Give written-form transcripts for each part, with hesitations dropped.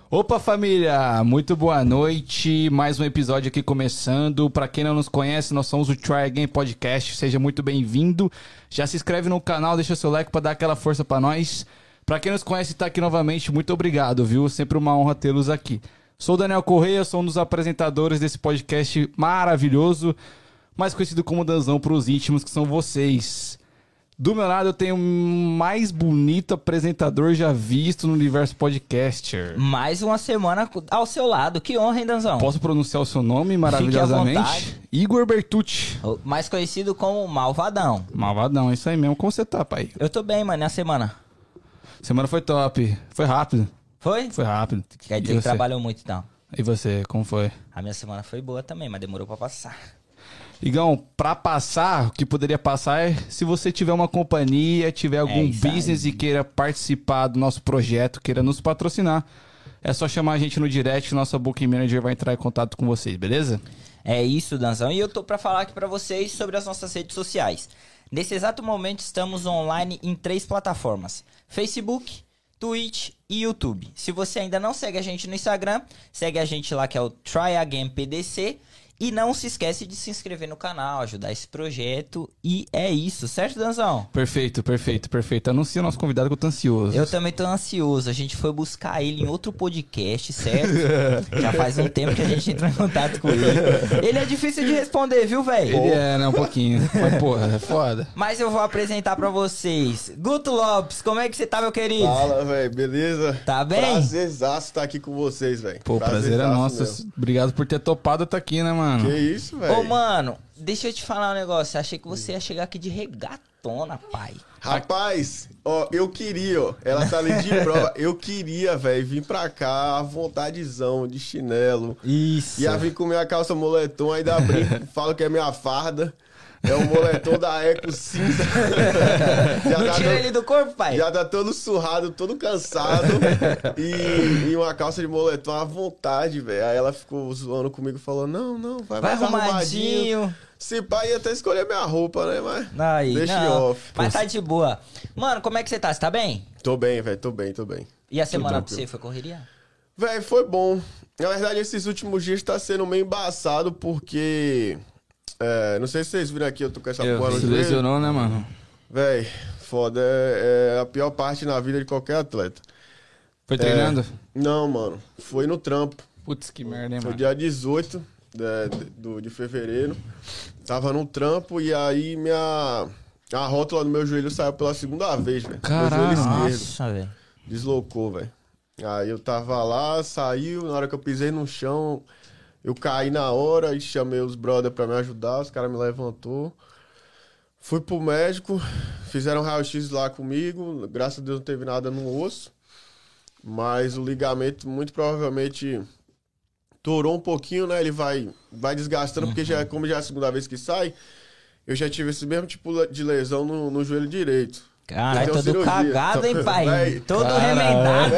Opa, família! Muito boa noite. Mais um episódio aqui começando. Pra quem não nos conhece, nós somos o Try Again Podcast. Seja muito bem-vindo. Já se inscreve no canal, deixa seu like pra dar aquela força pra nós. Pra quem nos conhece e tá aqui novamente, muito obrigado, viu? Sempre uma honra tê-los aqui. Sou o Daniel Correia, sou um dos apresentadores desse podcast maravilhoso, mais conhecido como Danzão pros íntimos, que são vocês. Do meu lado eu tenho o mais bonito apresentador já visto no universo podcaster. Mais uma semana ao seu lado. Que honra, hein, Danzão? Posso pronunciar o seu nome maravilhosamente? Fique à vontade. Igor Bertucci. Mais conhecido como Malvadão. Malvadão, isso aí mesmo. Como você tá, pai? Eu tô bem, mano, na semana. Semana foi top. Foi rápido. Foi? Foi rápido. Quer dizer que trabalhou muito, então. E você, como foi? A minha semana foi boa também, mas demorou pra passar. Igão, pra passar, o que poderia passar é se você tiver uma companhia, tiver algum business e queira participar do nosso projeto, queira nos patrocinar, é só chamar a gente no direct, nossa Booking Manager vai entrar em contato com vocês, beleza? É isso, Danzão. E eu tô pra falar aqui pra vocês sobre as nossas redes sociais. Nesse exato momento estamos online em 3 plataformas: Facebook, Twitch e YouTube. Se você ainda não segue a gente no Instagram, segue a gente lá, que é o Try Again PDC. E não se esquece de se inscrever no canal, ajudar esse projeto. E é isso, certo, Danzão? Perfeito, perfeito, perfeito. Anuncia o nosso convidado que eu tô ansioso. Eu também tô ansioso. A gente foi buscar ele em outro podcast, certo? Já faz um tempo que a gente entrou em contato com ele. Ele é difícil de responder, viu, velho? Ele é, né? Um pouquinho. Mas, porra, é foda. Mas eu vou apresentar pra vocês. Guto Lopes, como é que você tá, meu querido? Fala, velho, beleza? Tá bem? Prazerzaço estar aqui com vocês, velho. Pô, prazer é nosso. Mesmo. Obrigado por ter topado estar aqui, né, mano? Que isso, velho? Ô, mano, deixa eu te falar um negócio. Achei que você ia chegar aqui de regatona, pai. Rapaz, ó, eu queria, ó. Ela tá ali de prova. Eu queria, velho, vir pra cá à vontadezão, de chinelo. Isso. Ia vir com minha calça moletom, ainda brinco, falo que é minha farda. É um moletom da Eco cinza. Não tira ele do corpo, pai? Já tá todo surrado, todo cansado. E uma calça de moletom à vontade, velho. Aí ela ficou zoando comigo, falou, não, vai mais arrumadinho. Se pai ia até escolher minha roupa, né? Mas aí, deixa não. off. Mas tá de boa. Mano, como é que você tá? Você tá bem? Tô bem, velho, tô bem. E a semana pra você foi correria? Velho, foi bom. Na verdade, esses últimos dias tá sendo meio embaçado, porque... não sei se vocês viram aqui, eu tô com essa porra no Se joelho. lesionou, né, mano? Véi, foda. É a pior parte na vida de qualquer atleta. Foi treinando? Não, mano. Foi no trampo. Putz, que merda, hein, Foi mano? dia 18 de fevereiro. Tava no trampo e aí a rótula do meu joelho saiu pela segunda vez, velho. Meu joelho esquerdo. Nossa, velho. Deslocou, velho. Aí eu tava lá, saiu, na hora que eu pisei no chão, eu caí na hora e chamei os brothers pra me ajudar, os caras me levantou. Fui pro médico, fizeram raio-x lá comigo, graças a Deus não teve nada no osso, mas o ligamento muito provavelmente torou um pouquinho, né? Ele vai desgastando, porque como já é a segunda vez que sai, eu já tive esse mesmo tipo de lesão no joelho direito. Caralho, todo cirurgia. cagado, hein, pai? Véi, todo remendado.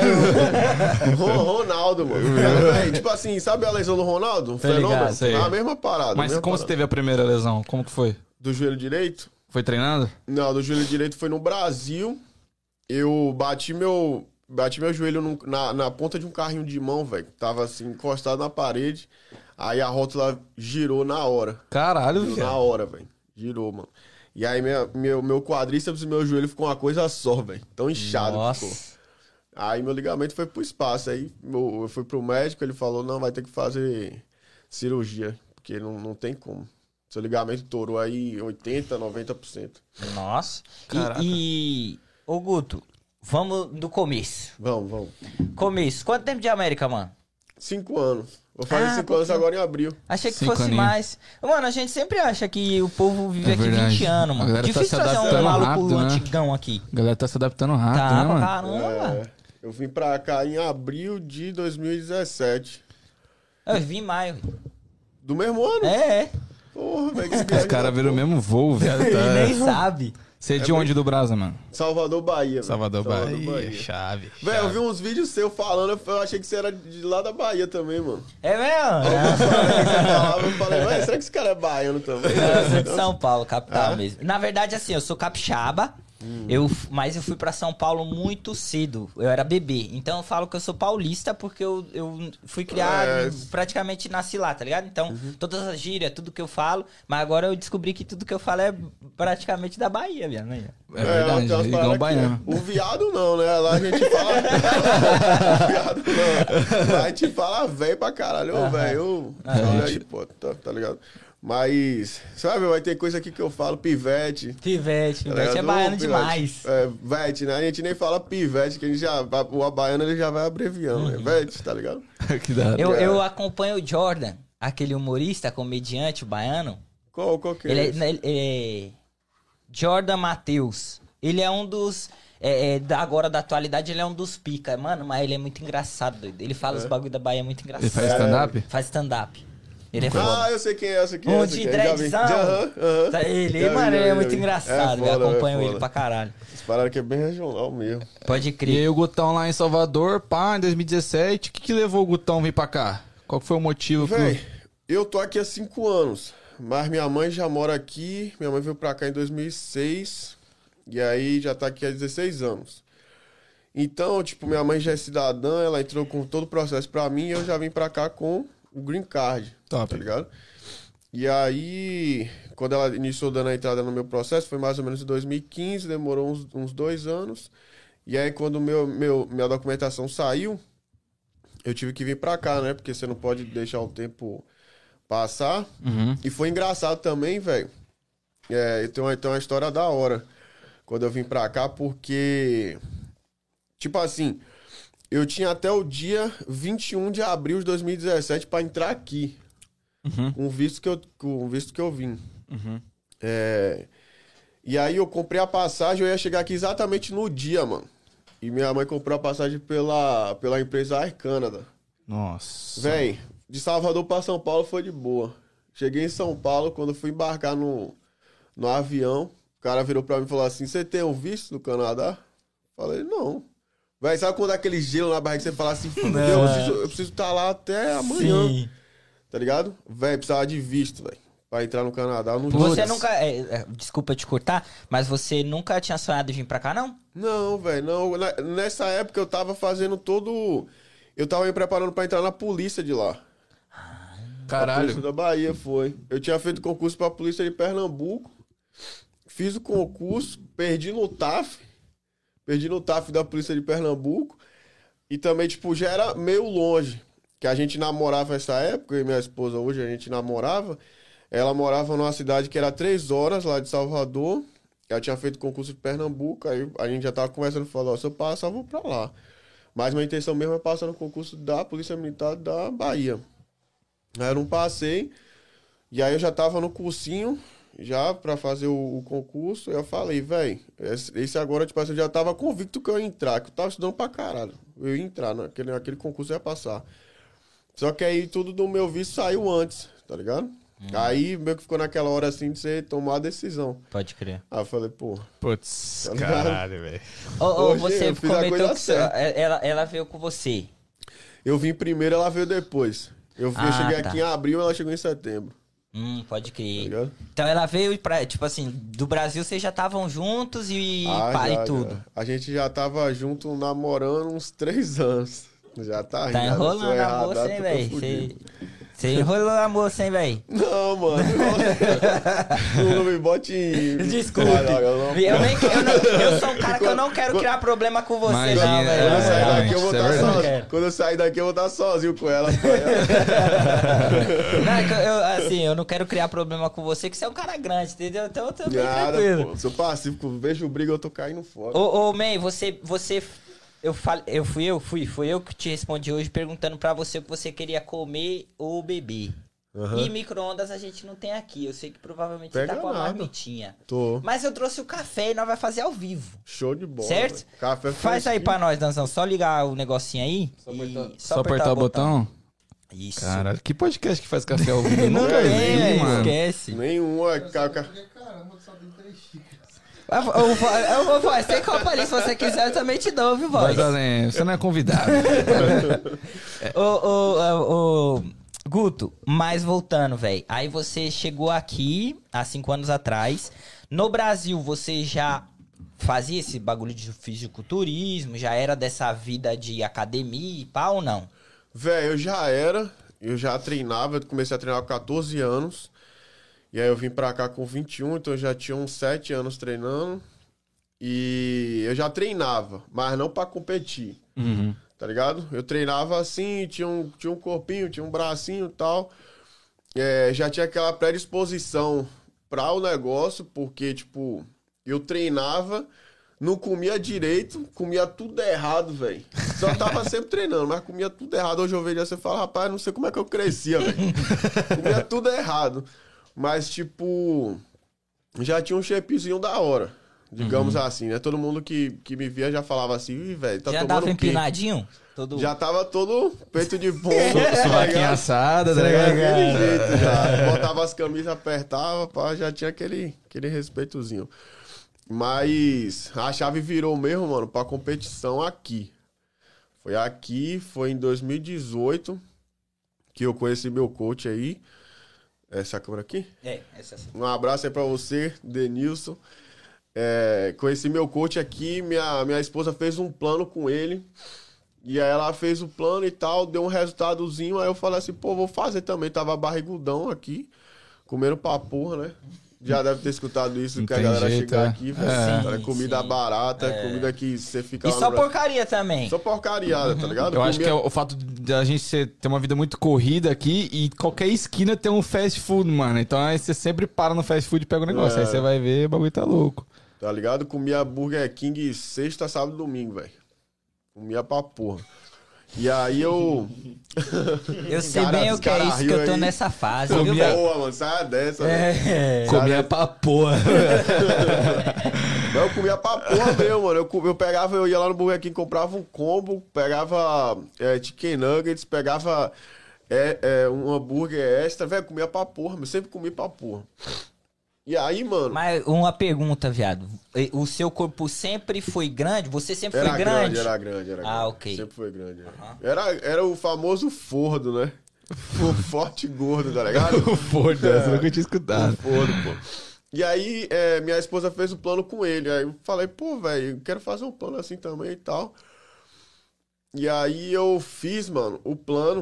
Ronaldo, mano. Véi, tipo assim, sabe a lesão do Ronaldo? Um fenômeno? ligado, sei. A mesma parada. Mas mesma como parada. você teve a primeira lesão? Como que foi? Do joelho direito? Foi treinando? Não, do joelho direito foi no Brasil. Eu bati meu joelho na ponta de um carrinho de mão, velho. Tava assim, encostado na parede. Aí a rótula girou na hora. Caralho, Girou velho. na hora, velho. Girou, mano. E aí meu quadríceps e meu joelho ficou uma coisa só, velho. Tão inchado que Nossa. ficou. Aí meu ligamento foi pro espaço. Aí eu fui pro médico, ele falou, não, vai ter que fazer cirurgia. Porque não tem como. Seu ligamento torou aí 80%, 90%. Nossa. Caraca. Ô, Guto, vamos do começo. Vamos. Começo. Quanto tempo de América, mano? 5 anos. Vou fazer 5 anos agora em abril. Achei que 5 fosse aninhos. mais. Mano, a gente sempre acha que o povo vive É aqui verdade. 20 anos, A mano. galera tá Difícil se trazer um adaptando maluco rápido, né? antigão aqui. A galera tá se adaptando rápido, Tá, né, pra mano? caramba. Eu vim pra cá em abril de 2017. Eu vim em maio. Do mesmo ano? É. Porra, velho. que Os viagem caras da viram o porra. mesmo voo, velho. E Tá... nem sabe. Você é de onde do Brasa, mano? Salvador, Bahia. velho. Salvador, Bahia. Chave. Velho, eu chave. vi uns vídeos seus falando, eu achei que você era de lá da Bahia também, mano. É mesmo? Eu falei, será que esse cara é baiano também? Eu sou de São Paulo, capital Ah? mesmo. Na verdade, assim, eu sou capixaba, Mas eu fui pra São Paulo muito cedo. Eu era bebê. Então eu falo que eu sou paulista porque eu fui criado, praticamente nasci lá, tá ligado? Então, todas as gírias, tudo que eu falo. Mas agora eu descobri que tudo que eu falo é praticamente da Bahia, né? É verdade, igual o baiano. O viado não, né? Lá a gente fala... o viado não. Lá a gente fala velho pra caralho. Ô, velho, olha aí, pô, tá ligado? Mas, sabe, vai ter coisa aqui que eu falo, pivete. Pivete é baiano demais. Vete, né? A gente nem fala pivete, que a gente já... O baiano ele já vai abreviando, né? Vete, tá ligado? Que da hora. Eu acompanho o Jordan, aquele humorista, comediante, o baiano. Qual que é esse? Ele é Jordan Matheus. Ele é um dos... agora da atualidade, ele é um dos pica. Mano, mas ele é muito engraçado, doido. Ele fala os bagulho da Bahia, é muito engraçado. Ele faz stand-up? Faz stand-up. Ele é foda. Ah, eu sei quem é essa aqui. Um de dreadzão. Ele, mano, ele é muito engraçado. Eu acompanho ele pra caralho. Essas paradas que é bem regional mesmo. Pode E crer. aí o Gutão lá em Salvador, pá, em 2017, o que levou o Gutão a vir pra cá? Qual que foi o motivo? Véi, eu tô aqui há 5 anos, mas minha mãe já mora aqui. Minha mãe veio pra cá em 2006 e aí já tá aqui há 16 anos. Então, tipo, minha mãe já é cidadã, ela entrou com todo o processo pra mim e eu já vim pra cá com o green card. Top. Tá ligado? E aí, quando ela iniciou dando a entrada no meu processo, foi mais ou menos em 2015, demorou uns 2 anos. E aí, quando minha documentação saiu, eu tive que vir pra cá, né? Porque você não pode deixar o tempo passar. E foi engraçado também, velho. Tem uma história da hora quando eu vim pra cá, porque... Tipo assim, eu tinha até o dia 21 de abril de 2017 pra entrar aqui. Com o visto que eu vim. E aí eu comprei a passagem, eu ia chegar aqui exatamente no dia, mano. E minha mãe comprou a passagem pela empresa Air Canada. Nossa. Véi, de Salvador pra São Paulo foi de boa. Cheguei em São Paulo, quando fui embarcar no avião, o cara virou pra mim e falou assim, você tem um visto do Canadá? Falei, não. Véi, sabe quando dá aquele gelo na barriga que você fala assim, eu preciso estar lá até amanhã. Sim. Tá ligado? Véi, precisava de visto, velho. Pra entrar no Canadá. Eu não Você nunca... desculpa te cortar, mas você nunca tinha sonhado em vir pra cá, não? Não, velho, não. Nessa época eu tava fazendo todo... Eu tava me preparando pra entrar na polícia de lá. Caralho. A polícia da Bahia, foi. Eu tinha feito concurso pra polícia de Pernambuco. Fiz o concurso, perdi no TAF. Perdi no TAF da polícia de Pernambuco. E também, tipo, já era meio longe. Que a gente namorava nessa época, eu e minha esposa hoje, a gente namorava. Ela morava numa cidade que era 3 horas lá de Salvador. Ela tinha feito concurso de Pernambuco, aí a gente já tava conversando, falou, se eu passar, eu vou pra lá. Mas minha intenção mesmo é passar no concurso da Polícia Militar da Bahia. Aí eu não passei, e aí eu já tava no cursinho, já pra fazer o concurso, eu falei, velho, esse agora, tipo assim, eu já tava convicto que eu ia entrar, que eu tava estudando pra caralho. Eu ia entrar, naquele concurso eu ia passar. Só que aí tudo do meu visto saiu antes, tá ligado? Aí meio que ficou naquela hora assim de você tomar a decisão. Pode crer. Aí eu falei, pô... Putz, caralho, velho. Você comentou que ela veio com você. Eu vim primeiro, ela veio depois. Eu cheguei aqui em abril, ela chegou em setembro. Pode crer. Tá, então ela veio pra, tipo assim, do Brasil vocês já estavam juntos e tudo. Já. A gente já tava junto namorando uns 3 anos. Já tá rindo. Tá enrolando a moça, hein, velho? Você enrolou a moça, hein, velho? Não, mano. Não me bote em... Desculpe. Eu sou um cara que eu não quero criar problema com você, Imagina, não, velho. Quando eu sair daqui, eu vou estar sozinho com ela. Eu não quero criar problema com você, que você é um cara grande, entendeu? Então eu tô bem tranquilo. Pô, sou pacífico. Vejo briga, eu tô caindo fora. Ô, May, você... Fui eu que te respondi hoje perguntando pra você o que você queria comer ou beber. E micro-ondas a gente não tem aqui. Eu sei que provavelmente você tá com a marmitinha. Tô. Mas eu trouxe o café e nós vamos fazer ao vivo. Show de bola. Certo? Café faz aí pra nós, Danzão. Só ligar o negocinho aí. Só apertar o botão? Isso. Caralho, que podcast que faz café ao vivo? Não Nunca vi, tem, mano. esquece. Nenhum. Caramba, só tem 3 xícaras. Eu vou tem copa ali, se você quiser eu também te dou, viu, voz? Mas, além, você não é convidado. Guto, mas voltando, velho. Aí você chegou aqui há 5 anos atrás. No Brasil, você já fazia esse bagulho de fisiculturismo? Já era dessa vida de academia e pá ou não? Velho, eu já treinava, eu comecei a treinar com 14 anos. E aí eu vim pra cá com 21, então eu já tinha uns 7 anos treinando. E eu já treinava, mas não pra competir, tá ligado? Eu treinava assim, tinha um corpinho, tinha um bracinho e tal. Já tinha aquela predisposição pra o negócio, porque, tipo, eu treinava, não comia direito, comia tudo errado, velho. Só tava sempre treinando, mas comia tudo errado. Hoje eu vejo você e falo, rapaz, não sei como é que eu crescia, velho. Comia tudo errado. Mas, tipo, já tinha um shapezinho da hora. Digamos assim, né? Todo mundo que me via já falava assim, ih, velho, tá Já tomando dava o quê? empinadinho? Todo... Já tava todo peito de pombo. Suvaquinha assada, tá ligado? Daquele jeito já. Botava as camisas, apertava, pá, já tinha aquele respeitozinho. Mas a chave virou mesmo, mano, pra competição aqui. Foi em 2018 que eu conheci meu coach aí. Essa câmera aqui? Essa sim. Um abraço aí pra você, Denilson. Conheci meu coach aqui, minha esposa fez um plano com ele. E aí ela fez o plano e tal, deu um resultadozinho. Aí eu falei assim, pô, vou fazer também. Tava barrigudão aqui, comendo pra porra, né? Já deve ter escutado isso, Não que a tem galera jeito, chegar é. aqui, velho. Sim, Cara, comida sim. barata, comida que você fica E lá no só Brasil. porcaria também. Só porcariada, tá ligado? Eu acho que é Comia- o fato de a gente ter uma vida muito corrida aqui e qualquer esquina tem um fast food, mano. Então aí você sempre para no fast food e pega o negócio. Aí você vai ver, o bagulho tá louco. Tá ligado? Comia Burger King sexta, sábado e domingo, velho. Comia pra porra. E aí eu... Eu sei Cara, bem os o que é cara isso que riu eu tô aí. nessa fase, viu, Comia- velho? Boa, mano, sai dessa, velho. Comia pra porra. Mas eu comia pra porra mesmo, mano. Eu ia lá no Burger King, comprava um combo, pegava chicken nuggets, pegava um hambúrguer extra, velho, comia pra porra, eu sempre comi pra porra. E aí, mano... Mas uma pergunta, viado. O seu corpo sempre foi grande? Você sempre Era foi grande? Era grande. Ok. Sempre foi grande. Era o famoso fordo, né? O forte e gordo, tá ligado? Foda-se, nunca tinha escutado. O fordo, pô. E aí, minha esposa fez o plano com ele. Aí eu falei, pô, velho, eu quero fazer um plano assim também e tal. E aí eu fiz, mano, o plano.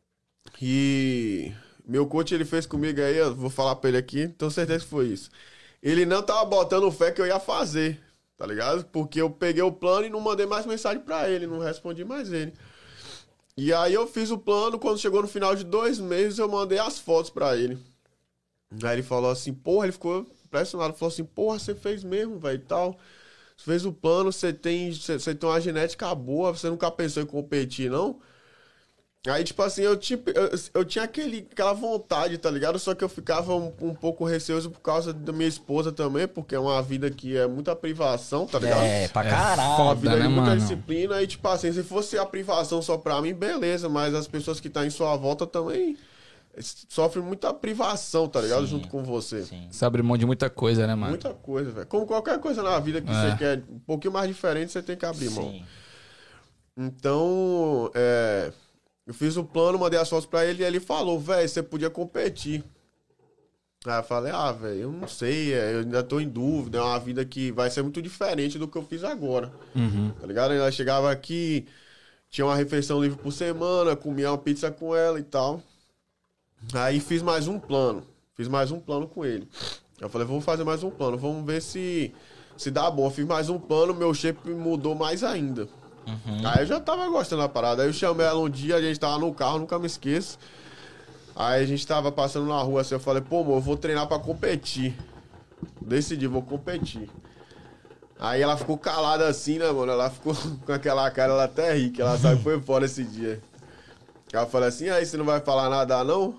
E meu coach, ele fez comigo aí, eu vou falar pra ele aqui, tenho certeza que foi isso. Ele não tava botando fé que eu ia fazer, tá ligado? Porque eu peguei o plano e não mandei mais mensagem pra ele, não respondi mais ele. E aí eu fiz o plano, quando chegou no final de 2 meses, eu mandei as fotos pra ele. Aí ele falou assim, porra, ele ficou impressionado, falou assim, porra, você fez mesmo, velho, e tal. Você fez o plano, você tem uma genética boa, você nunca pensou em competir, não? Aí, tipo assim, eu tinha aquela vontade, tá ligado? Só que eu ficava um pouco receoso por causa da minha esposa também, porque é uma vida que é muita privação, tá ligado? Pra caralho. foda. Uma vida né, de muita mano? disciplina. E, tipo assim, se fosse a privação só pra mim, beleza. Mas as pessoas que estão em sua volta também sofrem muita privação, tá ligado? Sim, Junto com você. Sim. Você abre mão de muita coisa, né, mano? Muita coisa, velho. Como qualquer coisa na vida que você quer um pouquinho mais diferente, você tem que abrir mão. Sim. Então, eu fiz o plano, mandei as fotos pra ele e ele falou, velho, você podia competir. Aí eu falei, velho, eu não sei, eu ainda tô em dúvida, é uma vida que vai ser muito diferente do que eu fiz agora. Tá ligado? Eu chegava aqui, tinha uma refeição livre por semana, comia uma pizza com ela e tal. Aí fiz mais um plano com ele. Eu falei, vamos fazer mais um plano, vamos ver se dá bom. Eu fiz mais um plano, meu shape mudou mais ainda. Aí eu já tava gostando da parada. Aí eu chamei ela um dia, a gente tava no carro, nunca me esqueço. Aí a gente tava passando na rua assim, eu falei, pô, amor, eu vou treinar pra competir. Decidi, vou competir. Aí ela ficou calada assim, né, mano? Ela ficou com aquela cara, ela até ri, que ela sabe que foi fora esse dia. Ela falou assim, aí você não vai falar nada, não?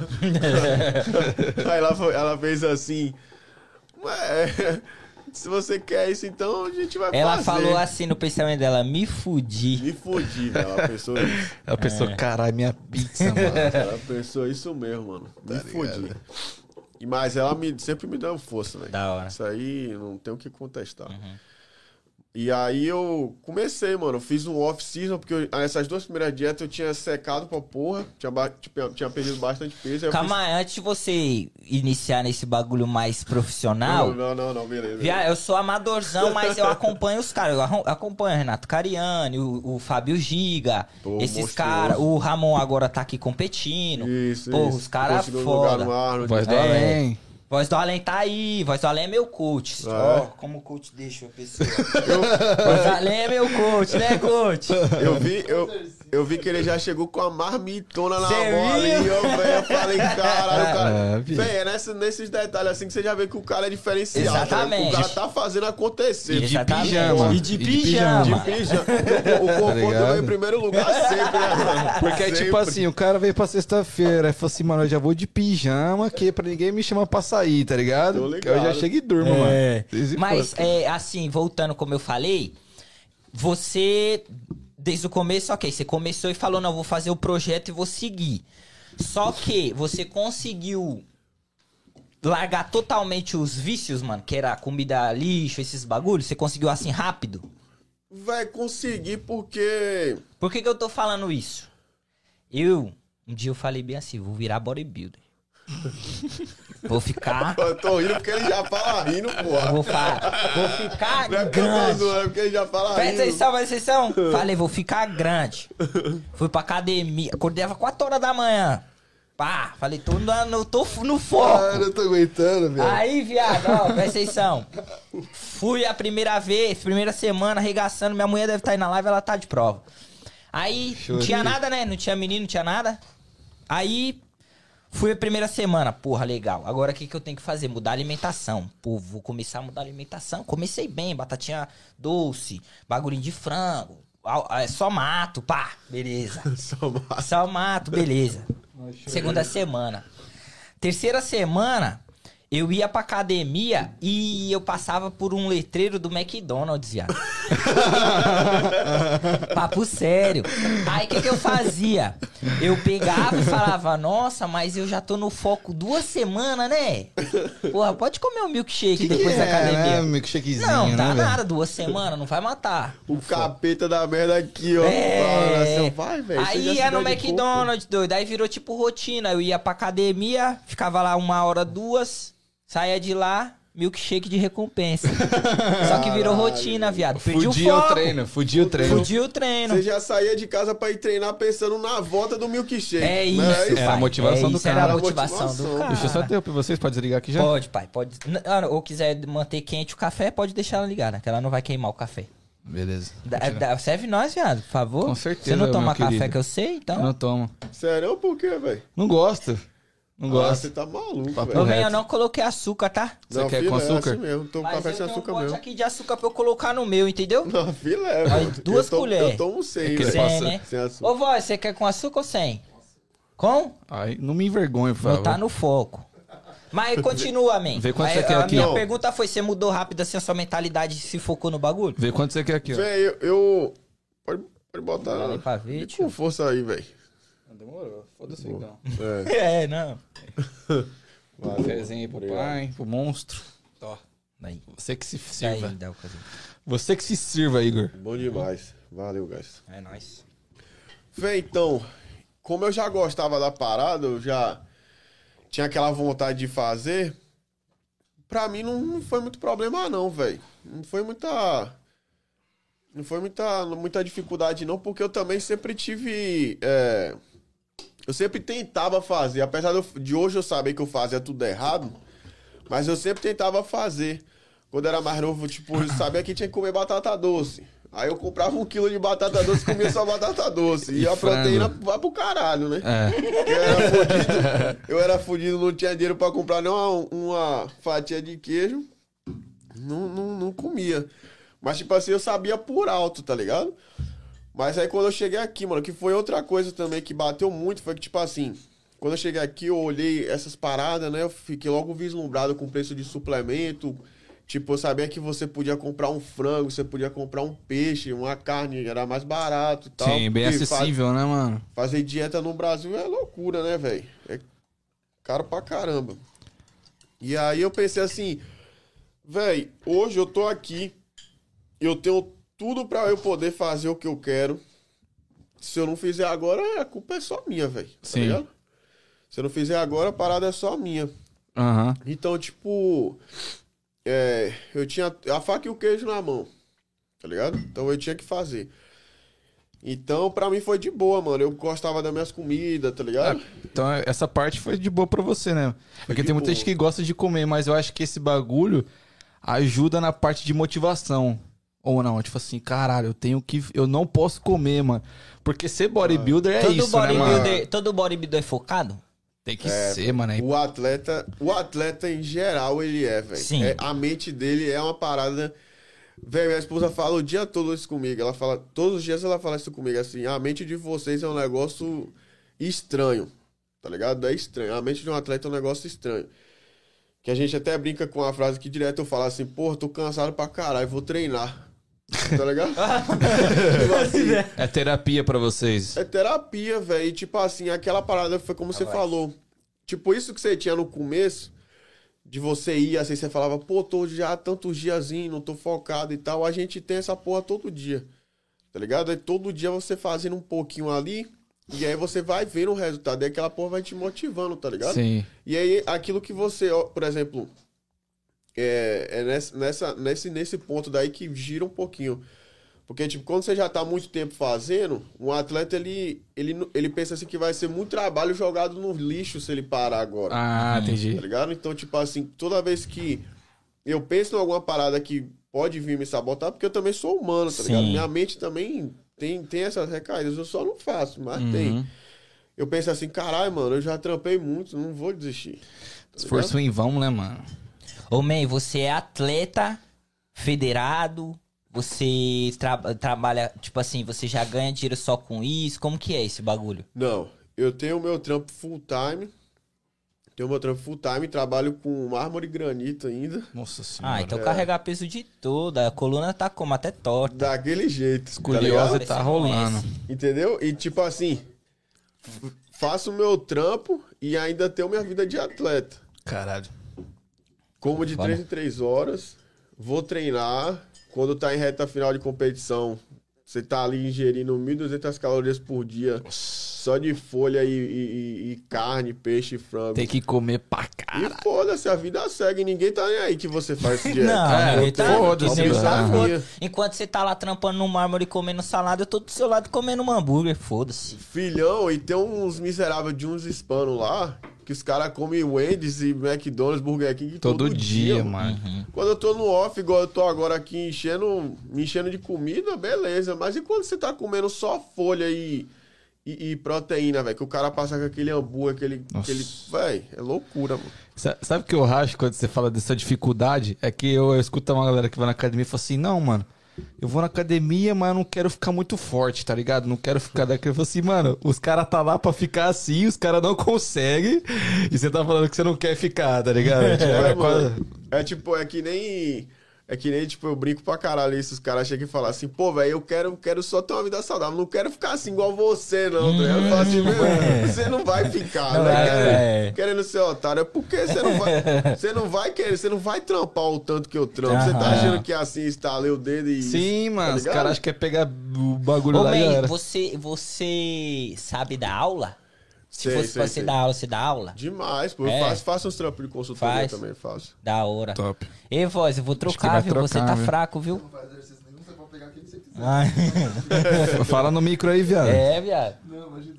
Aí ela fez assim, se você quer isso, então a gente vai Ela fazer. falou assim no pensamento dela, me fudi. Me fudi, velho. Ela pensou isso. A pessoa, caralho, minha pizza, mano. Ela pensou isso mesmo, mano. Me fudi. Mas ela sempre me deu força, velho. Da hora. Isso aí não tem o que contestar. E aí eu comecei, mano. Eu fiz um off-season, porque essas 2 primeiras dietas eu tinha secado pra porra. Tinha perdido bastante peso. Calma aí, antes de você iniciar nesse bagulho mais profissional... Não, beleza. Viado, eu sou amadorzão, mas eu acompanho os caras. Eu acompanho o Renato Cariani, o Fábio Giga, Pô, esses monstruoso. caras. O Ramon agora tá aqui competindo. Isso, Pô, isso. os caras Conseguiu um lugar foda. no Arnold. Voz do É. além. Voz do Além tá aí. Voz do Além é meu coach. Ó, como o coach deixa a pessoa. Voz do Além é meu coach, né, coach? Eu vi que ele já chegou com a marmitona na Cê bola viu? ali, ó, velho. Eu falei, caralho, É, cara. vi. Velho, é nesses detalhes assim que você já vê que o cara é diferenciado. Exatamente. Né? O cara tá fazendo acontecer. E de Exatamente. pijama. E de E de pijama. pijama. De pijama. O conforto ligado? vem em primeiro lugar sempre, né, mano? Porque é Sempre. tipo assim, o cara veio pra sexta-feira e falou assim, mano, eu já vou de pijama, que pra ninguém me chamar pra sair, tá ligado? Tô ligado. Eu já chego e durmo, mano. Vocês se Mas, fodam. assim, voltando como eu falei, você, desde o começo, ok, você começou e falou, não, vou fazer o projeto e vou seguir. Só que você conseguiu largar totalmente os vícios, mano, que era comida lixo, esses bagulhos, você conseguiu assim rápido? Vai conseguir porque... Por que eu tô falando isso? Um dia eu falei bem assim, vou virar bodybuilder. Vou ficar... Eu tô rindo porque ele já fala rindo, porra. Vou ficar Não é porque eu tô grande. zoando, é porque ele já fala Presta rindo. atenção. Falei, vou ficar grande. Fui pra academia. Acordava 4 horas da manhã. Pá, falei, tô no foco. Ah, eu não tô aguentando, velho. Aí, viado, ó, presta atenção. Fui a primeira semana, arregaçando. Minha mulher deve estar aí na live, ela tá de prova. Aí, não tinha nada, né? Não tinha menino, não tinha nada. Aí, fui a primeira semana. Porra, legal. Agora, o que eu tenho que fazer? Mudar a alimentação. Pô, vou começar a mudar a alimentação. Comecei bem, batatinha doce, bagulhinho de frango. Só mato, pá, beleza. Só mato, beleza. Segunda semana. Terceira semana, eu ia pra academia e eu passava por um letreiro do McDonald's, viado. Papo sério. Aí o que eu fazia? Eu pegava e falava, nossa, mas eu já tô no foco 2 semanas, né? Porra, pode comer um milkshake depois da academia. Né? Milkshakezinho, Não, tá né, velho? nada, 2 semanas, não vai matar. O capeta da merda aqui, ó. Fala assim, vai, velho. você Aí já se ia no dedicou, McDonald's, doido. Aí virou tipo rotina. Eu ia pra academia, ficava lá 1 hora, 2, saía de lá, milkshake de recompensa. Só que virou rotina, viado. Perdi o Fudia o foco. treino, fudia o treino. Fudia o treino. Você já saía de casa pra ir treinar pensando na volta do milkshake. É isso, Não é É a pai. motivação do isso era cara. a motivação do Motivação. cara. Deixa eu só interromper vocês, pode desligar aqui já? Pode, pai, pode. Ou quiser manter quente o café, pode deixar ela ligada, que ela não vai queimar o café. Beleza. Serve nós, viado, por favor. Com certeza, Você não toma meu café querido. que eu sei, então? Não tomo. Sério, por quê, velho? Não gosto. Não Ah, gosto. você tá maluco, Papo Ô, velho. man, eu reto. não coloquei açúcar, tá? Você quer com É açúcar? assim mesmo. Tô com Mas café eu sem tenho açúcar um pote mesmo. aqui de açúcar pra eu colocar no meu, entendeu? Não, filé, Aí, velho. 2 Eu colheres. tomo 100, que ele velho. passa- Sem, né? Sem açúcar. Ô, vó, você quer com açúcar ou sem? Com? Ai, não me envergonhe, por Não favor. tá no foco. Mas continua, man. Vê quanto Aí, você quer a aqui, minha ó. pergunta foi, você mudou rápido assim a sua mentalidade e se focou no bagulho? Vê quanto você quer aqui, ó. Velho, eu... Pode botar... Dá pra ver, Vem tio. com força aí, velho. Demorou. Foda-se então. É. É, não. Cafézinho aí pro pai, pro monstro. Ó. Aí, Você que se aí, sirva. dá o casinho. Você que se sirva, Igor. Bom demais. Valeu, guys. É nóis. Véi, então, como eu já gostava da parada, eu já tinha aquela vontade de fazer, pra mim não foi muito problema não, velho. Não foi muita dificuldade não, porque eu também sempre tive... eu sempre tentava fazer, apesar de hoje eu saber que eu fazia tudo errado, mas eu sempre tentava fazer. Quando eu era mais novo, tipo, eu sabia que tinha que comer batata doce. Aí eu comprava 1 quilo de batata doce e comia só batata doce. E a frango. proteína vai pro caralho, né? É. Eu era fudido, não tinha dinheiro pra comprar nem uma fatia de queijo. Não comia. Mas, tipo assim, eu sabia por alto, tá ligado? Mas aí quando eu cheguei aqui, mano, que foi outra coisa também que bateu muito, foi que, tipo assim, quando eu cheguei aqui, eu olhei essas paradas, né? Eu fiquei logo vislumbrado com o preço de suplemento. Tipo, eu sabia que você podia comprar um frango, você podia comprar um peixe, uma carne, era mais barato e tal. Sim, bem Porque acessível, né, mano? Fazer dieta no Brasil é loucura, né, velho? É caro pra caramba. E aí eu pensei assim, velho, hoje eu tô aqui eu tenho tudo pra eu poder fazer o que eu quero. Se eu não fizer agora, a culpa é só minha, velho. Tá Sim. ligado? Se eu não fizer agora, a parada é só minha. Aham. Então, tipo, eu tinha a faca e o queijo na mão, tá ligado? Então eu tinha que fazer. Então, pra mim foi de boa, mano. Eu gostava das minhas comidas, tá ligado? Então essa parte foi de boa pra você, né? Porque de tem muita boa. gente que gosta de comer, mas eu acho que esse bagulho ajuda na parte de motivação. Ou não, tipo assim, caralho, eu não posso comer, mano. Porque ser bodybuilder é isso, né, mano? Todo bodybuilder é focado? Tem que ser, mano. O atleta em geral, ele velho. Sim. A mente dele é uma parada. Velho, minha esposa fala o dia todo isso comigo. Ela fala, todos os dias ela fala isso comigo, assim, a mente de vocês é um negócio estranho, tá ligado? É estranho. A mente de um atleta é um negócio estranho. Que a gente até brinca com a frase que direto eu falo assim, porra, tô cansado pra caralho, vou treinar. Tá ligado? Tipo assim, É terapia pra vocês. é terapia, velho. E tipo assim, aquela parada foi como você falou. Tipo, isso que você tinha no começo, de você ir assim, você falava, pô, tô já há tantos dias indo, não tô focado e tal. A gente tem essa porra todo dia. Tá ligado? Aí todo dia você fazendo um pouquinho ali, e aí você vai vendo o resultado. E aquela porra vai te motivando, tá ligado? Sim. E aí, aquilo que você, ó, por exemplo, nesse ponto daí que gira um pouquinho. Porque, tipo, quando você já tá muito tempo fazendo, um atleta, ele pensa assim que vai ser muito trabalho jogado no lixo se ele parar agora. Ah, Tá entendi. ligado? Então, tipo assim, toda vez que eu penso em alguma parada que pode vir me sabotar, porque eu também sou humano, tá ligado? Sim. Minha mente também tem essas recaídas, eu só não faço, mas tem. Eu penso assim, caralho, mano, eu já trampei muito, não vou desistir. Tá Esforço em vão, né, mano? Ô, man, você é atleta federado, você trabalha, tipo assim, você já ganha dinheiro só com isso? Como que é esse bagulho? Não, eu tenho o meu trampo full time. Trabalho com mármore e granito ainda. Nossa senhora. Então carregar peso de tudo, a coluna tá como? Até torta. Daquele jeito. Curiosa tá ligado? tá rolando. Entendeu? E tipo assim, faço o meu trampo e ainda tenho minha vida de atleta. Caralho. Como de 3 em 3 horas, vou treinar. Quando tá em reta final de competição, você tá ali ingerindo 1.200 calorias por dia, só de folha e carne, peixe e frango. Tem que comer pra caralho. E foda-se, a vida segue, ninguém tá nem aí que você faz esse dieta. Não, ninguém tá- foda-se, ninguém tá mano. foda. Enquanto você tá lá trampando no mármore e comendo salada, eu tô do seu lado comendo um hambúrguer, foda-se. Filhão, e tem uns miseráveis de uns hispanos lá, que os caras comem Wendy's e McDonald's, Burger King Todo dia, mano. Quando eu tô no off, igual eu tô agora aqui me enchendo de comida, beleza. Mas e quando você tá comendo só folha e proteína, velho? Que o cara passa com aquele hambúrguer, aquele... Véi, é loucura, mano. Sabe o que eu racho quando você fala dessa dificuldade? É que eu escuto uma galera que vai na academia e fala assim, não, mano, eu vou na academia, mas eu não quero ficar muito forte, tá ligado? Não quero ficar daqui. Eu falo assim, mano, os caras tá lá pra ficar assim, os caras não conseguem, e você tá falando que você não quer ficar, tá ligado? É que nem, tipo, eu brinco pra caralho isso, os caras chegam e falam assim, pô, velho, eu quero só ter uma vida saudável, não quero ficar assim igual você, não, tá ligado? Eu falo assim, meu, você não vai ficar, Não né? vai, Querendo ser otário, é porque você não vai querer, você não vai trampar o tanto que eu trampo, você tá achando que é assim, estalar o dedo e... Sim, mano, tá os ligado? caras acham que é pegar o bagulho Ô, lá e já man, era. você sabe dar aula? Se Sei, fosse sei, pra você sei. dar aula, você dá aula? Demais, pô, É. eu faço uns trampos de consultoria Faz. também, faço. Da hora. Top. Ei, voz, eu vou que trocar, vai viu? Você trocar, tá viu? fraco, viu? Não faz exercício nenhum, você pode pegar quem você quiser. Ai. Fala no micro aí, viado. É, viado. Não, imagina.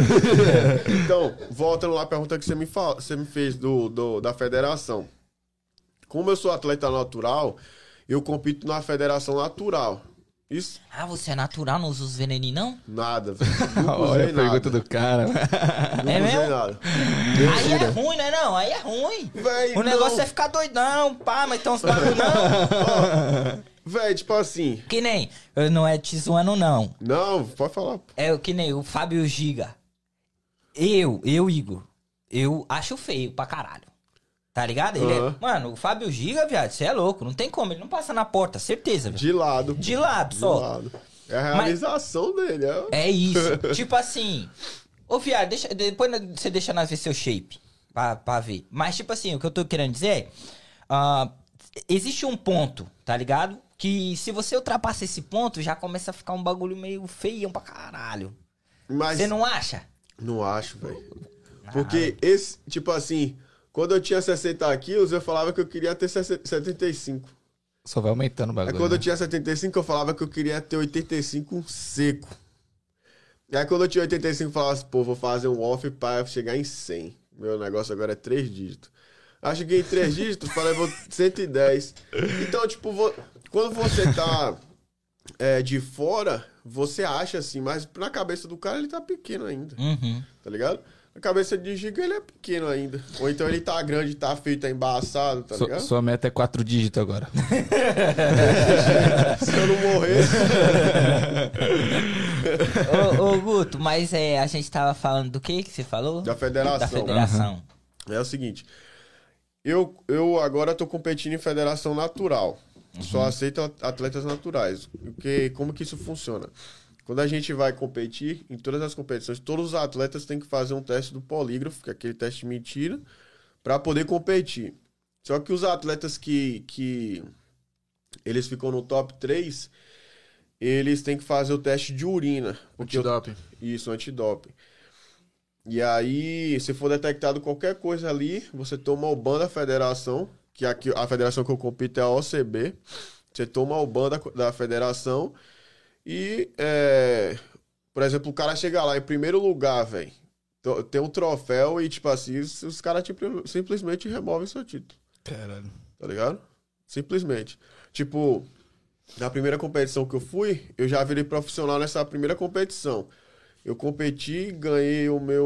Então, voltando lá à pergunta que você me fez da federação. Como eu sou atleta natural, eu compito na federação natural. Isso, Ah, você é natural, não usa os veneninhos, não? nada, velho. Não Olha a usei nada. pergunta do cara. Não É usei mesmo? nada. Aí é ruim, né? Não, aí é ruim. Véi, O negócio não. é ficar doidão, pá, mas tem uns bagulho não. Véi, tipo assim... Que nem, não é te zoando, não. Não, pode falar. É que nem o Fábio Giga. Igor, eu acho feio pra caralho. Tá ligado? Ele Aham. mano, o Fábio Giga, viado, você é louco. Não tem como, ele não passa na porta, certeza, velho. De lado. De lado De só. lado. É a realização dele. É isso. Tipo assim. Ô, viado, depois você deixa nós ver seu shape. Pra ver. Mas, tipo assim, o que eu tô querendo dizer é. Existe um ponto, tá ligado? Que se você ultrapassa esse ponto, já começa a ficar um bagulho meio feião pra caralho. Mas Você não acha? não acho, velho. Porque esse, tipo assim, quando eu tinha 60 quilos, eu falava que eu queria ter 75. Só vai aumentando o Aí bagulho. quando né? eu tinha 75, eu falava que eu queria ter 85 seco. E aí quando eu tinha 85, eu falava assim, pô, vou fazer um off pra chegar em 100. Meu negócio agora é 3 dígitos. Aí cheguei em 3 dígitos, falei, vou 110. Então, tipo, quando você tá de fora, você acha assim, mas na cabeça do cara ele tá pequeno ainda, Uhum. tá ligado? Na cabeça de Giga ele é pequeno ainda. Ou então ele tá grande, tá feio, tá embaçado, tá ligado? Sua meta é 4 dígitos agora. Se eu não morrer... Ô, Guto, mas a gente tava falando do que você falou? Da federação. Da federação. É o seguinte, eu agora tô competindo em federação natural. Só aceito atletas naturais. Porque, como que isso funciona? Quando a gente vai competir, em todas as competições, todos os atletas têm que fazer um teste do polígrafo, que é aquele teste de mentira, para poder competir. Só que os atletas que eles ficam no top 3, eles têm que fazer o teste de urina. Antidoping. Isso, antidoping. E aí, se for detectado qualquer coisa ali, você toma o ban da federação, que aqui, a federação que eu compito é a OCB. Você toma o ban da federação e, por exemplo, o cara chega lá em primeiro lugar, velho, tem um troféu e, tipo assim, os caras simplesmente removem seu título. Caralho. Tá ligado? Simplesmente. Tipo, na primeira competição que eu fui, eu já virei profissional nessa primeira competição. Eu competi, ganhei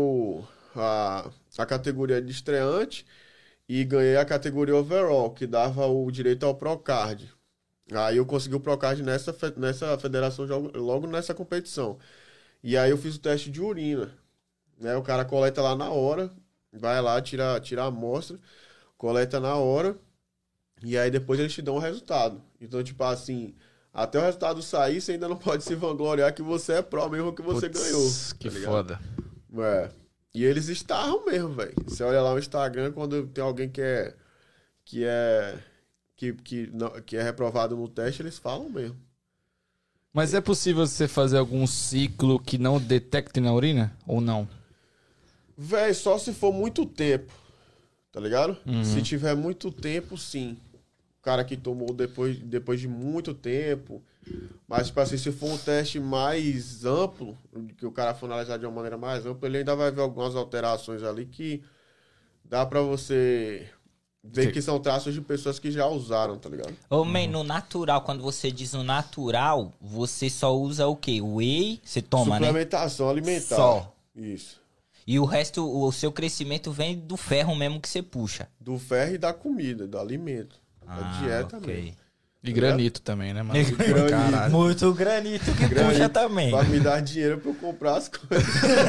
a categoria de estreante e ganhei a categoria overall, que dava o direito ao Procard. Aí eu consegui o Procard nessa federação logo nessa competição. E aí eu fiz o teste de urina. Né? O cara coleta lá na hora, vai lá, tira a amostra, coleta na hora, e aí depois eles te dão o resultado. Então, tipo assim, até o resultado sair, você ainda não pode se vangloriar que você é pró mesmo que você ganhou. Que tá ligado? foda. E eles estarram mesmo, velho. Você olha lá no Instagram, quando tem alguém que é reprovado no teste, eles falam mesmo. Mas é possível você fazer algum ciclo que não detecte na urina? Ou não? Véi, só se for muito tempo, tá ligado? Se tiver muito tempo, sim. O cara que tomou depois de muito tempo. Mas, tipo assim, se for um teste mais amplo, que o cara for analisar de uma maneira mais ampla, ele ainda vai ver algumas alterações ali que dá pra você ver que são traços de pessoas que já usaram, tá ligado? Ô, man, no natural, quando você diz no natural, você só usa o quê? O whey, você toma, né? Suplementação alimentar. Só. Isso. E o resto, o seu crescimento vem do ferro mesmo que você puxa. Do ferro e da comida, do alimento. A dieta mesmo. E granito também, né, mano? Granito. Caralho. Muito granito que puxa também. Pra me dar dinheiro pra eu comprar as coisas.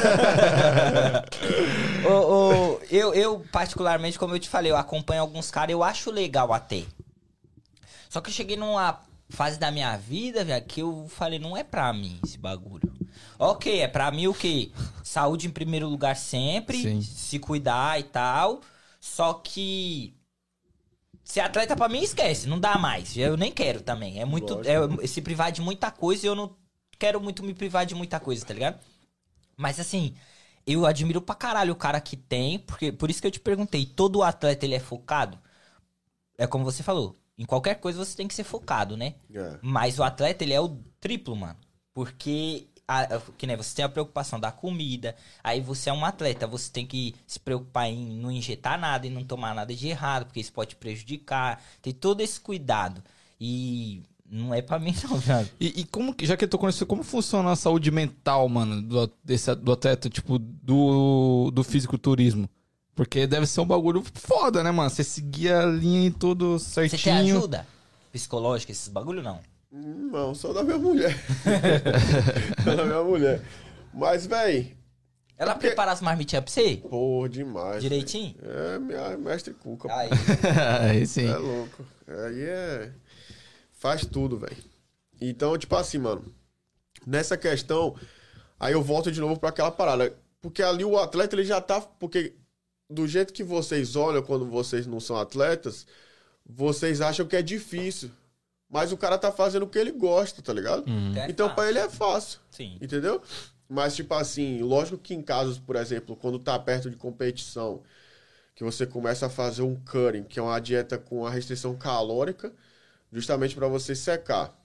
Eu, particularmente, como eu te falei, eu acompanho alguns caras, eu acho legal até. Só que eu cheguei numa fase da minha vida, velho, que eu falei, não é pra mim esse bagulho. Ok, é pra mim o quê? Saúde em primeiro lugar sempre, Sim. se cuidar e tal. Só que ser atleta pra mim esquece, não dá mais. Eu nem quero também. É muito se privar de muita coisa e eu não quero muito me privar de muita coisa, tá ligado? Mas assim, eu admiro pra caralho o cara que tem, porque por isso que eu te perguntei, todo atleta ele é focado? É como você falou, em qualquer coisa você tem que ser focado, né? É. Mas o atleta, ele é o triplo, mano. Porque, que nem você tem a preocupação da comida, aí você é um atleta, você tem que se preocupar em não injetar nada e não tomar nada de errado, porque isso pode te prejudicar. Tem todo esse cuidado. E não é pra mim não, velho. E como que, já que eu tô conhecendo, como funciona a saúde mental, mano, do atleta, tipo, do fisiculturismo? Porque deve ser um bagulho foda, né, mano? Você seguir a linha em tudo certinho. Você tem ajuda psicológica, esses bagulho, não? Não, só da minha mulher. Só da minha mulher. Mas, véi... Ela prepara as marmitinhas pra você? Pô, demais. Direitinho? É, minha mestre Cuca. Aí. Aí sim. É louco. Aí faz tudo, velho. Então, tipo assim, mano. Nessa questão, aí eu volto de novo pra aquela parada. Porque ali o atleta, ele já tá... Porque do jeito que vocês olham quando vocês não são atletas, vocês acham que é difícil. mas o cara tá fazendo o que ele gosta, tá ligado? Então pra ele é fácil, Sim. entendeu? Mas, tipo assim, lógico que em casos, por exemplo, quando tá perto de competição, que você começa a fazer um cutting, que é uma dieta com a restrição calórica, justamente pra você secar.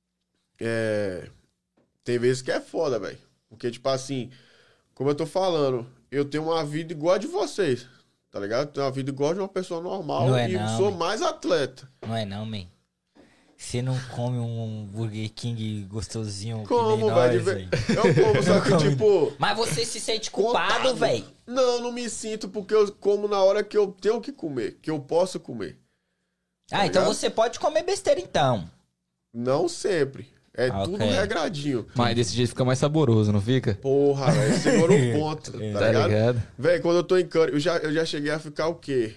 Tem vezes que é foda, velho. Porque, tipo assim, como eu tô falando, eu tenho uma vida igual a de vocês, tá ligado? Eu tenho uma vida igual de uma pessoa normal Não é e não, sou man. mais atleta. Não é não, man. Você não come um Burger King gostosinho Como, que nem velho? nós, velho? Eu como, só que, tipo... Mas você se sente culpado, contado. velho? Não me sinto, porque eu como na hora que eu tenho que comer, que eu posso comer. Ah, então ligado? você pode comer besteira, então. Não sempre. É tudo Ok. regradinho. Mas desse jeito fica mais saboroso, não fica? Porra, velho, segura um ponto, tá Tá ligado? ligado? Velho, quando eu tô em Curry, eu já cheguei a ficar o quê?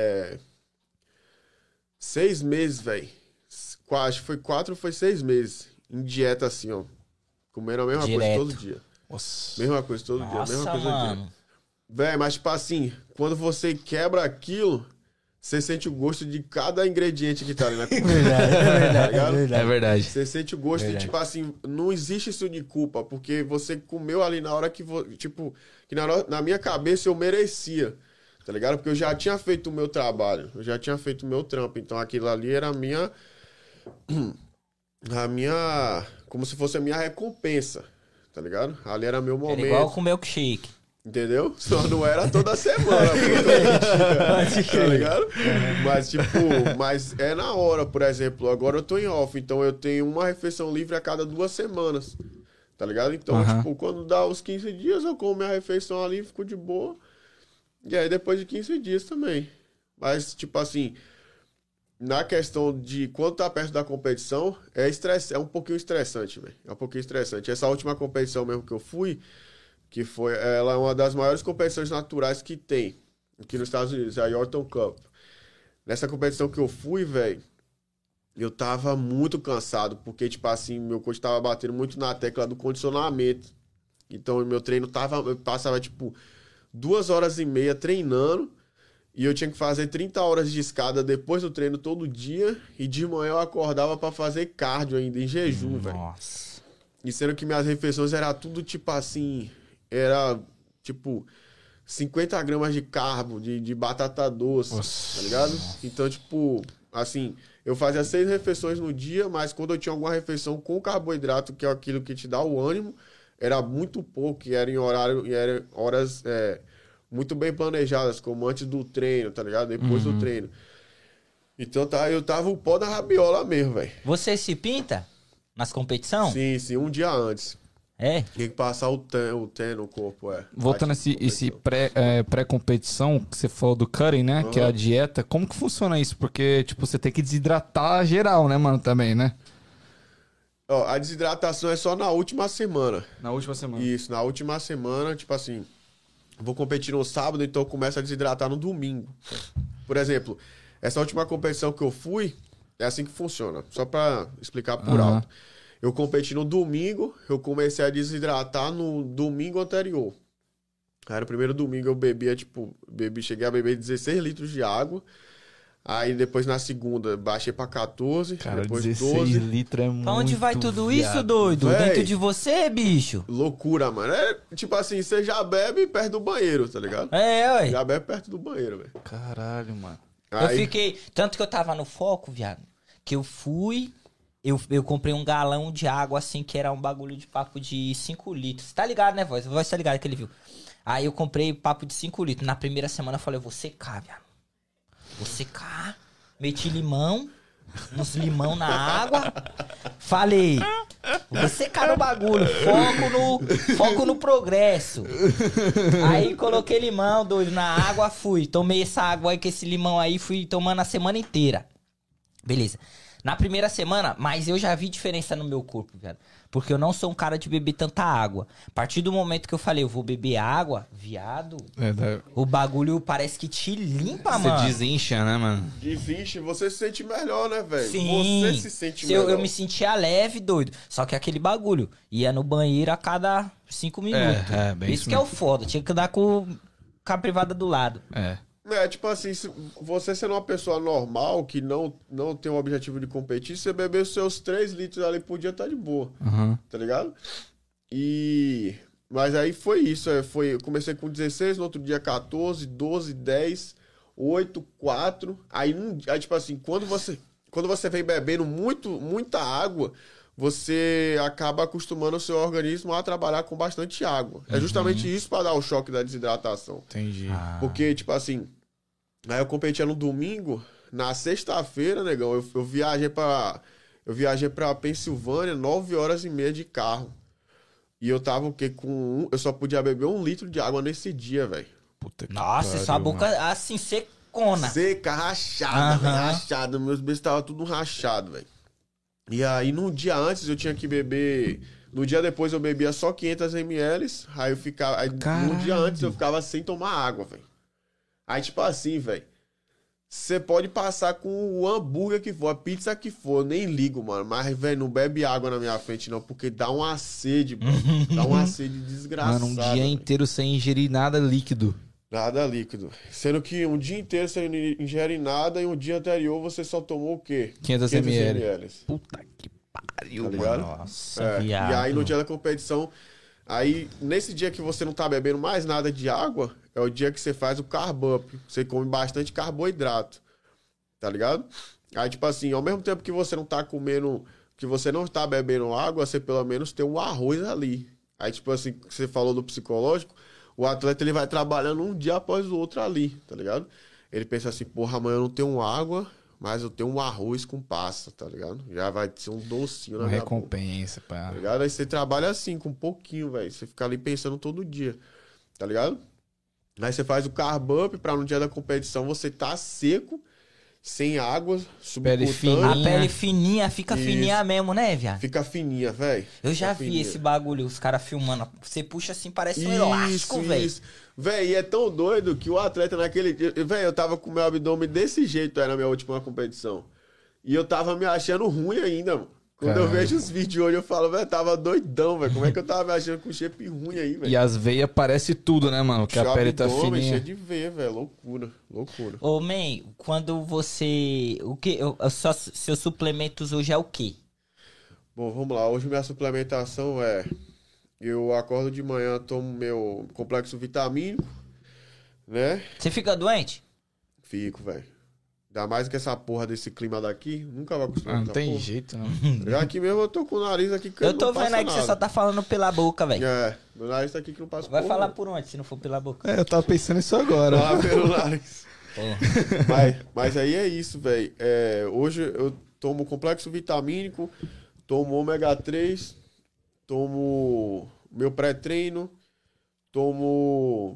6 meses, velho. Acho que foi 4 ou foi 6 meses. Em dieta, assim, ó. Comendo a mesma Direto. coisa todo dia. Nossa. Mesma coisa todo dia, Nossa, mesma coisa todo dia. mano. Velho, mas tipo assim, quando você quebra aquilo, você sente o gosto de cada ingrediente que tá ali na comida. Tá ligado? É verdade. Você sente o gosto e, tipo assim, não existe isso de culpa, porque você comeu ali na hora que, tipo, que na minha cabeça eu merecia, tá ligado? Porque eu já tinha feito o meu trabalho, eu já tinha feito o meu trampo, então aquilo ali era a minha, como se fosse a minha recompensa, tá ligado? Ali era meu Era momento. igual com milkshake. Entendeu? Só não era toda semana, tá ligado? Mas, tipo, mas é na hora, por exemplo. Agora eu tô em off, então eu tenho uma refeição livre a cada 2 semanas, tá ligado? Então, tipo, quando dá os 15 dias, eu como minha refeição ali, fico de boa. E aí depois de 15 dias também. Mas, tipo assim, na questão de quando tá perto da competição, é um pouquinho estressante, velho. É um pouquinho estressante. Essa última competição mesmo que eu fui, que foi, ela é uma das maiores competições naturais que tem aqui nos Estados Unidos, a Yorton Cup. Nessa competição que eu fui, velho, eu tava muito cansado, porque, tipo assim, meu coach tava batendo muito na tecla do condicionamento. Então, o meu treino eu passava, tipo, 2h30 treinando, e eu tinha que fazer 30 horas de escada depois do treino todo dia, e de manhã eu acordava pra fazer cardio ainda, em jejum, velho. Nossa. E sendo que minhas refeições era tudo, tipo assim... Era, tipo, 50 gramas de carbo, de batata doce, tá ligado? Então, tipo, assim, eu fazia 6 refeições no dia, mas quando eu tinha alguma refeição com carboidrato, que é aquilo que te dá o ânimo, era muito pouco, e era em horas muito bem planejadas, como antes do treino, tá ligado? Depois do treino. Então, eu tava o pó da rabiola mesmo, velho. Você se pinta nas competições? Sim, um dia antes. É? Tem que passar o tan no corpo, Voltando a esse pré-competição que você falou do cutting, né? Que é a dieta. Como que funciona isso? Porque, tipo, você tem que desidratar geral, né, mano? Também, né? Ó, a desidratação é só na última semana. Na última semana. Isso, na última semana, tipo assim, vou competir no sábado, então eu começo a desidratar no domingo. Por exemplo, essa última competição que eu fui, é assim que funciona. Só pra explicar por alto. Eu competi no domingo, eu comecei a desidratar no domingo anterior. Aí no primeiro domingo eu bebia, tipo, cheguei a beber 16 litros de água. Aí depois na segunda baixei pra 14, Cara, depois 16 12. litros é muito. Pra onde vai tudo viado. isso, doido? Véi. Dentro de você, bicho? Loucura, mano. É tipo assim, você já bebe perto do banheiro, tá ligado? Ué. Já bebe perto do banheiro, velho. Caralho, mano. Eu Aí, fiquei... Tanto que eu tava no foco, viado, que eu fui... Eu comprei um galão de água, assim, que era um bagulho de papo de 5 litros. Tá ligado, né, Voz? Voz tá ligado que ele viu. Aí eu comprei papo de 5 litros. Na primeira semana eu falei, eu vou secar, viado. Vou secar. Meti limão, uns limão na água. Falei, vou secar no bagulho. Foco no progresso. Aí coloquei limão, doido, na água, fui. Tomei essa água aí com esse limão aí, fui tomando a semana inteira. Beleza. Na primeira semana, mas eu já vi diferença no meu corpo, viado. Porque eu não sou um cara de beber tanta água. A partir do momento que eu falei, eu vou beber água, viado, o bagulho parece que te limpa, mano. Você desincha, né, mano? Vixe, você se sente melhor, né, velho? Sim. Você se sente melhor. Eu me sentia leve, doido. Só que aquele bagulho, ia no banheiro a cada 5 minutos. bem isso que é o foda. Tinha que andar com a privada do lado. É. Tipo assim, se você sendo uma pessoa normal, que não tem o objetivo de competir, você beber os seus 3 litros ali por dia, tá de boa. Tá ligado? Mas aí foi isso. Eu comecei com 16, no outro dia 14, 12, 10, 8, 4. Aí tipo assim, quando você vem bebendo muita água, você acaba acostumando o seu organismo a trabalhar com bastante água. É justamente isso para dar o choque da desidratação. Entendi. Porque, tipo assim, aí eu competia no domingo, na sexta-feira, negão, eu viajei pra Pensilvânia, 9h30 de carro. E eu tava o quê? Eu só podia beber 1 litro de água nesse dia, velho. Puta que Nossa, pariu, essa boca mano. assim, secona. Seca, rachada, velho, rachada. Meus beijos estavam tudo rachado, velho. E aí, no dia antes, eu tinha que beber... No dia depois, eu bebia só 500 ml. Aí eu ficava... Aí, no dia antes, eu ficava sem tomar água, velho. Aí, tipo assim, velho... Você pode passar com o hambúrguer que for, a pizza que for, eu nem ligo, mano. Mas, velho, não bebe água na minha frente, não. Porque dá uma sede, mano. Dá uma sede desgraçada. Mano, um dia véio. inteiro sem ingerir nada líquido. Nada líquido. Sendo que um dia inteiro você não ingere nada e um dia anterior você só tomou o quê? 500 ml. ml. Puta que pariu, Tá ligado? mano. Nossa, E viado. aí no dia da competição, aí nesse dia que você não tá bebendo mais nada de água, é o dia que você faz o carb up. Você come bastante carboidrato. Tá ligado? Aí tipo assim, ao mesmo tempo que você não tá comendo, que você não tá bebendo água, você pelo menos tem um arroz ali. Aí tipo assim, que você falou do psicológico, o atleta ele vai trabalhando um dia após o outro ali, tá ligado? Ele pensa assim, porra, amanhã eu não tenho água, mas eu tenho um arroz com passa, tá ligado? Já vai ser um docinho na Uma minha boca, recompensa, pá. tá ligado? Aí você trabalha assim, com um pouquinho, velho. Você fica ali pensando todo dia, tá ligado? Aí você faz o carb up pra no dia da competição você tá seco, sem água, Pele subcutânea. A pele fininha, fica Isso. fininha mesmo, né, viado? Fica fininha, velho. Eu já vi esse bagulho, os caras filmando. Você puxa assim, parece um elástico, velho. Véi, e é tão doido que o atleta naquele dia... Véi, eu tava com meu abdômen desse jeito, era a minha última competição. E eu tava me achando ruim ainda, mano. Quando eu vejo os vídeos hoje, eu falo, velho, tava doidão, velho. Como é que eu tava me achando com shape ruim aí, velho? E as veias parece tudo, né, mano? Que a pele tá fininha. cheio de veia, velho. Loucura, loucura. Ô, man, quando você... O que? Seus suplementos hoje é o quê? Bom, vamos lá. Hoje minha suplementação é... Eu acordo de manhã, tomo meu complexo vitamínico, né? Você fica doente? Fico, velho. Ainda mais que essa porra desse clima daqui, nunca vai acostumar Ah, com não essa tem porra. jeito, não. Já aqui mesmo eu tô com o nariz aqui que Eu tô não passa vendo aí que você nada. só tá falando pela boca, velho. É, meu nariz tá aqui que não passa Vai porra. falar por onde, se não for pela boca? É, eu tava pensando nisso agora. Lá pelo nariz. Porra. Mas aí é isso, velho. Hoje eu tomo complexo vitamínico, tomo ômega 3, tomo meu pré-treino, tomo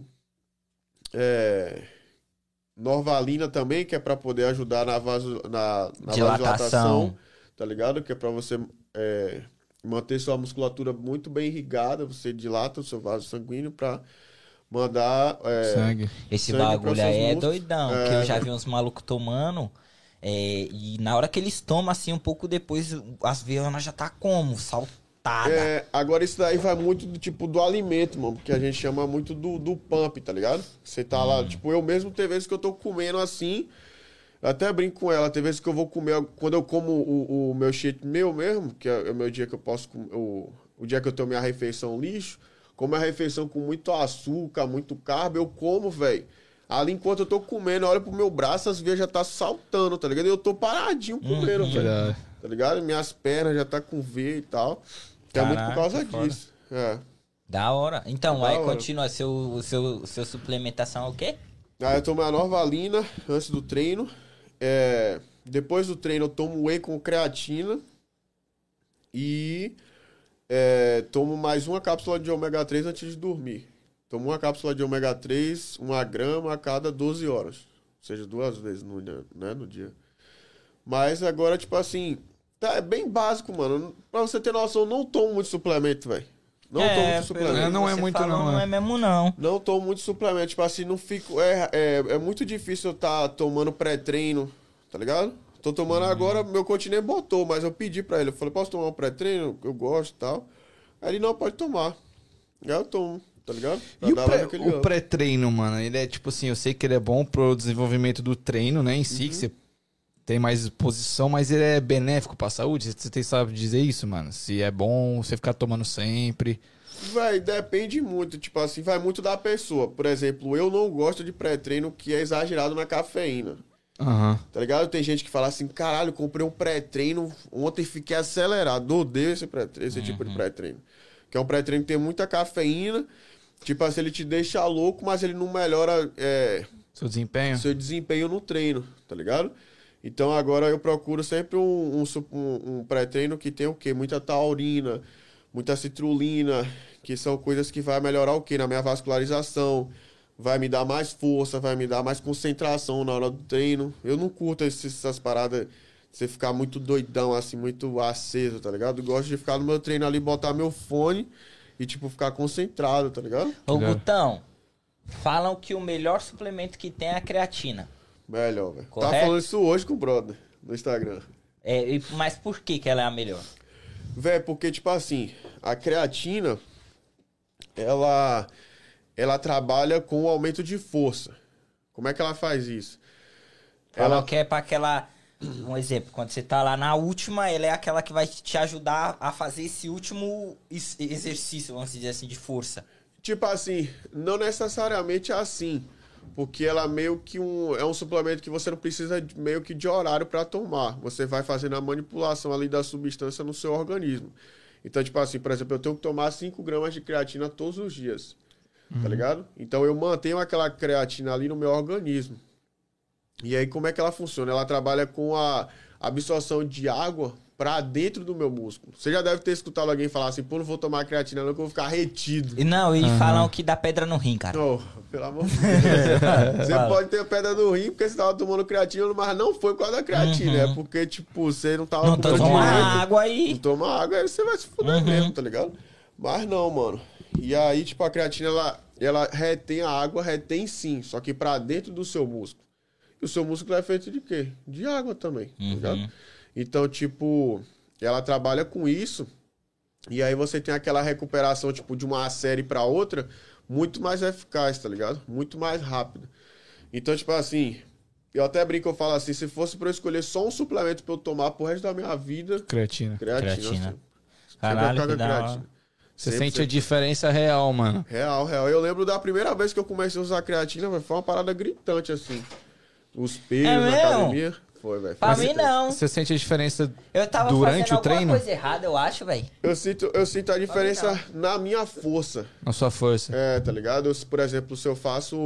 Norvalina também, que é pra poder ajudar na vasodilatação, tá ligado? Que é pra você manter sua musculatura muito bem irrigada, você dilata o seu vaso sanguíneo pra mandar Sangue. Esse sangue bagulho pra seus aí é músculos. doidão, que eu já vi uns malucos tomando, e na hora que eles tomam, assim, um pouco depois, as veias já tá como? Saltada. Agora isso daí vai muito do tipo do alimento, mano, porque a gente chama muito do pump, tá ligado? Você tá lá, tipo, eu mesmo tem vezes que eu tô comendo assim, eu até brinco com ela, tem vezes que eu vou comer, quando eu como o meu shake meu mesmo, que é o meu dia que eu posso comer, o dia que eu tenho minha refeição lixo, como é a refeição com muito açúcar, muito carbo, eu como, velho. Ali enquanto eu tô comendo, eu olho pro meu braço, as veias já tá saltando, tá ligado? E eu tô paradinho comendo, velho. Verdade. Tá ligado? Minhas pernas já tá com veia e tal. Que é muito por causa que foda. disso. É. Da hora. Então, Da aí hora. continua, seu suplementação é o quê? Aí eu tomo a Norvalina antes do treino. Depois do treino eu tomo whey com creatina. E tomo mais uma cápsula de ômega 3 antes de dormir. Tomo uma cápsula de ômega 3, 1 grama a cada 12 horas. Ou seja, 2 vezes no dia. Mas agora, tipo assim, é bem básico, mano. Pra você ter noção, eu não tomo muito suplemento, velho. Não tomo muito suplemento. Não é Você muito falou, não, não é mesmo não. Não tomo muito suplemento. Tipo assim, não fico... É muito difícil eu estar tomando pré-treino, tá ligado? Tô tomando agora, meu coach nem botou, mas eu pedi pra ele. Eu falei, posso tomar um pré-treino? Eu gosto e tal. Aí ele, não, pode tomar. Aí eu tomo. tá ligado? E Pra dar aquele o up. pré-treino, mano, ele é tipo assim, eu sei que ele é bom pro desenvolvimento do treino, né, em si, que você tem mais exposição, mas ele é benéfico pra saúde? Você sabe dizer isso, mano? Se é bom você ficar tomando sempre... Véi, depende muito, tipo assim, vai muito da pessoa. Por exemplo, eu não gosto de pré-treino que é exagerado na cafeína. Aham. Tá ligado? Tem gente que fala assim, caralho, comprei um pré-treino, ontem fiquei acelerado. Odeio esse tipo de pré-treino. Que é um pré-treino que tem muita cafeína, tipo assim, ele te deixa louco, mas ele não melhora Seu desempenho? seu desempenho no treino, tá ligado? Então agora eu procuro sempre um pré-treino que tem o quê? Muita taurina, muita citrulina, que são coisas que vai melhorar o quê? Na minha vascularização, vai me dar mais força, vai me dar mais concentração na hora do treino. Eu não curto essas paradas de você ficar muito doidão, assim, muito aceso, tá ligado? Eu gosto de ficar no meu treino ali, botar meu fone e, tipo, ficar concentrado, tá ligado? Ô, Gutão, falam que o melhor suplemento que tem é a creatina. Melhor, velho. Tá Correto? falando isso hoje com o brother no Instagram. Mas por que ela é a melhor? Véi, porque, tipo assim, a creatina, ela trabalha com o aumento de força. Como é que ela faz isso? Falam que é pra aquela... Um exemplo, quando você tá lá na última, ela é aquela que vai te ajudar a fazer esse último exercício, vamos dizer assim, de força. Tipo assim, não necessariamente assim. Porque ela meio que é um suplemento que você não precisa meio que de horário pra tomar. Você vai fazendo a manipulação ali da substância no seu organismo. Então, tipo assim, por exemplo, eu tenho que tomar 5 gramas de creatina todos os dias. Tá ligado? Então eu mantenho aquela creatina ali no meu organismo. E aí como é que ela funciona? Ela trabalha com a absorção de água pra dentro do meu músculo. Você já deve ter escutado alguém falar assim, pô, não vou tomar creatina não que eu vou ficar retido. E falam que dá pedra no rim, cara. Oh, pelo amor de Deus. Você pode ter pedra no rim porque você tava tomando creatina, mas não foi por causa da creatina. É porque, tipo, você não tava Não toma água aí. Não toma água, aí você vai se fuder mesmo, tá ligado? Mas não, mano. E aí, tipo, a creatina, ela retém a água, retém sim, só que pra dentro do seu músculo. E o seu músculo é feito de quê? De água também, tá ligado? Então, tipo, ela trabalha com isso, e aí você tem aquela recuperação, tipo, de uma série pra outra, muito mais eficaz, tá ligado? Muito mais rápida. Então, tipo assim, eu até brinco, eu falo assim, se fosse pra eu escolher só um suplemento pra eu tomar pro resto da minha vida... Creatina. Creatina. Assim. Caralho, que da hora. Você sente a diferença real, mano. Real. Eu lembro da primeira vez que eu comecei a usar creatina, véio, foi uma parada gritante, assim. Os pesos na academia. Foi, velho. Pra mim, não. Você sente a diferença Eu tava durante fazendo o treino? alguma coisa errada, eu acho, velho. Eu sinto a diferença na minha força. Na sua força. É, tá ligado? Por exemplo, se eu faço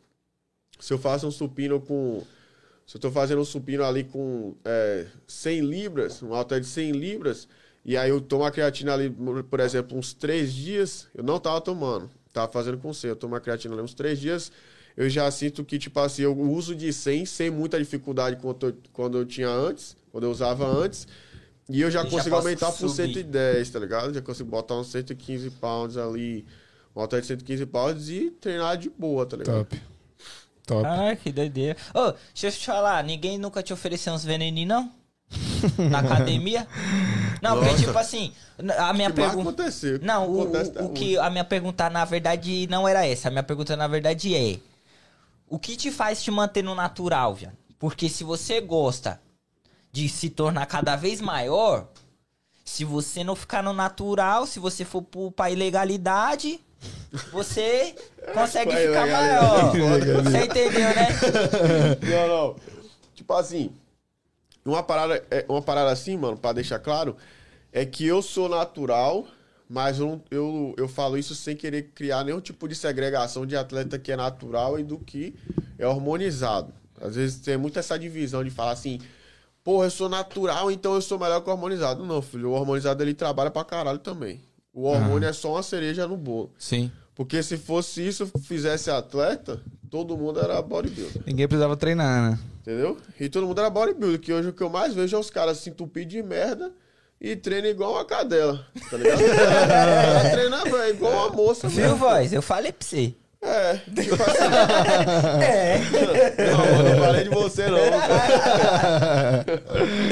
um supino com... Se eu tô fazendo um supino ali com 100 libras, um halter de 100 libras, e aí eu tomo a creatina ali, por exemplo, uns 3 dias, eu não tava tomando. Tava fazendo com 100, eu tomo a creatina ali uns 3 dias... Eu já sinto que, tipo assim, eu uso de 100 sem muita dificuldade quando eu tinha antes, quando eu usava antes. E eu já consigo aumentar por 110, tá ligado? Já consigo botar uns 115 pounds ali, um halter de 115 pounds e treinar de boa, tá ligado? Top. Ah, que doideira. Ô, deixa eu te falar, ninguém nunca te ofereceu uns veneninhos, não? Na academia? Não, porque, tipo assim, a minha pergunta... aconteceu. Não, Acontece até o que a minha pergunta, na verdade, não era essa. A minha pergunta, na verdade, é... O que te faz te manter no natural, viado? Porque se você gosta de se tornar cada vez maior, se você não ficar no natural, se você for pra ilegalidade, você consegue ficar maior. Você entendeu, né? Não. Tipo assim, uma parada assim, mano, pra deixar claro, é que eu sou natural... Mas eu falo isso sem querer criar nenhum tipo de segregação de atleta que é natural e do que é hormonizado. Às vezes tem muito essa divisão de falar assim, porra, eu sou natural, então eu sou melhor que o hormonizado. Não, filho, o hormonizado ele trabalha pra caralho também. O hormônio é só uma cereja no bolo. Sim. Porque se fosse isso, fizesse atleta, todo mundo era bodybuilder. Ninguém precisava treinar, né? Entendeu? E todo mundo era bodybuilder, que hoje o que eu mais vejo é os caras se entupir de merda e treina igual uma cadela, tá ligado? Treina, velho, igual uma moça. Viu, voz? Eu falei pra você. Tipo assim. Não, eu não falei de você, não.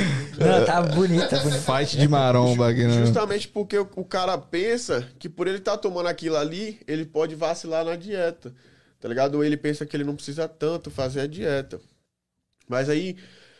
Não, tá bonito, tá bonito. Fight de maromba aqui, né? Justamente porque o cara pensa que por ele estar tomando aquilo ali, ele pode vacilar na dieta, tá ligado? Ou ele pensa que ele não precisa tanto fazer a dieta. Mas aí,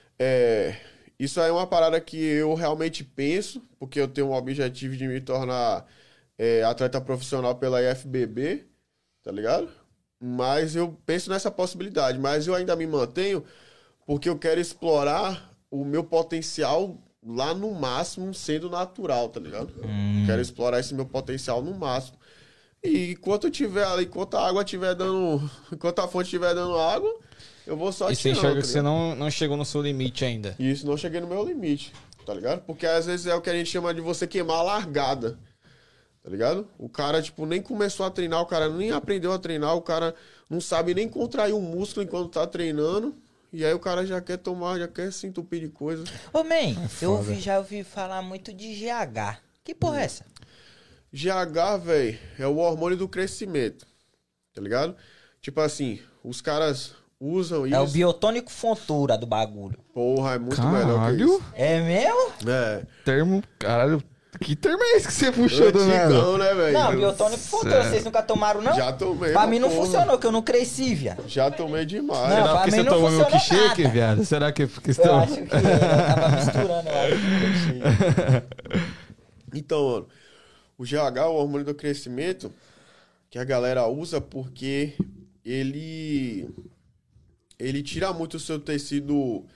isso aí é uma parada que eu realmente penso, porque eu tenho um objetivo de me tornar atleta profissional pela IFBB, tá ligado? Mas eu penso nessa possibilidade, mas eu ainda me mantenho porque eu quero explorar o meu potencial lá no máximo, sendo natural, tá ligado? Quero explorar esse meu potencial no máximo. E enquanto eu tiver ali, enquanto a água estiver dando... Enquanto a fonte estiver dando água, eu vou só E você tirando, enxerga tá que você ligado? não chegou no seu limite ainda. Isso, não cheguei no meu limite, tá ligado? Porque às vezes é o que a gente chama de você queimar a largada, tá ligado? O cara, tipo, nem começou a treinar, o cara nem aprendeu a treinar, o cara não sabe nem contrair o músculo enquanto tá treinando. E aí o cara já quer tomar, já quer se entupir de coisa. Ô, man, já ouvi falar muito de GH. Que porra é essa? GH, velho, é o hormônio do crescimento, tá ligado? Tipo assim, os caras usam isso... É o biotônico fontura do bagulho. Porra, é muito melhor que Caralho. isso. É mesmo? É. Termo, caralho. Que termo é esse que você puxou do nada? Antigão, né, velho? Não, biotônico fontura, vocês nunca tomaram, não? Já tomei. Pra uma mim não porra. funcionou, que eu não cresci, viado. Já tomei demais. Não, Será pra porque mim você não tomou funcionou milkshake, nada. viado? Será que é porque você Eu tomou... acho que eu tava misturando, eu acho. Então, mano, o GH, o hormônio do crescimento, que a galera usa porque ele tira muito o seu tecido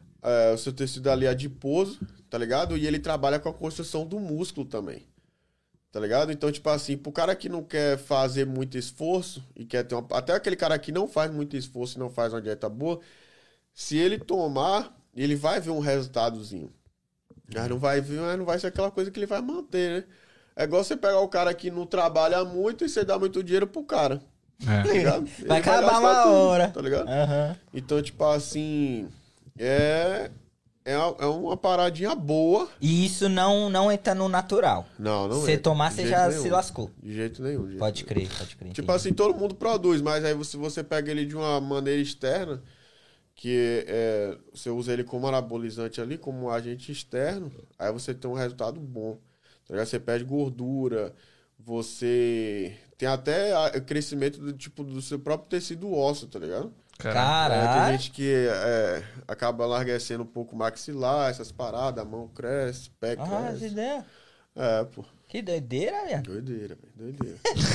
ali adiposo, tá ligado? E ele trabalha com a construção do músculo também, tá ligado? Então, tipo assim, pro cara que não quer fazer muito esforço e quer ter até aquele cara que não faz muito esforço e não faz uma dieta boa, se ele tomar, ele vai ver um resultadozinho. Mas não vai vir, mas não vai ser aquela coisa que ele vai manter, né? É igual você pegar o cara que não trabalha muito e você dá muito dinheiro pro cara. Tá ligado? Ele Vai acabar gastar uma tudo, hora. Tá ligado? Aham. Então, tipo assim, é uma paradinha boa. E isso não entra no natural. Não Você entra, tomar, de você jeito já nenhum. se lascou. De jeito nenhum. de jeito Pode nenhum. crer, pode crer. Tipo entendi. assim, todo mundo produz, mas aí você pega ele de uma maneira externa, que você usa ele como anabolizante ali, como um agente externo, aí você tem um resultado bom. Tá ligado? Você perde gordura, você tem até crescimento do seu próprio tecido ósseo, tá ligado? Tem Caralho. gente que acaba larguecendo um pouco o maxilar, essas paradas, a mão cresce, pé Ah, essa cresce. ideia. Pô. Que doideira, velho. Doideira, velho. Doideira.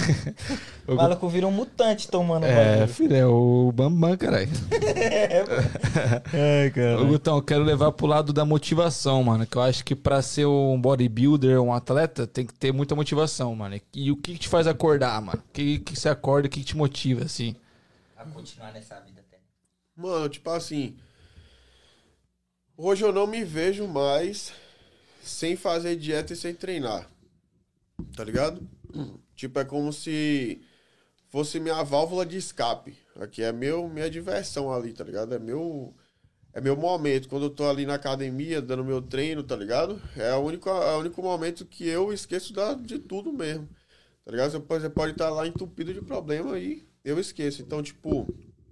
O maluco vira um mutante tomando Filho, é o Bambam, caralho. Ai, cara. Ô, Gutão, eu quero levar pro lado da motivação, mano. Que eu acho que pra ser um bodybuilder, um atleta, tem que ter muita motivação, mano. E o que te faz acordar, mano? O que você acorda, o que te motiva, assim? A continuar nessa vida até. Mano, tipo assim, hoje eu não me vejo mais sem fazer dieta e sem treinar. Tá ligado? Tipo, é como se fosse minha válvula de escape. Aqui é minha diversão ali, tá ligado? É meu momento. Quando eu tô ali na academia, dando meu treino, tá ligado? É o único momento que eu esqueço de tudo mesmo. Tá ligado? Você pode estar lá entupido de problema e eu esqueço. Então, tipo,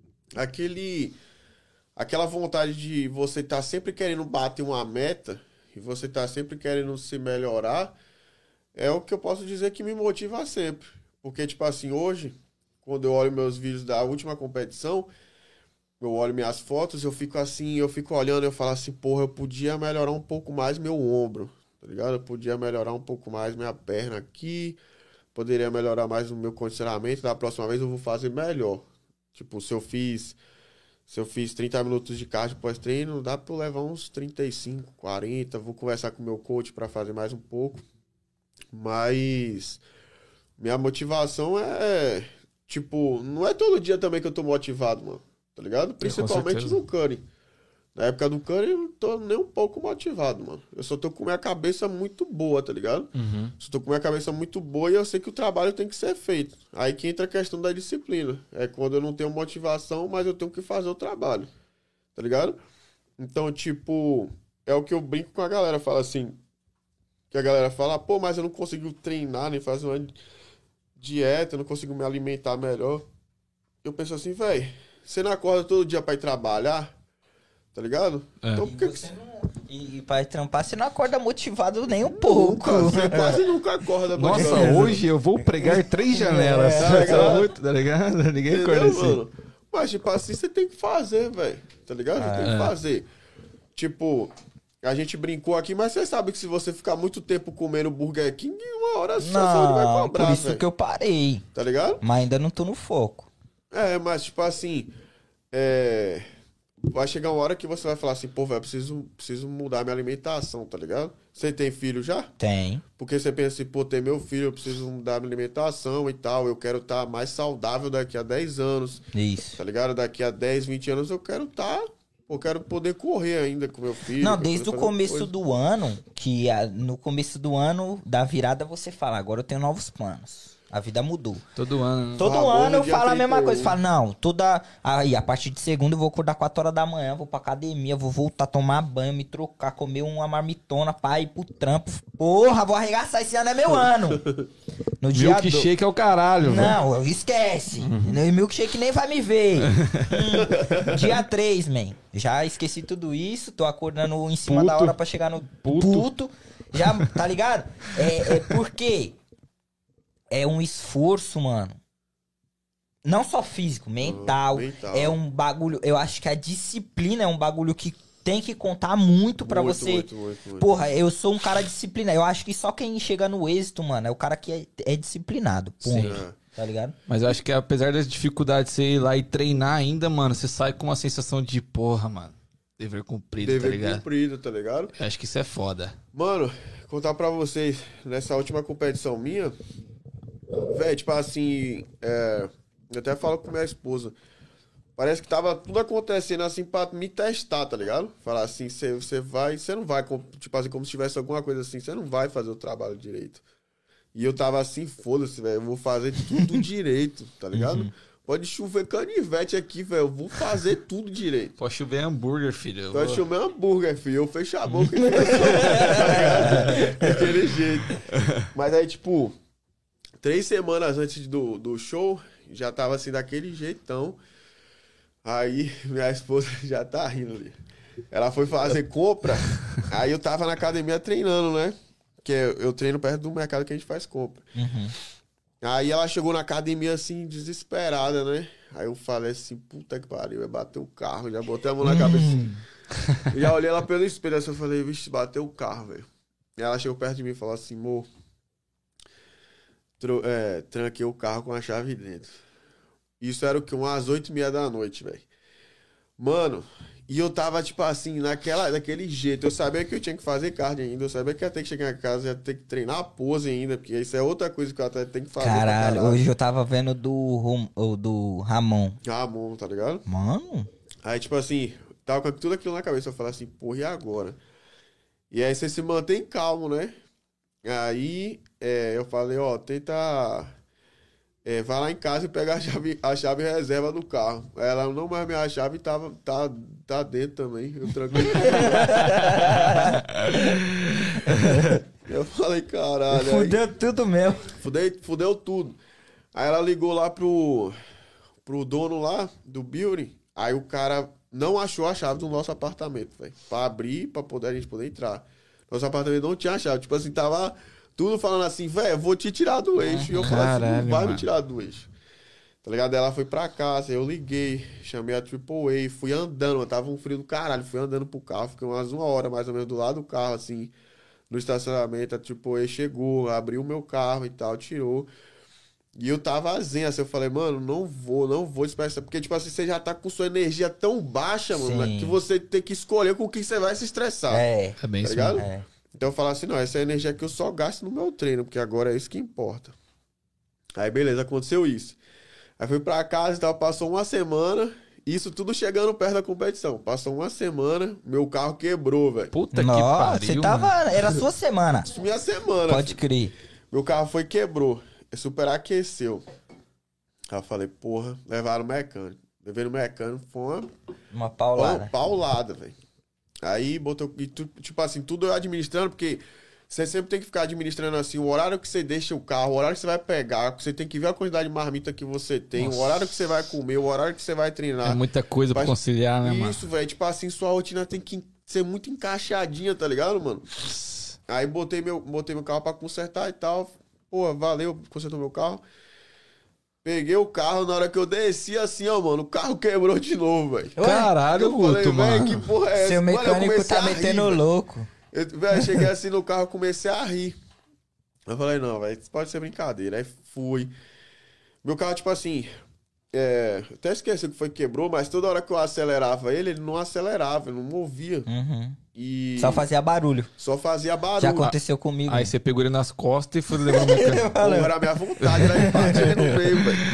aquela vontade de você estar sempre querendo bater uma meta e você estar sempre querendo se melhorar, é o que eu posso dizer que me motiva sempre. Porque, tipo assim, hoje, quando eu olho meus vídeos da última competição, eu olho minhas fotos, eu fico olhando, eu falo assim, porra, eu podia melhorar um pouco mais meu ombro, tá ligado? Eu podia melhorar um pouco mais minha perna aqui, poderia melhorar mais o meu condicionamento, da próxima vez eu vou fazer melhor. Tipo, se eu fiz 30 minutos de cardio pós-treino, dá pra eu levar uns 35, 40, vou conversar com o meu coach pra fazer mais um pouco. Mas minha motivação tipo, não é todo dia também que eu tô motivado, mano, tá ligado? Principalmente no curry. Na época do curry eu não tô nem um pouco motivado, mano. Eu só tô com minha cabeça muito boa, tá ligado? Só tô com minha cabeça muito boa e eu sei que o trabalho tem que ser feito. Aí que entra a questão da disciplina. É quando eu não tenho motivação, mas eu tenho que fazer o trabalho, tá ligado? Então, tipo, é o que eu brinco com a galera, fala assim, que a galera fala, pô, mas eu não consigo treinar, nem fazer uma dieta, eu não consigo me alimentar melhor. Eu penso assim, velho, você não acorda todo dia pra ir trabalhar, tá ligado? Então por que E pra trampar, você não acorda motivado nem um pouco. Você quase nunca acorda. Nossa, motivado. hoje eu vou pregar 3 janelas. Tá ligado? Ninguém Entendeu, acorda assim. mano? Mas, tipo assim, você tem que fazer, velho. Tá ligado? Você tem que fazer. Tipo, a gente brincou aqui, mas você sabe que se você ficar muito tempo comendo Burger King, uma hora só você vai Não, cobrar, por isso velho. que eu parei. Tá ligado? Mas ainda não tô no foco. Mas, tipo assim, vai chegar uma hora que você vai falar assim, pô, velho, preciso mudar minha alimentação, tá ligado? Você tem filho já? Tem. Porque você pensa assim, pô, tem meu filho, eu preciso mudar minha alimentação e tal, eu quero estar mais saudável daqui a 10 anos, Isso. tá ligado? Daqui a 10, 20 anos eu quero eu quero poder correr ainda com meu filho. Não, quero desde o poder fazer começo coisa. do ano, no começo do ano, da virada, você fala, agora eu tenho novos planos. A vida mudou. Todo ano. Todo Agora, ano eu dia falo a mesma 31. coisa. Falo, não, Aí, a partir de segunda eu vou acordar 4 horas da manhã, vou pra academia, vou voltar a tomar banho, me trocar, comer uma marmitona pra ir pro trampo. Porra, vou arregaçar, esse ano é meu ano. No dia Milkshake é o caralho, velho. Não, esquece. O milkshake nem vai me ver. Dia 3, man. Já esqueci tudo isso, tô acordando em cima da Puto. hora pra chegar no Puto. puto. Já, tá ligado? É porque é um esforço, mano. Não só físico, mental. Mental. É um bagulho. Eu acho que a disciplina é um bagulho que tem que contar muito pra Muito, você. muito. Porra, eu sou um cara disciplinado. Eu acho que só quem chega no êxito, mano, é o cara que é disciplinado. Ponto. Sim. Tá ligado? Mas eu acho que apesar das dificuldades de você ir lá e treinar ainda, mano, você sai com uma sensação de porra, mano. Dever cumprido, tá Dever ligado? cumprido, tá ligado? Eu acho que isso é foda. Mano, contar pra vocês, nessa última competição minha, velho, tipo assim, eu até falo com minha esposa, parece que tava tudo acontecendo assim pra me testar, tá ligado? Falar assim, você não vai, tipo assim, como se tivesse alguma coisa assim, você não vai fazer o trabalho direito. E eu tava assim, foda-se, velho, eu vou fazer tudo direito, tá ligado? Pode chover canivete aqui, velho, eu vou fazer tudo direito. Pode chover hambúrguer, filho. Eu Pode vou- chover hambúrguer, filho, eu fecho a boca e daquele jeito. Mas aí, tipo, 3 semanas antes do show, já tava assim, daquele jeitão. Aí, minha esposa já tá rindo ali. Ela foi fazer compra, aí eu tava na academia treinando, né? Que eu treino perto do mercado que a gente faz compra. Aí ela chegou na academia assim, desesperada, né? Aí eu falei assim, puta que pariu, vai bater o carro. Já botei a mão na cabeça assim. E já olhei ela pelo espelho assim, eu falei, vixe, bateu o carro, velho. E ela chegou perto de mim e falou assim, amor, tranquei o carro com a chave dentro. Isso era o que? Umas 8h30 da noite, velho. Mano, e eu tava, tipo assim, daquele jeito. Eu sabia que eu tinha que fazer cardio ainda. Eu sabia que ia ter que chegar em casa, ia ter que treinar a pose ainda. Porque isso é outra coisa que o atleta tem que fazer. Caralho, hoje eu tava vendo do Ramon. Ramon, tá ligado? Mano, Aí, tipo assim, tava com tudo aquilo na cabeça. Eu falei assim, porra, e agora? E aí você se mantém calmo, né? Aí eu falei, ó, tenta... vai lá em casa e pega a chave reserva do carro. Aí ela, não, mas minha chave tá dentro também. Eu tranquei. Eu falei, caralho. fudeu tudo mesmo. Fudeu tudo. Aí ela ligou lá pro dono lá do building. Aí o cara não achou a chave do nosso apartamento, velho. Pra abrir, a gente poder entrar. Nosso apartamento não tinha a chave. Tipo assim, tava tudo falando assim, velho, vou te tirar do eixo. E eu falei assim, Caralho, não vai mano. me tirar do eixo. Tá ligado? Ela foi pra casa, eu liguei, chamei a AAA, fui andando, tava um frio do caralho, fui andando pro carro, fiquei umas 1 hora mais ou menos do lado do carro, assim, no estacionamento, a AAA chegou, abriu o meu carro e tal, tirou. E eu tava zen, assim, eu falei, mano, não vou dispersar, porque, tipo assim, você já tá com sua energia tão baixa, mano, Sim. que você tem que escolher com o que você vai se estressar. É. É bem Tá isso ligado? mesmo. É. Então eu falo assim, não, essa é a energia que eu só gasto no meu treino, porque agora é isso que importa. Aí beleza, aconteceu isso. Aí fui pra casa e tal, passou uma semana, isso tudo chegando perto da competição. Passou uma semana, meu carro quebrou, velho. Puta Nossa, que pariu, você tava. mano. Era a sua semana. Minha semana. Pode crer. Meu carro quebrou, superaqueceu. Aí eu falei, porra, levaram o mecânico. Levei no mecânico, foi uma Uma paulada. paulada, velho. Aí botou, e tipo assim, tudo eu administrando, porque você sempre tem que ficar administrando assim, o horário que você deixa o carro, o horário que você vai pegar, você tem que ver a quantidade de marmita que você tem, Nossa. o horário que você vai comer, o horário que você vai treinar. É muita coisa pra Mas conciliar, né, mano? Isso, velho, tipo assim, sua rotina tem que ser muito encaixadinha, tá ligado, mano? Aí botei meu carro pra consertar e tal. Pô, valeu, consertou meu carro. Peguei o carro, na hora que eu desci assim, ó, mano, o carro quebrou de novo, velho. Caralho, Eu falei, Guto, velho, mano. que porra é essa? Seu Mano, eu mecânico comecei tá a rir, metendo velho. louco. Velho, cheguei assim no carro, comecei a rir. Eu falei, não, velho, isso pode ser brincadeira. Aí fui. Meu carro, tipo assim, até esqueci o que foi que quebrou, mas toda hora que eu acelerava ele não acelerava, ele não movia. Uhum. E Só fazia barulho. só fazia barulho. Já aconteceu comigo. Aí você pegou ele nas costas e foi levando o mecânico. Pô, era a minha vontade, era bater ele no meio, velho.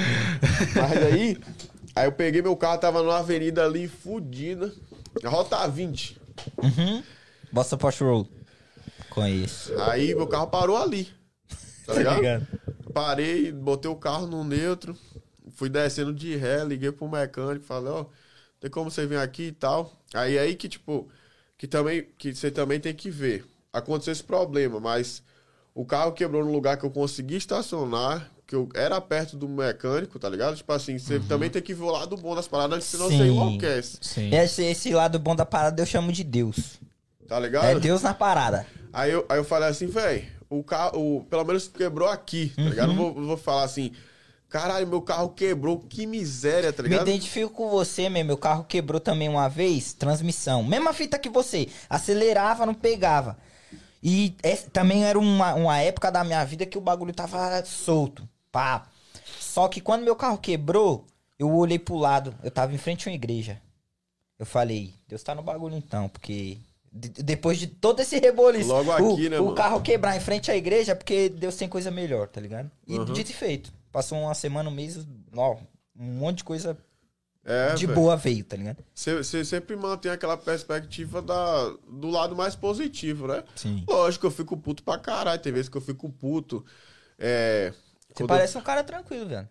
Mas aí eu peguei meu carro, tava numa avenida ali, fudida. Rota 20. Uhum. Boston Post Road. Conheço. Aí meu carro parou ali. Tá ligado? Parei, botei o carro no neutro. Fui descendo de ré, liguei pro mecânico, falei, ó, tem como você vir aqui e tal. Aí que, tipo, que você também tem que ver. Aconteceu esse problema, mas o carro quebrou no lugar que eu consegui estacionar, que eu era perto do mecânico, tá ligado? Tipo assim, você também tem que ver o lado bom das paradas, senão você enlouquece, Sim. Esse lado bom da parada eu chamo de Deus. tá ligado? É Deus na parada. Aí eu falei assim, velho, o carro, pelo menos quebrou aqui, tá ligado? Não vou falar assim, caralho, meu carro quebrou, que miséria, tá Me ligado? identifico com você, meu carro quebrou também uma vez, transmissão. Mesma fita que você, acelerava, não pegava. E também era uma época da minha vida que o bagulho tava solto, pá. Só que quando meu carro quebrou, eu olhei pro lado, eu tava em frente a uma igreja. Eu falei, Deus tá no bagulho então, porque depois de todo esse reboliço, Logo aqui, né, o mano? carro quebrar em frente à igreja, é porque Deus tem coisa melhor, tá ligado? E dito e feito. Passou uma semana, um mês, ó, um monte de coisa de velho. boa veio, tá ligado? Você sempre mantém aquela perspectiva do lado mais positivo, né? Sim. Lógico, eu fico puto pra caralho. Tem vezes que eu fico puto. Você Quando parece um cara tranquilo, velho.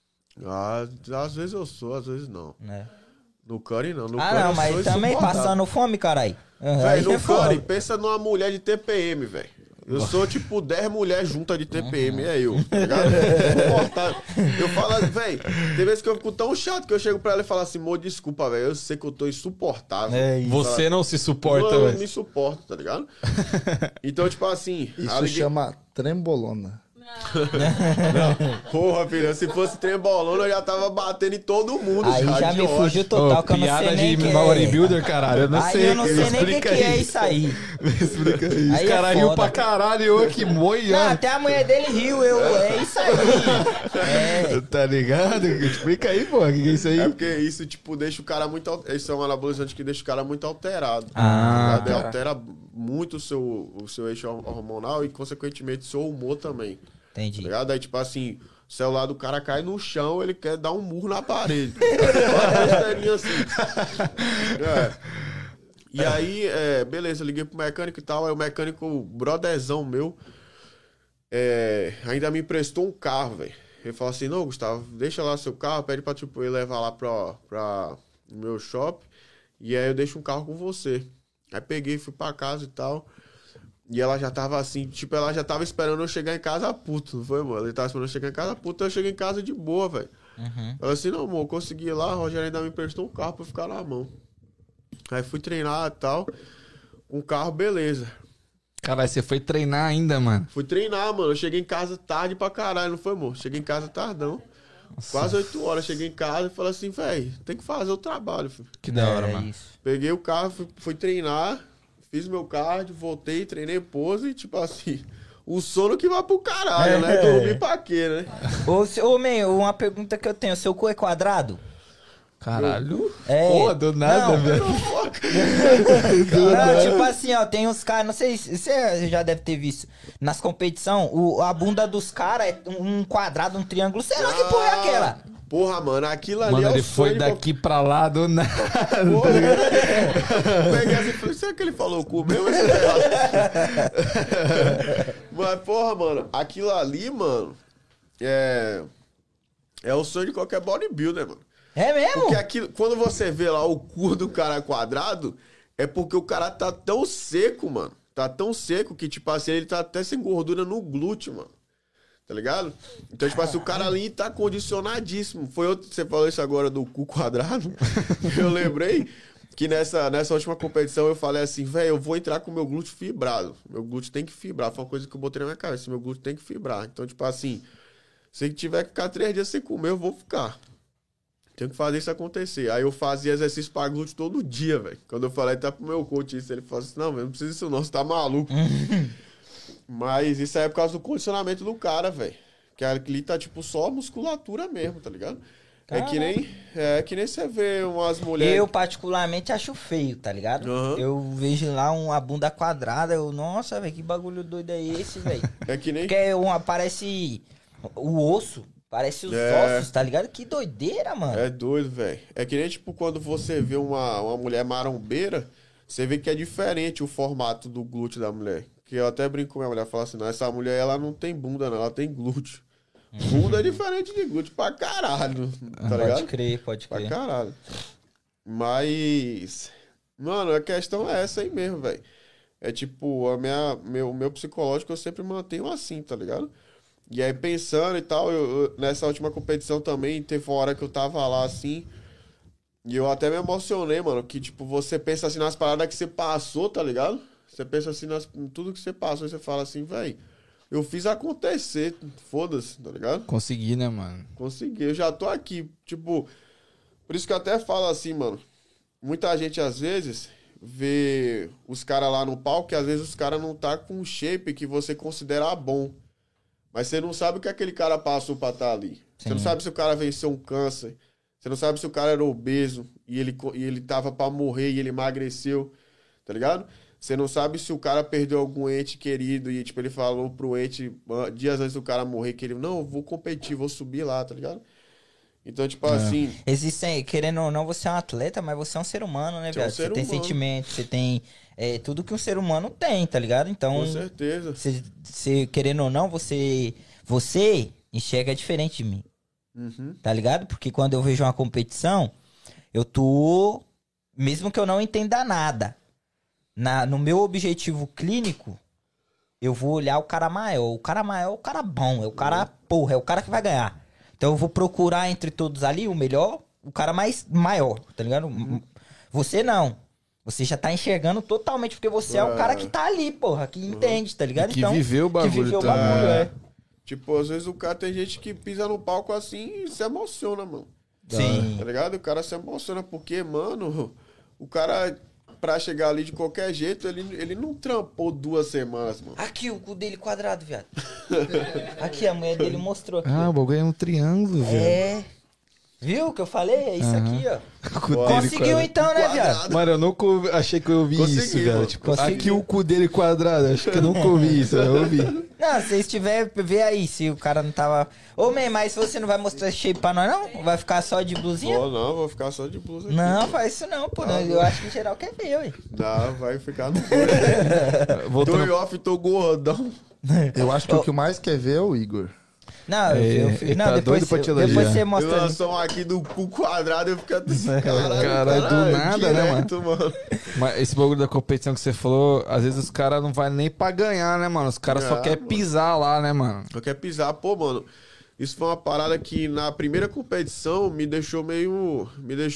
às vezes eu sou, às vezes não. Né? No Curry não. No Ah, Curry não, eu mas sou também insuportável. passando fome, carai. Véi, no Curry, pensa numa mulher de TPM, velho. Eu sou tipo 10 mulheres juntas de TPM, é eu, tá ligado? Insuportável. Eu falo, velho, tem vezes que eu fico tão chato que eu chego pra ela e falo assim, amor, desculpa, velho, eu sei que eu tô insuportável. É isso. Você não se suporta, eu velho. me suporto, tá ligado? Então, tipo assim... Isso chama trembolona. Porra, filho, se fosse trembolona, eu já tava batendo em todo mundo. Aí já de me ódio. fugiu total, Ô, que eu não sei piada nem de que bodybuilder, caralho. Eu não Aí sei. eu não sei nem o que, Explica que é aí. isso aí. Explica aí. Os Aí é caras riu foda. pra caralho, eu aqui Não, moiando. até a mulher dele riu, é isso aí. É. Tá ligado? Explica aí, pô. O que é isso aí? É porque isso, tipo, deixa o cara muito... Isso é um anabolizante que deixa o cara muito alterado. Ah, tá ligado? tá. Altera muito o seu eixo hormonal e, consequentemente, o seu humor também. Tá Entendi. ligado? Aí, tipo assim, o celular do cara cai no chão, ele quer dar um murro na parede. Uma besteirinha assim. E aí, beleza, liguei pro mecânico e tal. Aí o mecânico, brotherzão meu, ainda me emprestou um carro, velho. Ele falou assim, não, Gustavo, deixa lá seu carro, pede pra tipo, ele levar lá pra o meu shopping. E aí eu deixo um carro com você. Aí peguei, fui pra casa e tal. E ela já tava assim, tipo, ela já tava esperando eu chegar em casa puto, não foi, mano? Ele tava esperando eu chegar em casa puto, eu cheguei em casa de boa, velho. Ela assim, não, amor, eu consegui ir lá, a Rogério ainda me emprestou um carro pra eu ficar na mão. Aí fui treinar e tal, com o carro, beleza. Caralho, você foi treinar ainda, mano. Fui treinar, mano, eu cheguei em casa tarde pra caralho, não foi, amor? Cheguei em casa tardão. Quase 8 horas, cheguei em casa e falei assim, velho, tem que fazer o trabalho, filho. Que da hora, É mano. isso. Peguei o carro, fui treinar, fiz meu cardio, voltei, treinei pose e, tipo assim, o sono que vai pro caralho, né? Dormir pra quê, né? Ô, meu, uma pergunta que eu tenho. Seu cu é quadrado? Caralho. É. Pô, do nada, Não. velho. Não, tipo assim, ó, tem uns caras, não sei se você já deve ter visto, nas competições, a bunda dos caras é um quadrado, um triângulo, sei lá que porra é aquela? Porra, mano, aquilo ali Mano, é o ele foi sonho de daqui pra lá do nada. Porra, peguei assim e falei, será que ele falou cu mesmo? Mas, porra, mano, aquilo ali, mano, é o sonho de qualquer bodybuilder, mano. É mesmo? Porque aquilo, quando você vê lá o cu do cara quadrado, é porque o cara tá tão seco, mano. Tá tão seco que, tipo assim, ele tá até sem gordura no glúteo, mano. Tá ligado? Então, tipo assim, o cara ali tá condicionadíssimo. Você falou isso agora do cu quadrado? Eu lembrei. que nessa última competição eu falei assim, velho, eu vou entrar com o meu glúteo fibrado. Meu glúteo tem que fibrar. Foi uma coisa que eu botei na minha cabeça. Meu glúteo tem que fibrar. Então, tipo assim, se tiver que ficar 3 dias sem comer, eu vou ficar. Tenho que fazer isso acontecer. Aí eu fazia exercício pra glúteo todo dia, velho. Quando eu falei, tá pro meu coach isso, ele falou assim, não, velho, não precisa disso não, você tá maluco. Mas isso aí é por causa do condicionamento do cara, velho. Que ali tá, tipo, só musculatura mesmo, tá ligado? É que nem você vê umas mulheres... Eu, particularmente, acho feio, tá ligado? Uhum. Eu vejo lá uma bunda quadrada, nossa, velho, que bagulho doido é esse, velho? É que nem... Porque parece o osso, parece os ossos, tá ligado? Que doideira, mano. É doido, velho. É que nem, tipo, quando você vê uma mulher marombeira, você vê que é diferente o formato do glúteo da mulher. Que eu até brinco com a mulher, falo assim, não, essa mulher, ela não tem bunda, não, ela tem glúteo. Bunda é diferente de glúteo pra caralho, tá ligado? Pode Pra crer. caralho. Mas, mano, a questão é essa aí mesmo, velho. É tipo, o meu psicológico eu sempre mantenho assim, tá ligado? E aí pensando e tal, nessa última competição também, teve uma hora que eu tava lá assim, e eu até me emocionei, mano, que tipo, você pensa assim nas paradas que você passou, tá ligado? Você pensa assim em tudo que você passou e você fala assim, velho, eu fiz acontecer, foda-se, tá ligado? Consegui, né, mano? Consegui, eu já tô aqui, tipo, por isso que eu até falo assim, mano, muita gente às vezes vê os caras lá no palco, que às vezes os caras não tá com um shape que você considera bom, mas você não sabe o que aquele cara passou pra estar ali. Você não sabe se o cara venceu um câncer, você não sabe se o cara era obeso e ele tava pra morrer e ele emagreceu, tá ligado? Você não sabe se o cara perdeu algum ente querido e, tipo, ele falou pro ente dias antes do cara morrer que ele, não, eu vou competir, vou subir lá, tá ligado? Então, tipo assim... Existem, querendo ou não, você é um atleta, mas você é um ser humano, né, Você é um velho? ser Você tem humano. sentimentos, você tem tudo que um ser humano tem, tá ligado? Então, Com certeza. você, querendo ou não, você enxerga diferente de mim, Uhum. tá ligado? Porque quando eu vejo uma competição, eu tô... Mesmo que eu não entenda nada, no meu objetivo clínico, eu vou olhar o cara maior. O cara maior é o cara bom, é o cara, porra, é o cara que vai ganhar. Então eu vou procurar entre todos ali o melhor, o cara maior, tá ligado? Você não. Você já tá enxergando totalmente, porque você é o cara que tá ali, porra, que entende, tá ligado? Que viveu o bagulho, Que viveu o tá? bagulho, é. Tipo, às vezes o cara tem gente que pisa no palco assim e se emociona, mano. Sim. Tá ligado? O cara se emociona porque, mano, o cara, pra chegar ali de qualquer jeito, ele não trampou 2 semanas, mano. Aqui o cu dele quadrado, viado. Aqui, a mulher dele mostrou aqui. Ah, o bagulho é um triângulo, velho. É. Viu o que eu falei? É isso aqui, ó. O cu dele Conseguiu quadrado. então, né, viado? Mano, eu nunca achei que eu ouvi Consegui, isso, velho. mano. Tipo, Consegui. aqui o cu dele quadrado. Acho que eu nunca ouvi isso, eu ouvi. Não, se vocês tiverem, vê aí se o cara não tava... Ô, man, mas você não vai mostrar esse shape pra nós, não? Vai ficar só de blusinha? Vou ficar só de blusa aqui. Não, faz isso não, pô. Não, eu acho que em geral quer ver, ué. Não, vai ficar no... Tô Voltando... em off, tô gordão. Eu acho que o que mais quer ver é o Igor. Não, ele não, tá depois, doido pra te elogiar. depois você Eu mostra... lançou um aqui do cu quadrado, eu fico assim, Caralho, do nada, né, mano? Mas esse bagulho da competição que você falou, às vezes os caras não vai nem pra ganhar, né, mano? Os caras só querem pisar lá, né, mano? Eu quero pisar, pô, mano. Isso foi uma parada que na primeira competição me deixou meio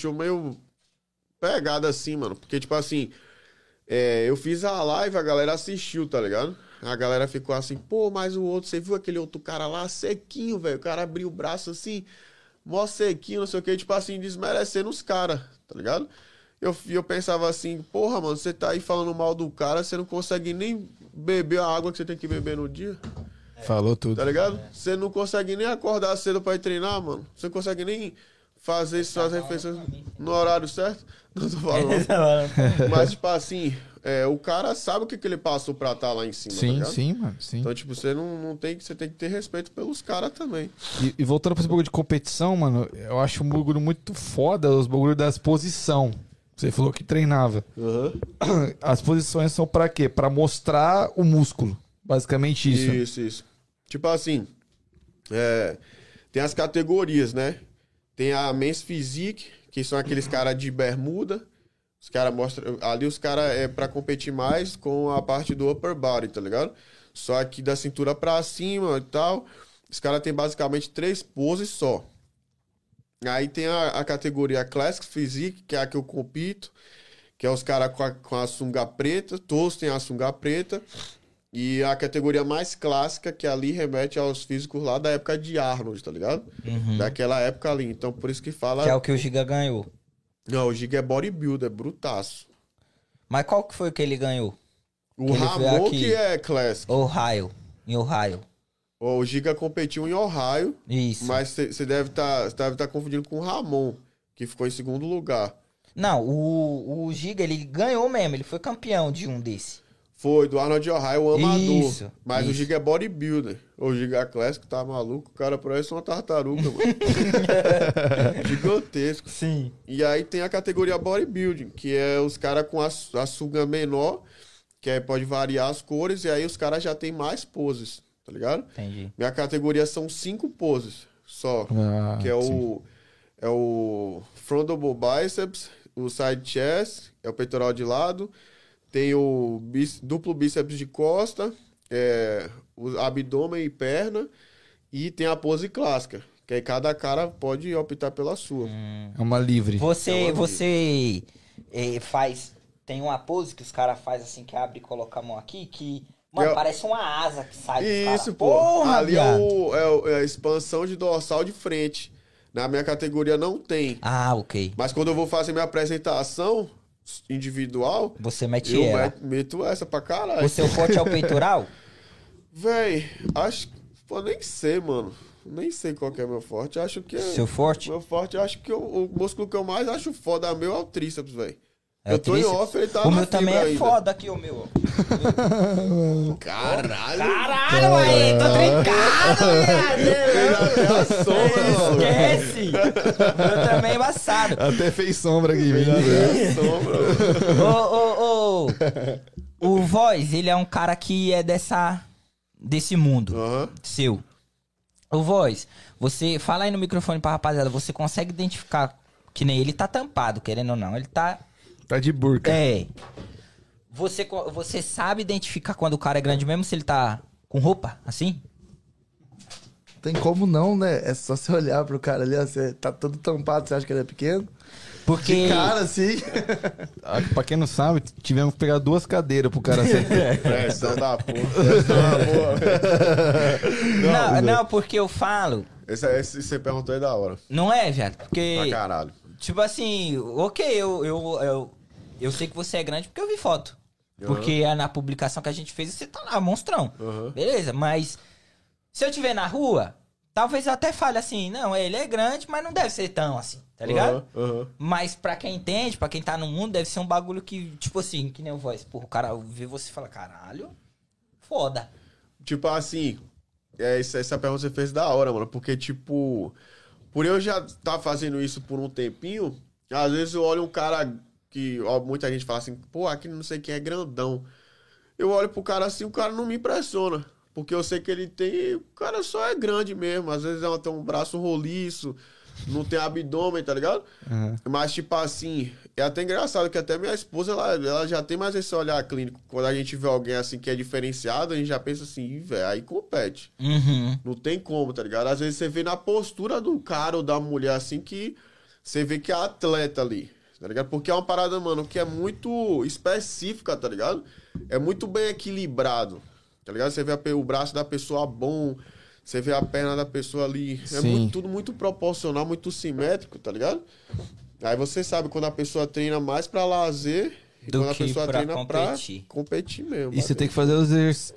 pegado assim, mano. Porque, tipo assim, eu fiz a live, a galera assistiu, tá ligado? A galera ficou assim, pô, mas o outro, você viu aquele outro cara lá, sequinho, velho? O cara abriu o braço assim, mó sequinho, não sei o que, tipo assim, desmerecendo os caras, tá ligado? Eu pensava assim, porra, mano, você tá aí falando mal do cara, você não consegue nem beber a água que você tem que beber no dia. Falou tudo. Tá ligado? Você não consegue nem acordar cedo pra ir treinar, mano. Você não consegue nem fazer suas refeições no horário certo. Não tô falando. Mas, tipo assim, o cara sabe o que ele passou pra estar lá em cima, tá Sim, ligado? sim, mano, sim. Então, tipo, você não tem que... Você tem que ter respeito pelos caras também. E voltando pra esse bagulho de competição, mano, eu acho um bagulho muito foda os bagulhos das posição. Você falou que treinava. Uhum. As posições são pra quê? Pra mostrar o músculo. Basicamente isso. Isso. Tipo assim, tem as categorias, né? Tem a Men's Physique, que são aqueles caras de bermuda. Os caras mostram... Ali os caras é pra competir mais com a parte do upper body, tá ligado? Só que da cintura pra cima e tal. Os caras têm basicamente 3 poses só. Aí tem a categoria Classic Physique, que é a que eu compito. que é os caras com a sunga preta, todos têm a sunga preta. E a categoria mais clássica, que ali remete aos físicos lá da época de Arnold, tá ligado? Daquela época ali. Então, por isso que fala... Que é o que o Giga ganhou. Não, o Giga é bodybuilder, é brutaço. Mas qual que foi que ele ganhou? O Que ele veio Ramon aqui. que é Classic. Ohio. Em Ohio. O Giga competiu em Ohio, Isso. mas você deve tá confundindo com o Ramon, que ficou em segundo lugar. Não, o Giga, ele ganhou mesmo. Ele foi campeão de um desse. Foi, do Arnold Ohio, o amador. Isso, Mas o isso. Giga é bodybuilder. O Giga Classic tá maluco, o cara parece uma tartaruga, mano. Gigantesco. Sim. E aí tem a categoria bodybuilding, que é os caras com a sunga menor, que aí pode variar as cores, e aí os caras já tem mais poses, tá ligado? Entendi. Minha categoria são 5 poses só, Ah, que é o front double biceps, o side chest, é o peitoral de lado, tem o duplo bíceps de costa, o abdômen e perna, e tem a pose clássica, que aí cada cara pode optar pela sua. É uma livre. Você faz... Tem uma pose que os caras fazem assim, que abre e coloca a mão aqui, que... Mano, parece uma asa que sai do cara. Isso, pô. Porra, Ali viado. é a expansão de dorsal de frente. Na minha categoria não tem. Ah, ok. Mas quando eu vou fazer minha apresentação individual, Você mete eu ela. meto essa pra caralho. O seu forte é o peitoral? Véi, acho... Pô, nem sei, mano. Nem sei qual que é meu forte. Acho que... Seu forte? Meu forte, acho que o músculo que eu mais acho foda meu é o tríceps, velho. É o eu tô em tríceps? off, ele tá O na meu também fibra é ainda. foda aqui, o meu. Caralho! Caralho, aí, tô trincado, viado. Esquece. Eu também embaçado. Até fez sombra aqui, O Voz, ele é um cara que é desse mundo Aham. seu. O Voz, você fala aí no microfone pra rapaziada, você consegue identificar que nem ele tá tampado, querendo ou não, ele tá... Tá de burca. Você sabe identificar quando o cara é grande mesmo, se ele tá com roupa, assim? Tem como não, né? É só você olhar pro cara ali, ó, você tá todo tampado, você acha que ele é pequeno? Porque... De cara, assim. Ah, pra quem não sabe, tivemos que pegar 2 cadeiras pro cara ser. Pressão da porra. Pressão da porra. Não, porque eu falo... Esse você perguntou aí da hora. Não é, viado? Porque... Pra caralho. Tipo assim, ok, eu sei que você é grande porque eu vi foto. Porque na publicação que a gente fez, você tá lá, monstrão. Beleza, mas se eu te ver na rua, talvez eu até fale assim, não, ele é grande, mas não deve ser tão assim, tá ligado? Mas pra quem entende, pra quem tá no mundo, deve ser um bagulho que, tipo assim, que nem o Voz. Porra, o cara vê você e fala, caralho, foda. Tipo assim, essa pergunta você fez da hora, mano. Porque, tipo, por eu já tá fazendo isso por um tempinho, às vezes eu olho um cara que muita gente fala assim, pô, aqui não sei quem é grandão. Eu olho pro cara assim, o cara não me impressiona. Porque eu sei que ele tem... O cara só é grande mesmo. Às vezes ela tem um braço roliço, não tem abdômen, tá ligado? Mas, tipo assim, é até engraçado que até minha esposa, ela já tem mais esse olhar clínico. Quando a gente vê alguém assim que é diferenciado, a gente já pensa assim, "Ih, velho, aí compete. Não tem como, tá ligado? Às vezes você vê na postura do cara ou da mulher assim que você vê que é atleta ali, tá ligado? Porque é uma parada, mano, que é muito específica, tá ligado? É muito bem equilibrado, tá ligado? Você vê o braço da pessoa bom, você vê a perna da pessoa ali. É tudo muito proporcional, muito simétrico, tá ligado? Aí você sabe quando a pessoa treina mais pra lazer e Do quando a que pessoa pra treina competir. pra competir mesmo. E você tem que fazer os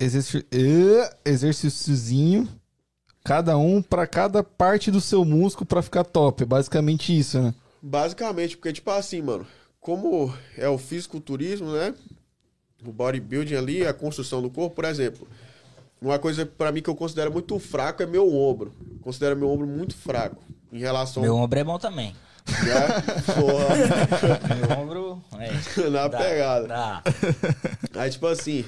exercíciozinho, cada um pra cada parte do seu músculo pra ficar top. É basicamente isso, né? Basicamente, porque, tipo assim, mano, como é o fisiculturismo, né? O bodybuilding ali, a construção do corpo, por exemplo. Uma coisa pra mim que eu considero muito fraco é meu ombro. Considero meu ombro muito fraco em relação... Meu ombro é bom também. Né? Porra. Meu ombro... Na pegada. Dá. Aí, tipo assim,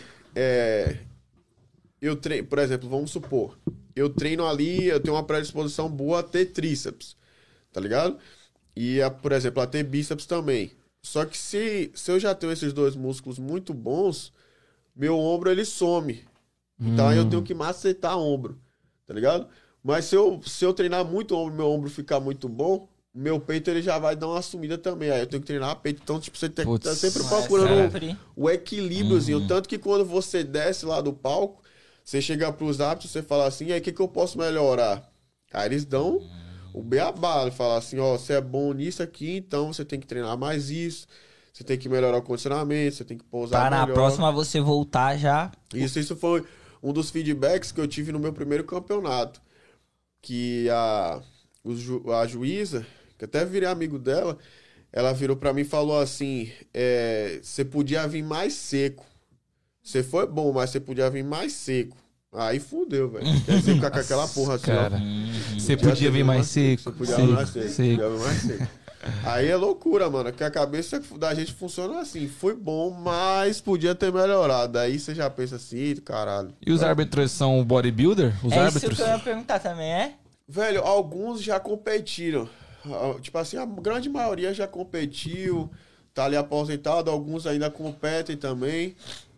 eu treino, por exemplo, vamos supor, eu treino ali, eu tenho uma predisposição boa a ter tríceps, tá ligado? E, por exemplo, a ter bíceps também. Só que se eu já tenho esses dois músculos muito bons, meu ombro, ele some. Então aí eu tenho que macetar ombro, tá ligado? Mas se eu treinar muito o ombro, meu ombro ficar muito bom, o meu peito ele já vai dar uma sumida também. Aí eu tenho que treinar peito. Então, tipo, você tem que Putz, estar sempre Mas procurando sempre. o equilíbriozinho. Tanto que quando você desce lá do palco, você chega pros árbitros, você fala assim, aí o que eu posso melhorar? Aí eles dão o beabá, fala assim, ó, você é bom nisso aqui, então você tem que treinar mais isso, você tem que melhorar o condicionamento, você tem que pousar Pra na melhor. próxima você voltar já. Isso foi um dos feedbacks que eu tive no meu primeiro campeonato. Que a juíza, que até virei amigo dela, ela virou pra mim e falou assim, você podia vir mais seco. Você foi bom, mas você podia vir mais seco. Aí fudeu, velho. Quer dizer, ficar com aquela porra assim, Cara, ó. você podia vir mais seco. Você podia vir mais seco. Podia vir mais seco. Aí é loucura, mano. Que a cabeça da gente funciona assim. Foi bom, mas podia ter melhorado. Aí você já pensa assim, caralho. E os árbitros são bodybuilder? Os É árbitros? isso que eu ia perguntar também, é? Velho, alguns já competiram. Tipo assim, a grande maioria já competiu. Tá ali aposentado. Alguns ainda competem também.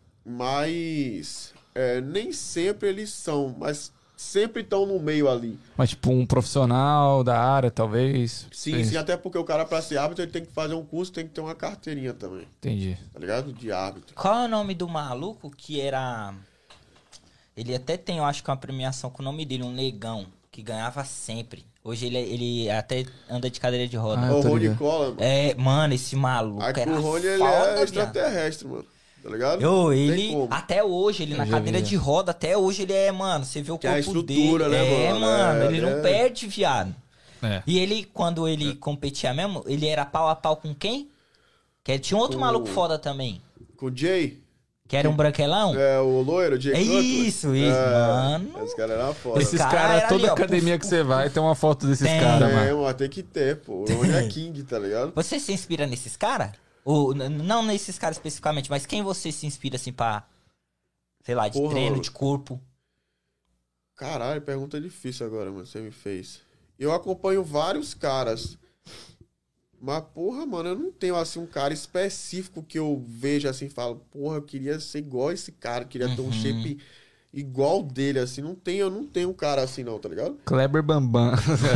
Mas nem sempre eles são. Mas sempre estão no meio ali. Mas tipo um profissional da área, talvez? Sim, sim. Até porque o cara, pra ser árbitro, ele tem que fazer um curso, tem que ter uma carteirinha também. Entendi. Tá ligado? De árbitro. Qual é o nome do maluco que era... Ele até tem, eu acho que uma premiação com o nome dele, um negão, que ganhava sempre. Hoje ele até anda de cadeira de roda. Ah, eu O tô Rony ligado. Cola, mano. Mano, esse maluco Aqui era o Rony, ele foda, é viado. extraterrestre, mano. Tá ligado? Eu, Tem ele, como. até hoje, ele Eu na já cadeira vi, de roda, até hoje ele mano, você vê o Que é a corpo estrutura, dele. né, mano? Ele não perde, viado. É. E ele, quando ele competia mesmo, ele era pau a pau com quem? Que tinha um outro maluco foda também, Com o Jay, que era um branquelão. o loiro, o Jay É Cutler. isso, mano. Esse cara era foda. Esses cara caras, era toda ali, ó, academia que você vai tem uma foto desses Tem. caras, mano. Mano, tem que ter, pô. O Rony é King, tá ligado? Você se inspira nesses caras? Ou não nesses caras especificamente, mas quem você se inspira assim pra, sei lá, de Porra, treino, mano. de corpo? Caralho, pergunta difícil agora, mano, você me fez. Eu acompanho vários caras. Mas, porra, mano, eu não tenho, assim, um cara específico que eu vejo, assim, e falo, porra, eu queria ser igual esse cara, queria ter um shape igual dele, assim. Eu não tenho um cara assim, não, tá ligado? Kleber Bambam.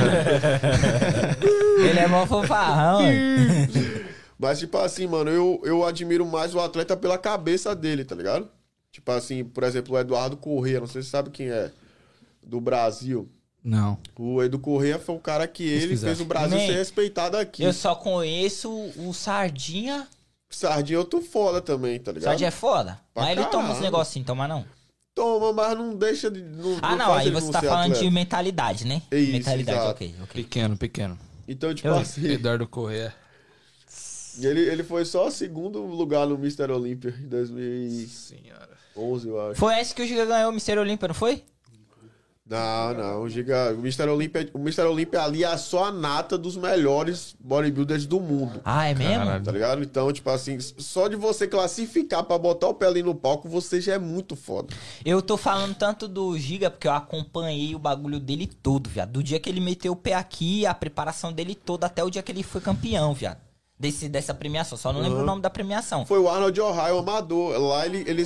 Ele é mó fofarrão, hein? Mas, tipo assim, mano, eu admiro mais o atleta pela cabeça dele, tá ligado? Tipo assim, por exemplo, o Eduardo Corrêa, não sei se você sabe quem é, do Brasil. Não. O Edu Corrêa foi o cara que ele Pesquisar. fez o Brasil Man, ser respeitado aqui. Eu só conheço o Sardinha. Sardinha eu tô foda também, tá ligado? Sardinha é foda. Pra Mas ele toma uns caralho. negocinhos, toma não? Toma, mas não deixa de... Não Não, faz aí ele você não tá ser falando atleta. de mentalidade, né? Isso, mentalidade, exato. ok. Pequeno. Então, tipo Eu- assim, Eduardo Corrêa. ele foi só o segundo lugar no Mr. Olympia em 2011, Senhora. eu acho. Foi esse que o Giga ganhou o Mr. Olímpia, não foi? Não, o Mr. Olympia ali é só a nata dos melhores bodybuilders do mundo. Ah, é mesmo? Caralho. Tá ligado? Então, tipo assim, só de você classificar pra botar o pé ali no palco, você já é muito foda. Eu tô falando tanto do Giga porque eu acompanhei o bagulho dele todo, viado. Do dia que ele meteu o pé aqui, a preparação dele toda, até o dia que ele foi campeão, viado. Dessa premiação. Só não lembro o nome da premiação. Foi o Arnold Ohio amador. Lá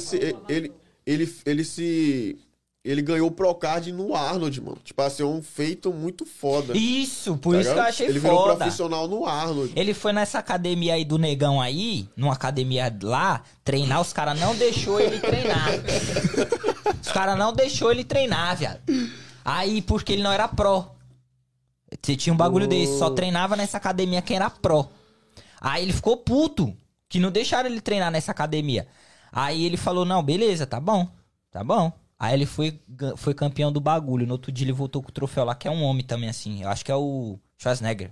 ele ganhou o Procard no Arnold, mano. Tipo assim, é um feito muito foda. Isso, por Tá isso que eu ligado? achei Ele virou foda. profissional no Arnold. Ele foi nessa academia aí do Negão aí, numa academia lá, treinar, os caras não deixou ele treinar. Os caras não deixou ele treinar, viado. Aí, porque ele não era pró. Você tinha um bagulho desse, só treinava nessa academia quem era pró. Aí ele ficou puto, que não deixaram ele treinar nessa academia. Aí ele falou, não, beleza, tá bom. Aí ele foi campeão do bagulho. No outro dia ele voltou com o troféu lá, que é um homem também, assim. Eu acho que é o Schwarzenegger.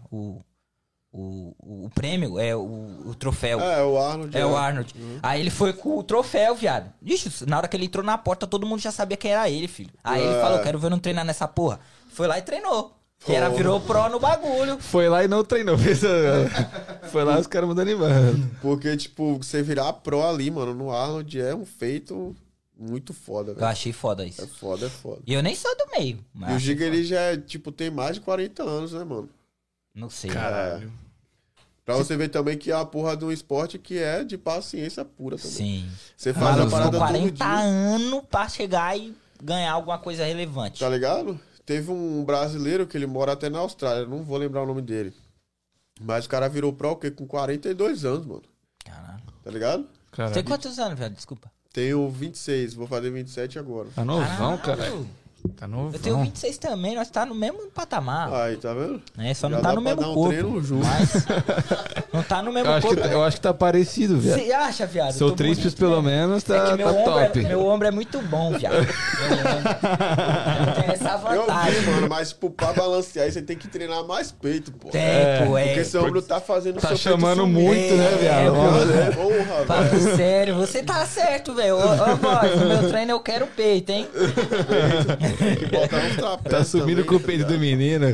O prêmio é o troféu. É, o Arnold. É o Arnold. Aí ele foi com o troféu, viado. Ixi, na hora que ele entrou na porta, todo mundo já sabia quem era ele, filho. Aí ele falou, quero ver eu não treinar nessa porra. Foi lá e treinou. Que era, virou pró no bagulho. Foi lá e não treinou. Foi lá os caras mandando embora. Porque, tipo, você virar pro ali, mano, no Arnold é um feito muito foda, Eu velho. achei foda isso. É foda. E eu nem sou do meio. Mas E o achei Giga, foda. ele já, tipo, tem mais de 40 anos, né, mano? Não sei. Caralho. Pra você ver também que é a porra de um esporte que é de paciência pura também. Sim. Você faz Mano, a parada ficou todo 40 dia, anos pra chegar e ganhar alguma coisa relevante. tá ligado? Teve um brasileiro que ele mora até na Austrália, não vou lembrar o nome dele. Mas o cara virou pro o quê? Com 42 anos, mano. Caralho. Tá ligado? Caralho. Tem quantos anos, velho? Desculpa. Tenho 26, vou fazer 27 agora. Tá novão, cara. Caralho. Tá novão. Eu tenho 26 também, nós tá no mesmo patamar. Aí, tá vendo? É, só não Já tá dá no pra mesmo dar um corpo. treino junto. Mas não tá no mesmo Eu acho, corpo. eu acho que tá parecido, viado. Você acha, viado? Seu Eu tô tríceps, bonito, pelo né? menos, É tá, que meu, tá ombro top. meu ombro é muito bom, viado. Eu tenho essa Eu vantagem. vi, mano, mas pra balancear aí você tem que treinar mais peito, pô. Tempo, Porque seu ombro tá fazendo Tá seu peito chamando sumir. muito, né, viado? pô. Porra, Papo velho. sério, você tá certo, velho. Ô, voz, no meu treino eu quero peito, hein? Tem que botar uns trapézios Tá subindo também, com o tá peito ligado? do menino.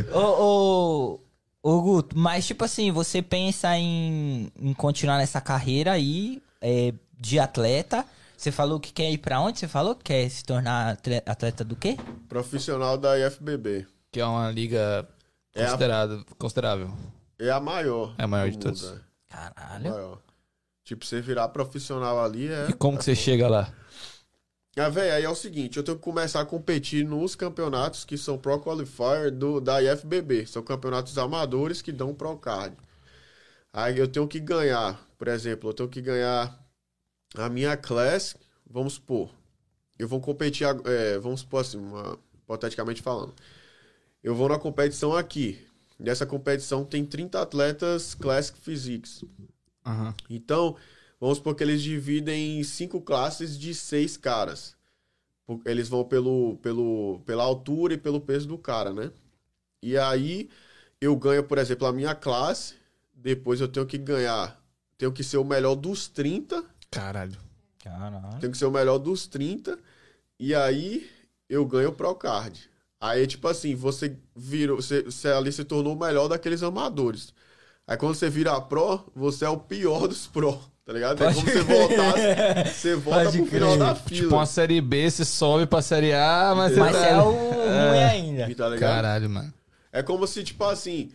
Ô, Guto, mas tipo assim, você pensa em continuar nessa carreira aí de atleta? Você falou que quer ir pra onde? Você falou que quer se tornar atleta do quê? Profissional da IFBB. Que é uma liga É a- considerável. É a maior. É a maior do de mundo, todas. é. Caralho. Maior. Tipo, você virar profissional ali é... E como que você chega lá? Ah, velho, aí é o seguinte, eu tenho que começar a competir nos campeonatos que são Pro Qualifier da IFBB. São campeonatos amadores que dão Pro Card. Aí eu tenho que ganhar, por exemplo, eu tenho que ganhar a minha class, vamos supor. Eu vou competir, vamos supor assim, hipoteticamente falando. Eu vou na competição aqui. Nessa competição tem 30 atletas Classic Physiques. Aham. Então, vamos supor que eles dividem em 5 classes de 6 caras. Eles vão pela altura e pelo peso do cara, né? E aí, eu ganho, por exemplo, a minha classe. Depois eu tenho que ser o melhor dos 30. Caralho. Caralho. Tenho que ser o melhor dos 30. E aí, eu ganho o Pro Card. Aí, tipo assim, você ali se tornou o melhor daqueles amadores. Aí quando você vira pro, você é o pior dos pro, tá ligado? É como você voltasse, você volta Pode pro final crer. da fila. Tipo uma série B, você sobe pra série A, mas Mas você é tá... o ruim ainda. Tá ligado? Caralho, mano. É como se, tipo assim,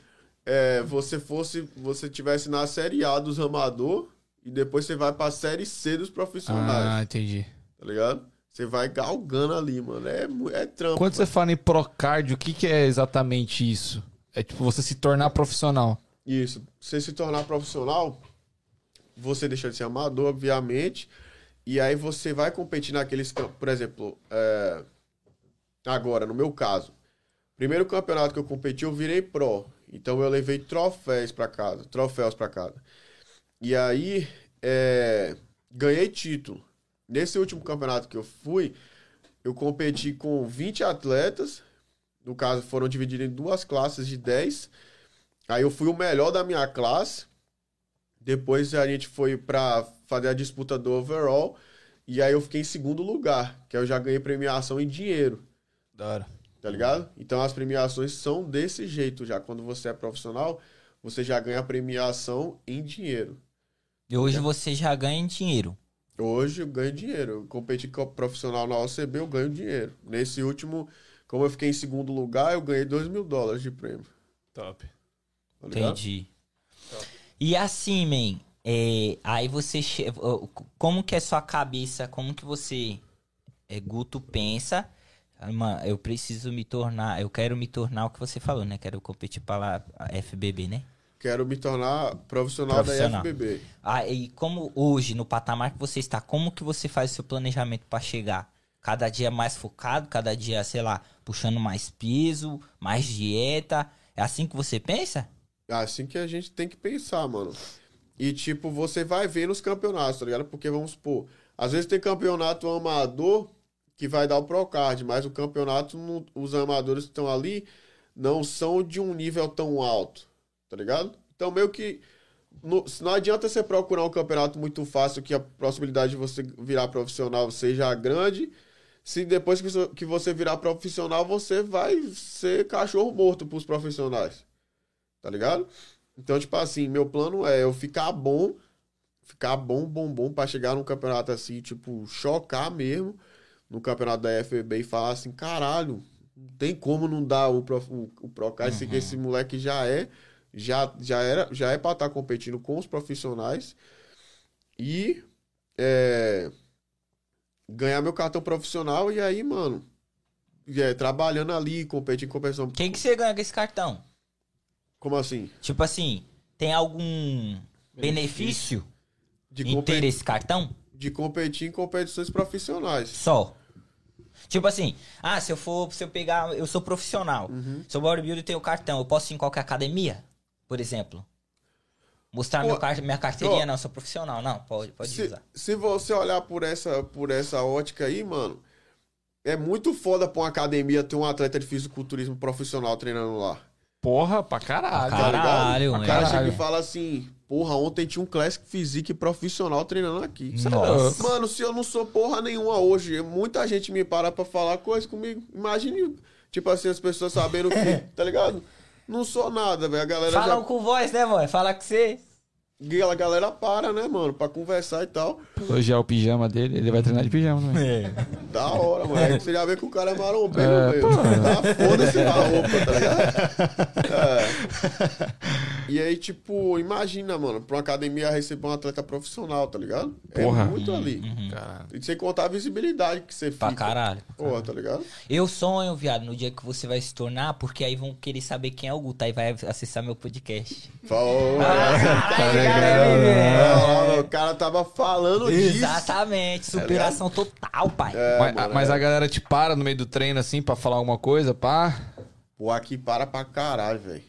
você tivesse na série A dos amador e depois você vai pra série C dos profissionais, Ah, entendi. tá ligado? Você vai galgando ali, mano. É trampo. Quando você velho. fala em Procard, o que é exatamente isso? É tipo você se tornar profissional. Isso. Você se tornar profissional, você deixa de ser amador, obviamente, e aí você vai competir naqueles campos. Por exemplo, agora, no meu caso, primeiro campeonato que eu competi, eu virei pro. Então eu levei troféus pra casa. E aí, ganhei título. Nesse último campeonato que eu fui, eu competi com 20 atletas. No caso, foram divididos em 2 classes de 10. Aí eu fui o melhor da minha classe. Depois a gente foi pra fazer a disputa do overall. E aí eu fiquei em segundo lugar. Que aí eu já ganhei premiação em dinheiro. Da hora. Tá ligado? Então as premiações são desse jeito já. Quando você é profissional, você já ganha a premiação em dinheiro. E hoje você já ganha dinheiro. Hoje eu ganho dinheiro. Eu competi com profissional na OCB, eu ganho dinheiro. Nesse último, como eu fiquei em segundo lugar, eu ganhei $2.000 de prêmio. Top. Tá ligado? Entendi. E assim, man, aí você... Como que é sua cabeça? Como que você, Guto, pensa... Mano, eu preciso me tornar... Eu quero me tornar o que você falou, né? Quero competir para a FBB, né? Quero me tornar profissional da IFBB. E como hoje, no patamar que você está, como que você faz o seu planejamento para chegar? Cada dia mais focado, cada dia, sei lá, puxando mais peso, mais dieta. É assim que você pensa? É assim que a gente tem que pensar, mano. E, tipo, você vai ver nos campeonatos, tá ligado? Porque, vamos supor, às vezes tem campeonato amador que vai dar o Procard, mas o campeonato, os amadores que estão ali não são de um nível tão alto, tá ligado? Então, meio que não adianta você procurar um campeonato muito fácil que a possibilidade de você virar profissional seja grande, se depois que você virar profissional, você vai ser cachorro morto pros profissionais, tá ligado? Então, tipo assim, meu plano é eu ficar bom pra chegar num campeonato assim, tipo, chocar mesmo no campeonato da FBB e falar assim, caralho, não tem como não dar o Procard, que esse moleque já é pra estar competindo com os profissionais e ganhar meu cartão profissional e aí, mano, trabalhando ali, competindo em competição. Quem que você ganha com esse cartão? Como assim? Tipo assim, tem algum benefício De, em ter esse cartão? de competir em competições profissionais. Só. Tipo assim, se eu pegar, eu sou profissional, sou bodybuilder e tenho cartão, eu posso ir em qualquer academia, por exemplo? Mostrar minha carteirinha, não, eu sou profissional. Não, pode usar. Se você olhar por essa ótica aí, mano, é muito foda pra uma academia ter um atleta de fisiculturismo profissional treinando lá. Porra, pra caralho. Pra caralho, O mano. cara chega e fala assim, porra, ontem tinha um Classic Physique profissional treinando aqui. Nossa. Mano, se eu não sou porra nenhuma hoje, muita gente me para pra falar coisa comigo. Imagine, tipo assim, as pessoas sabendo que, tá ligado? Não sou nada, velho. A galera Falam com voz, né, mano? Fala com você. A galera para, né, mano? Pra conversar e tal. Hoje é o pijama dele, ele vai treinar de pijama também. Da hora, mano. Aí você já vê que o cara é marombeiro mesmo. Tá foda-se na roupa, tá ligado? E aí, tipo, imagina, mano, pra uma academia receber um atleta profissional, tá ligado? Porra. É muito ali. Caralho. E sem contar a visibilidade que você fica. Pra caralho. Porra, tá ligado? Eu sonho, viado, no dia que você vai se tornar, porque aí vão querer saber quem é o Guto, aí vai acessar meu podcast. Falou. O cara tava falando disso. Exatamente, superação total, pai. Mas a galera te para no meio do treino, assim, pra falar alguma coisa, pá? Pô, aqui para pra caralho, velho.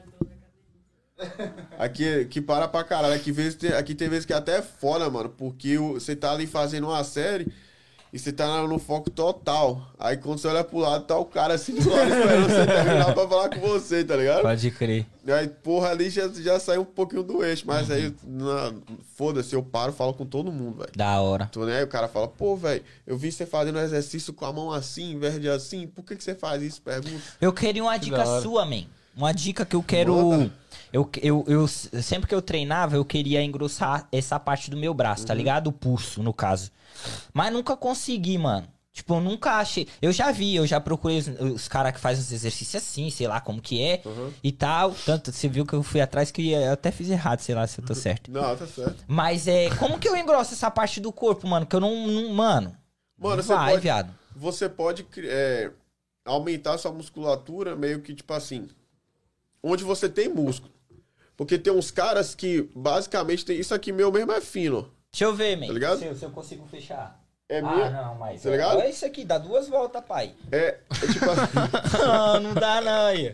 Aqui para pra caralho. Aqui tem vezes que até é foda, mano. Porque você tá ali fazendo uma série e você tá no foco total. Aí quando você olha pro lado, tá o cara assim do lado esperando você terminar pra falar com você, tá ligado? Pode crer. E aí, porra, ali já saiu um pouquinho do eixo. Mas aí, foda-se, eu paro e falo com todo mundo, velho. Da hora. Tô, né? Aí o cara fala, pô, velho, eu vi você fazendo exercício com a mão assim, em vez de assim. Por que você faz isso? Pergunta. Eu queria uma dica sua, man. Uma dica que eu quero... Manda. Eu sempre que eu treinava, eu queria engrossar essa parte do meu braço, tá ligado? O pulso, no caso. Mas nunca consegui, mano. Tipo, eu nunca achei... Eu já procurei os caras que fazem os exercícios assim, sei lá como que é e tal. Tanto, você viu que eu fui atrás que eu até fiz errado, sei lá se eu tô certo. Não, tá certo. Mas como que eu engrosso essa parte do corpo, mano? Que eu não mano, Mano, viado. Você pode aumentar sua musculatura meio que, tipo assim, onde você tem músculo. Porque tem uns caras que, basicamente, tem isso aqui meu mesmo é fino. Deixa eu ver, man. Tá ligado? Se eu consigo fechar. É minha. Não, mas... Tá ligado? Olha isso aqui, dá 2 voltas, pai. É tipo assim... Não dá não, aí.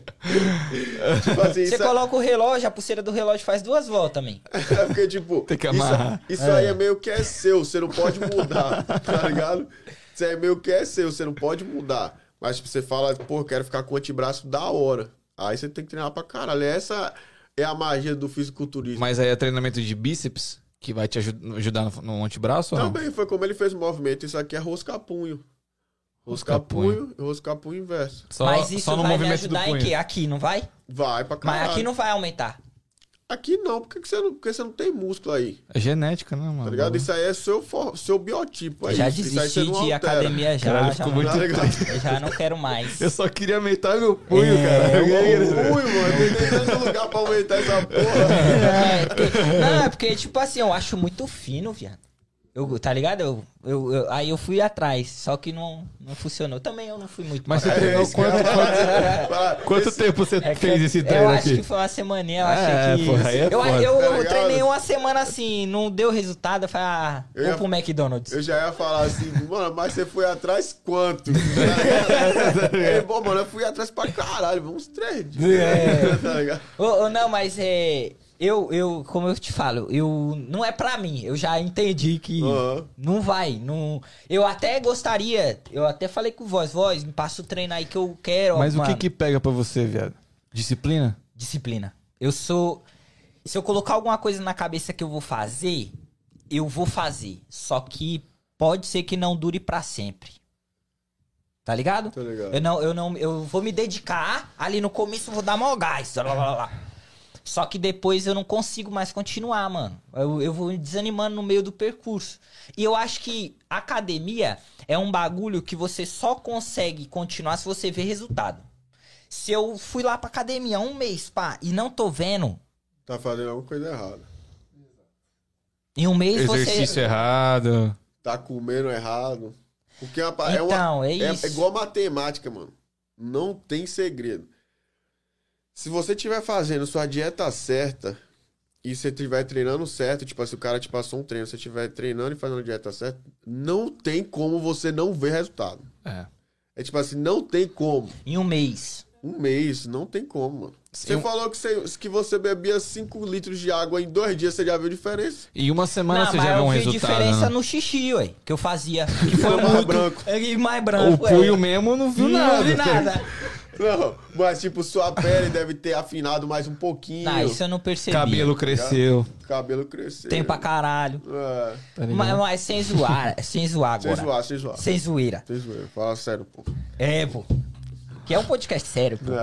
tipo assim, Você coloca o relógio, a pulseira do relógio faz 2 voltas, man. É porque, tipo... Tem que amarrar. Isso aí é meio que é seu, você não pode mudar, tá ligado? Isso aí é meio que é seu, você não pode mudar. Mas tipo, você fala, pô, eu quero ficar com o antebraço da hora. Aí você tem que treinar pra caralho. Essa é a magia do fisiculturismo. Mas aí é treinamento de bíceps que vai te ajudar no antebraço ou não? Também foi como ele fez o movimento. Isso aqui é rosca-punho. Rosca-punho e rosca-punho inverso. Mas isso vai me ajudar em quê? Aqui, não vai? Vai pra caralho. Mas aqui não vai aumentar. Aqui não, porque você não tem músculo aí. É genética, né, mano? Tá ligado? Isso aí é seu biotipo. Já isso. Isso aí você desisti não de altera. academia já. Caralho, já ficou não, muito eu já não quero mais. Eu só queria aumentar meu punho, cara. Punho, mano. Tem tentando lugar pra aumentar essa porra. É porque, tipo assim, eu acho muito fino, viado. Tá ligado? Aí eu fui atrás, só que não funcionou. Também eu não fui muito. Mas você treinou quanto tempo você fez esse treino Eu aqui? acho que foi uma semaninha, eu achei que... porra, aí é foda. Eu treinei uma semana assim, não deu resultado, eu falei, vou pro McDonald's. Eu já ia falar assim, mano, mas você foi atrás quanto? Bom, mano, eu fui atrás pra caralho, uns 3 dias. Tá ligado? Não, mas como eu te falo, não é pra mim. Eu já entendi que não vai. Não, eu até gostaria, eu até falei com o Voz, me passa o treino aí que eu quero. Mas mano. o que pega pra você, viado? Disciplina? Disciplina. Se eu colocar alguma coisa na cabeça que eu vou fazer, eu vou fazer. Só que pode ser que não dure pra sempre. Tá ligado? Tô ligado. Eu vou me dedicar, ali no começo eu vou dar maior gás. Lá. Só que depois eu não consigo mais continuar, mano. Eu vou desanimando no meio do percurso. E eu acho que academia é um bagulho que você só consegue continuar se você ver resultado. Se eu fui lá pra academia 1 mês, pá, e não tô vendo... Tá fazendo alguma coisa errada. Em 1 mês Exercício errado. Tá comendo errado. Porque é isso. É igual matemática, mano. Não tem segredo. Se você estiver fazendo sua dieta certa, e você estiver treinando certo, tipo assim, o cara te passou um treino, você estiver treinando e fazendo a dieta certa, não tem como você não ver resultado. É tipo assim, não tem como. Em um mês. Um mês, não tem como, mano. Você falou que você bebia 5 litros de água em 2 dias, você já viu diferença? Em uma semana Não, você mas já viu um eu vi resultado, diferença né? no xixi, ué, que eu fazia. Que foi Mais muito... branco. E mais O branco, punho mesmo não viu nada. Não vi nada. Não, mas tipo, sua pele deve ter afinado mais um pouquinho. Não, isso eu não percebi. Cabelo cresceu. Cabelo cresceu. Tem pra caralho. É. Tá ligado? Mas sem zoar, sem zoar Sem agora. zoar, sem zoar. Sem zoeira. Sem zoar. Fala sério, pô. É, pô. Que é um podcast sério, pô.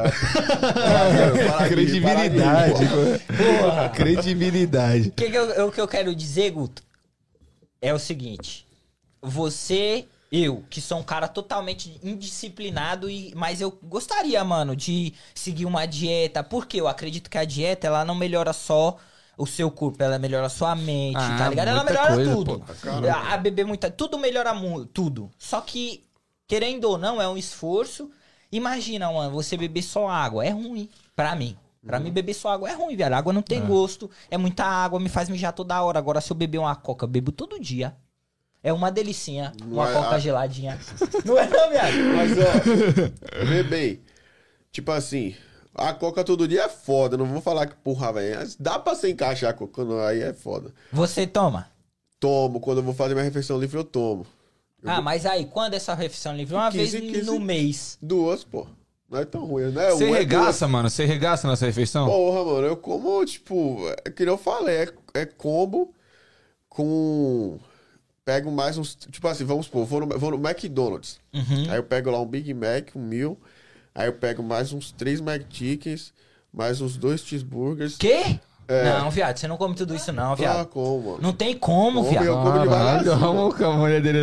Credibilidade. Porra. Credibilidade. O que eu quero dizer, Guto, é o seguinte. Você, eu, que sou um cara totalmente indisciplinado, mas eu gostaria, mano, de seguir uma dieta. Porque eu acredito que a dieta, ela não melhora só o seu corpo, ela melhora a sua mente, tá ligado? Ela muita melhora coisa, tudo. pô. A beber muita... Tudo melhora tudo. Só que, querendo ou não, é um esforço. Imagina, mano, você beber só água. É ruim, pra mim. Pra mim, beber só água é ruim, velho. A água não tem gosto. É muita água, me faz mijar toda hora. Agora, se eu beber uma coca, eu bebo todo dia. É uma delicinha. Uma coca geladinha. Não é não, viado? Mas, ó, vê bem. Tipo assim, a coca todo dia é foda. Não vou falar que, porra, velho. Dá pra você encaixar a coca, não, aí é foda. Você toma? Tomo. Quando eu vou fazer minha refeição livre, eu tomo. Mas aí, quando essa refeição livre? Uma 15, vez no mês. 2, pô. Não é tão ruim, né? Você Um é regaça, mano? Você regaça nessa refeição? Porra, mano, eu como, tipo, é que nem eu falei, é combo com... Pego mais uns... Tipo assim, vamos supor, vou no McDonald's. Uhum. Aí eu pego lá um Big Mac, um Meal. Aí eu pego mais uns 3 McChickens, mais uns 2 cheeseburgers. Quê? Não, viado, você não come tudo isso não, Ah, viado. como, mano? Não tem como, Como viado. eu como devagarzinho. Vamos com a mulher dele.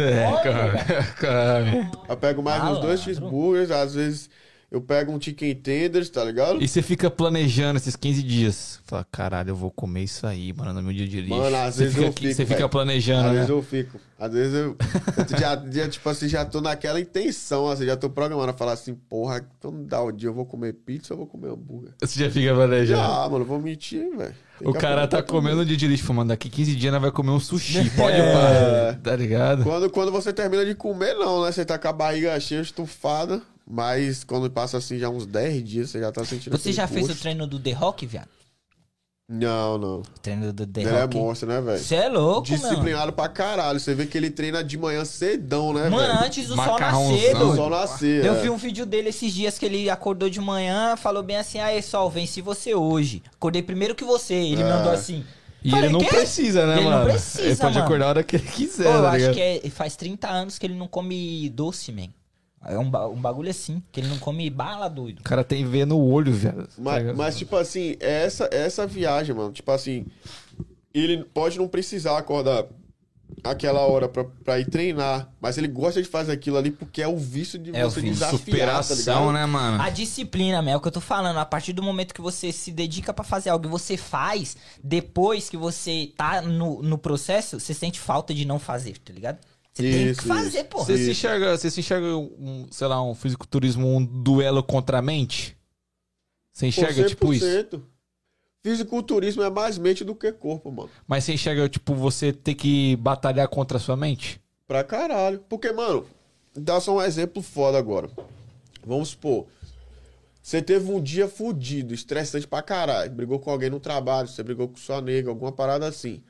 Cara. Eu pego mais uns 2 Malandro. cheeseburgers, às vezes eu pego um chicken tenders, tá ligado? E você fica planejando esses 15 dias. Fala, caralho, eu vou comer isso aí, mano, no meu dia de lixo. Mano, às Você vezes fica eu aqui- fico, Você fica velho. planejando, Às né? vezes eu fico. Às vezes eu já, tipo assim, já tô naquela intenção, assim, já tô programando a falar assim, porra, então dá o dia, eu vou comer pizza ou vou comer hambúrguer? Você já fica planejando. Já, mano, vou mentir, velho. Tem O que cara tá aproveitar comendo tudo. no dia de lixo, falando, daqui 15 dias nós vai comer um sushi. Pode É. parar, tá ligado? Quando você termina de comer, não, né? Você tá com a barriga cheia, estufada, mas quando passa assim já uns 10 dias, você já tá sentindo Você aquele já fez o gosto. treino do The Rock, viado? Não. O treino do The Ele é Rock. monstro, né, velho? Você é louco, mano. Disciplinado pra caralho. Você vê que ele treina de manhã cedão, né, Mano, velho? antes do sol Macarrãozão. nascer, Do doido. sol nascer. Eu é. vi um vídeo dele esses dias que ele acordou de manhã, falou bem assim, aí sol, venci você hoje. Acordei primeiro que você. Ele mandou assim. E Falei, ele não "Quê?" precisa, né, Ele não mano? precisa, Ele pode mano. acordar a hora que ele quiser, Pô, eu tá acho ligado? que faz 30 anos que ele não come doce, man. É um bagulho assim, que ele não come bala, doido. O cara tem ver no olho, velho. Mas, tipo assim, essa viagem, mano, tipo assim, ele pode não precisar acordar aquela hora pra ir treinar, mas ele gosta de fazer aquilo ali porque é o vício de É o você vício. desafiar, Superação, tá ligado? né, mano? A disciplina, man, é o que eu tô falando. A partir do momento que você se dedica pra fazer algo e você faz, depois que você tá no processo, você sente falta de não fazer, tá ligado? Você tem Isso, que fazer, isso. porra. Você se enxerga sei lá, um fisiculturismo, um duelo contra a mente? Você enxerga, tipo isso? 100%. Fisiculturismo é mais mente do que corpo, mano. Mas você enxerga, tipo, você ter que batalhar contra a sua mente? Pra caralho. Porque, mano, dá só um exemplo foda agora. Vamos supor, você teve um dia fudido, estressante pra caralho. Brigou com alguém no trabalho, você brigou com sua nega, alguma parada assim.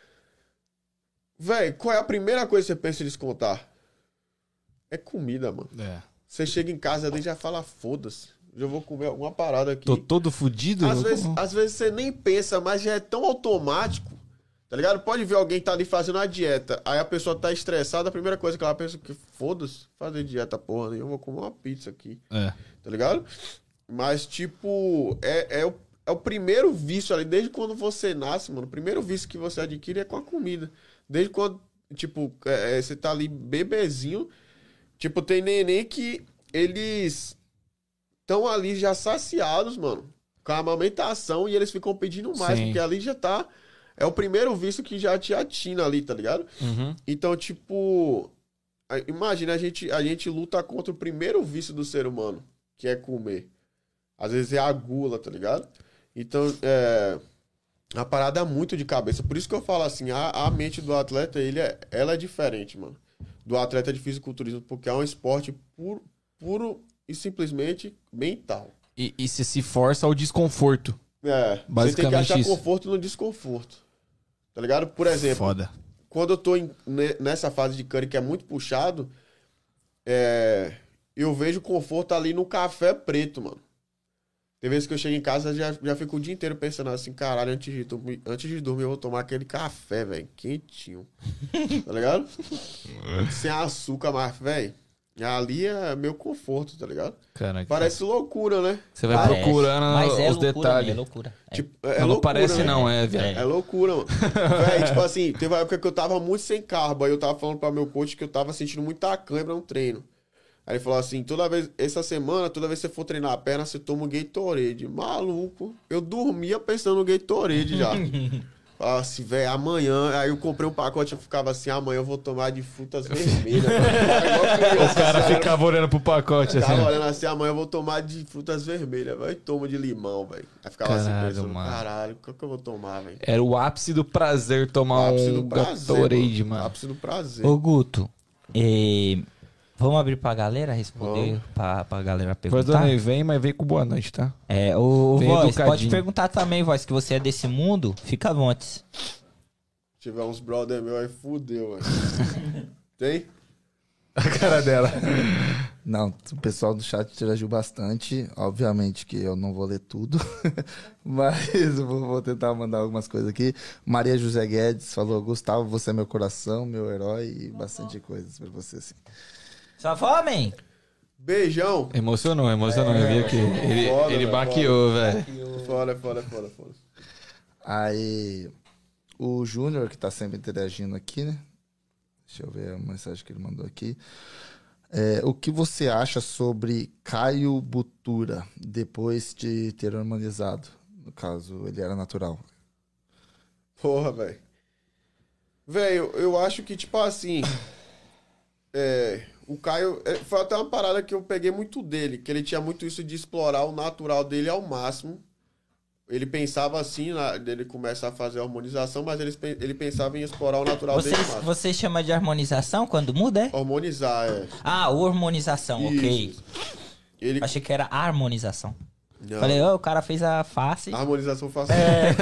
Véi, qual é a primeira coisa que você pensa em descontar? É comida, mano. É. Você chega em casa ali e já fala, foda-se. Já vou comer alguma parada aqui. Tô todo fudido? Às vezes você nem pensa, mas já é tão automático, tá ligado? Pode ver alguém que tá ali fazendo a dieta, aí a pessoa tá estressada, a primeira coisa que ela pensa é que foda-se, fazer dieta porra nenhuma, eu vou comer uma pizza aqui, É. tá ligado? Mas, tipo, é o primeiro vício ali, desde quando você nasce, mano, o primeiro vício que você adquire é com a comida. Desde quando, tipo, você tá ali bebezinho, tipo, tem neném que eles estão ali já saciados, mano, com a amamentação e eles ficam pedindo mais, Sim. porque ali já tá... É o primeiro vício que já te atina ali, tá ligado? Uhum. Então, tipo... Imagina, a gente luta contra o primeiro vício do ser humano, que é comer. Às vezes é a gula, tá ligado? Então, uma parada muito de cabeça. Por isso que eu falo assim, a mente do atleta, ela é diferente, mano. Do atleta de fisiculturismo, porque é um esporte puro e simplesmente mental. E se força ao desconforto. Você tem que achar isso. conforto no desconforto. Tá ligado? Por exemplo, Foda. quando eu tô nessa fase de curry que é muito puxado, eu vejo conforto ali no café preto, mano. Tem vezes que eu chego em casa e já fico o dia inteiro pensando assim, caralho, antes de dormir eu vou tomar aquele café, velho, quentinho. Tá ligado? Sem açúcar, mas, velho, ali é meu conforto, tá ligado? Caraca. Parece loucura, né? Você vai procurando Mas os loucura, detalhes. É loucura. Tipo, Não loucura, parece né? não, viado. É loucura, mano. Véi, tipo assim, teve uma época que eu tava muito sem carbo, aí eu tava falando pra meu coach que eu tava sentindo muita cãibra no treino. Aí ele falou assim, essa semana, toda vez que você for treinar a perna, você toma um Gatorade. Maluco, eu dormia pensando no Gatorade já. Falava assim, velho, amanhã, aí eu comprei um pacote e ficava assim, amanhã eu vou tomar de frutas vermelhas. O cara ficava olhando pro pacote assim. Ficava olhando assim, amanhã eu vou tomar de frutas vermelhas, velho. Toma de limão, velho. Aí ficava assim pensando, caralho, qual que eu vou tomar, velho? Era o ápice do prazer tomar um Gatorade, mano. Ápice do prazer. Ô, Guto, vamos abrir pra galera responder, pra galera perguntar? Pois vem, mas vem com boa noite, tá? O Bem Voz, educadinho. pode perguntar também, Voz, que você é desse mundo, fica à vontade. Se tiver uns brother meu aí, fudeu, velho. Tem? A cara dela. Não, o pessoal do chat interagiu bastante. Obviamente que eu não vou ler tudo, mas eu vou tentar mandar algumas coisas aqui. Maria José Guedes falou, Gustavo, você é meu coração, meu herói, e bastante coisas pra você, assim. Só fome? Beijão. Emocionou, eu vi aqui. Foda, Ele velho, baqueou, velho. Foda. Aí, o Júnior, que tá sempre interagindo aqui, né? Deixa eu ver a mensagem que ele mandou aqui. O que você acha sobre Caio Butura, depois de ter harmonizado? No caso, ele era natural. Porra, velho. Velho, eu acho que, tipo assim... o Caio... foi até uma parada que eu peguei muito dele, que ele tinha muito isso de explorar o natural dele ao máximo. Ele pensava assim, dele começar a fazer a harmonização, mas ele pensava em explorar o natural dele ao máximo. Você chama de harmonização quando muda, é? Harmonizar, Ah, hormonização, ok. Isso. Ele... Achei que era harmonização. Não. Falei, o cara fez a face. A harmonização facial.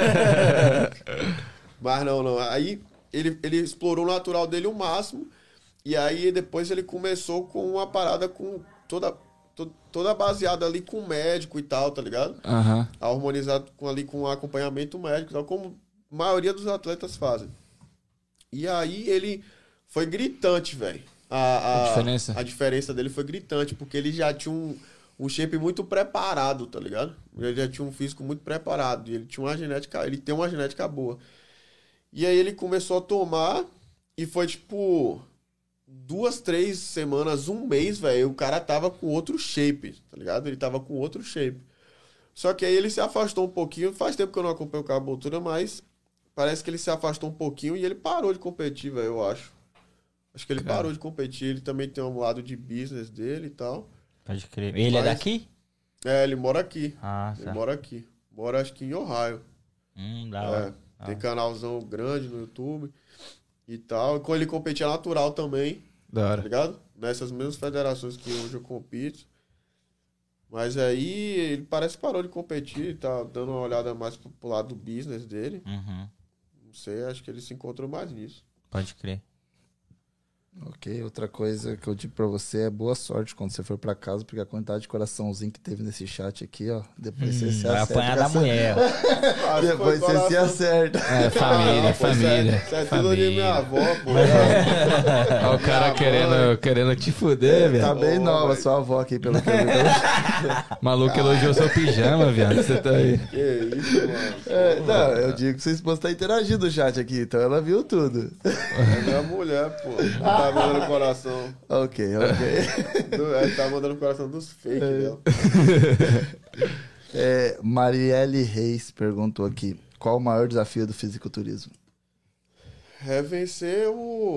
Mas não. Aí ele explorou o natural dele o máximo. E aí depois ele começou com uma parada com toda baseada ali com médico e tal, tá ligado? Aham. A harmonizar com acompanhamento médico, tal, como a maioria dos atletas fazem. E aí ele foi gritante, velho. A diferença? A diferença dele foi gritante, porque ele já tinha um shape muito preparado, tá ligado? Ele já tinha um físico muito preparado. E ele tinha ele tem uma genética boa. E aí ele começou a tomar e foi tipo 2, 3 semanas, um mês, velho, o cara tava com outro shape, tá ligado? Ele tava com outro shape. Só que aí ele se afastou um pouquinho. Faz tempo que eu não acompanho o Caio Butura, mas parece que ele se afastou um pouquinho e ele parou de competir, velho, eu acho. Acho que ele parou de competir. Ele também tem um lado de business dele e tal. Pode crer. Ele é daqui? Ele mora aqui. Ah, Ele tá. mora aqui. Mora, acho que em Ohio. Da hora. Tem canalzão grande no YouTube e tal. E quando ele competia natural também, Da tá hora. ligado? Nessas mesmas federações que hoje eu compito. Mas aí ele parece que parou de competir, tá dando uma olhada mais pro lado do business dele. Uhum. Não sei, acho que ele se encontrou mais nisso. Pode crer. Ok, outra coisa que eu digo pra você é boa sorte quando você for pra casa, porque a quantidade de coraçãozinho que teve nesse chat aqui, ó, depois você se Vai acerta. apanhar com da essa- mulher. ó. Depois você se acerta. Família. Isso é tudo de minha avó, pô. Olha o cara querendo te fuder, Tá velho. bem nova sua avó aqui, pelo que eu vi. Maluco elogiou seu pijama, viado. Você tá aí. Que isso, mano. Não, eu digo que sua esposa tá interagindo no chat aqui, então ela viu tudo. É minha mulher, pô. Tá mandando coração. Ok. Tá mandando coração dos fake dela. Marielle Reis perguntou aqui, qual o maior desafio do fisiculturismo? É vencer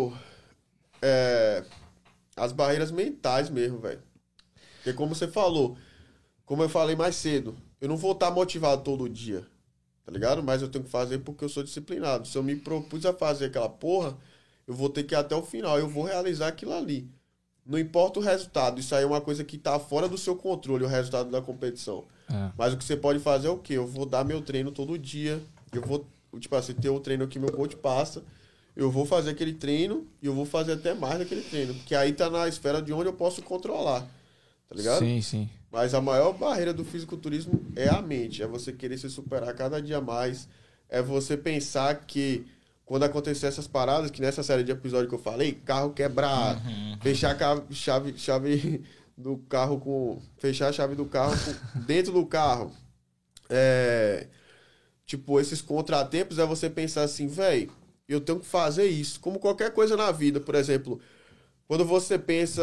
as barreiras mentais mesmo, velho. Porque como você falou, como eu falei mais cedo, eu não vou estar motivado todo dia, tá ligado? Mas eu tenho que fazer porque eu sou disciplinado. Se eu me propus a fazer aquela porra, eu vou ter que ir até o final, eu vou realizar aquilo ali. Não importa o resultado, isso aí é uma coisa que tá fora do seu controle, o resultado da competição. Mas o que você pode fazer é o quê? Eu vou dar meu treino todo dia, eu vou, tipo assim, ter o treino que meu coach passa, eu vou fazer aquele treino e eu vou fazer até mais daquele treino, porque aí tá na esfera de onde eu posso controlar, tá ligado? Sim, sim. Mas a maior barreira do fisiculturismo é a mente, é você querer se superar cada dia mais, é você pensar que quando acontecer essas paradas, que nessa série de episódios que eu falei, carro quebrar, fechar a chave do carro com... Fechar a chave do carro dentro do carro. Tipo, esses contratempos é você pensar assim, velho, eu tenho que fazer isso. Como qualquer coisa na vida, por exemplo, quando você pensa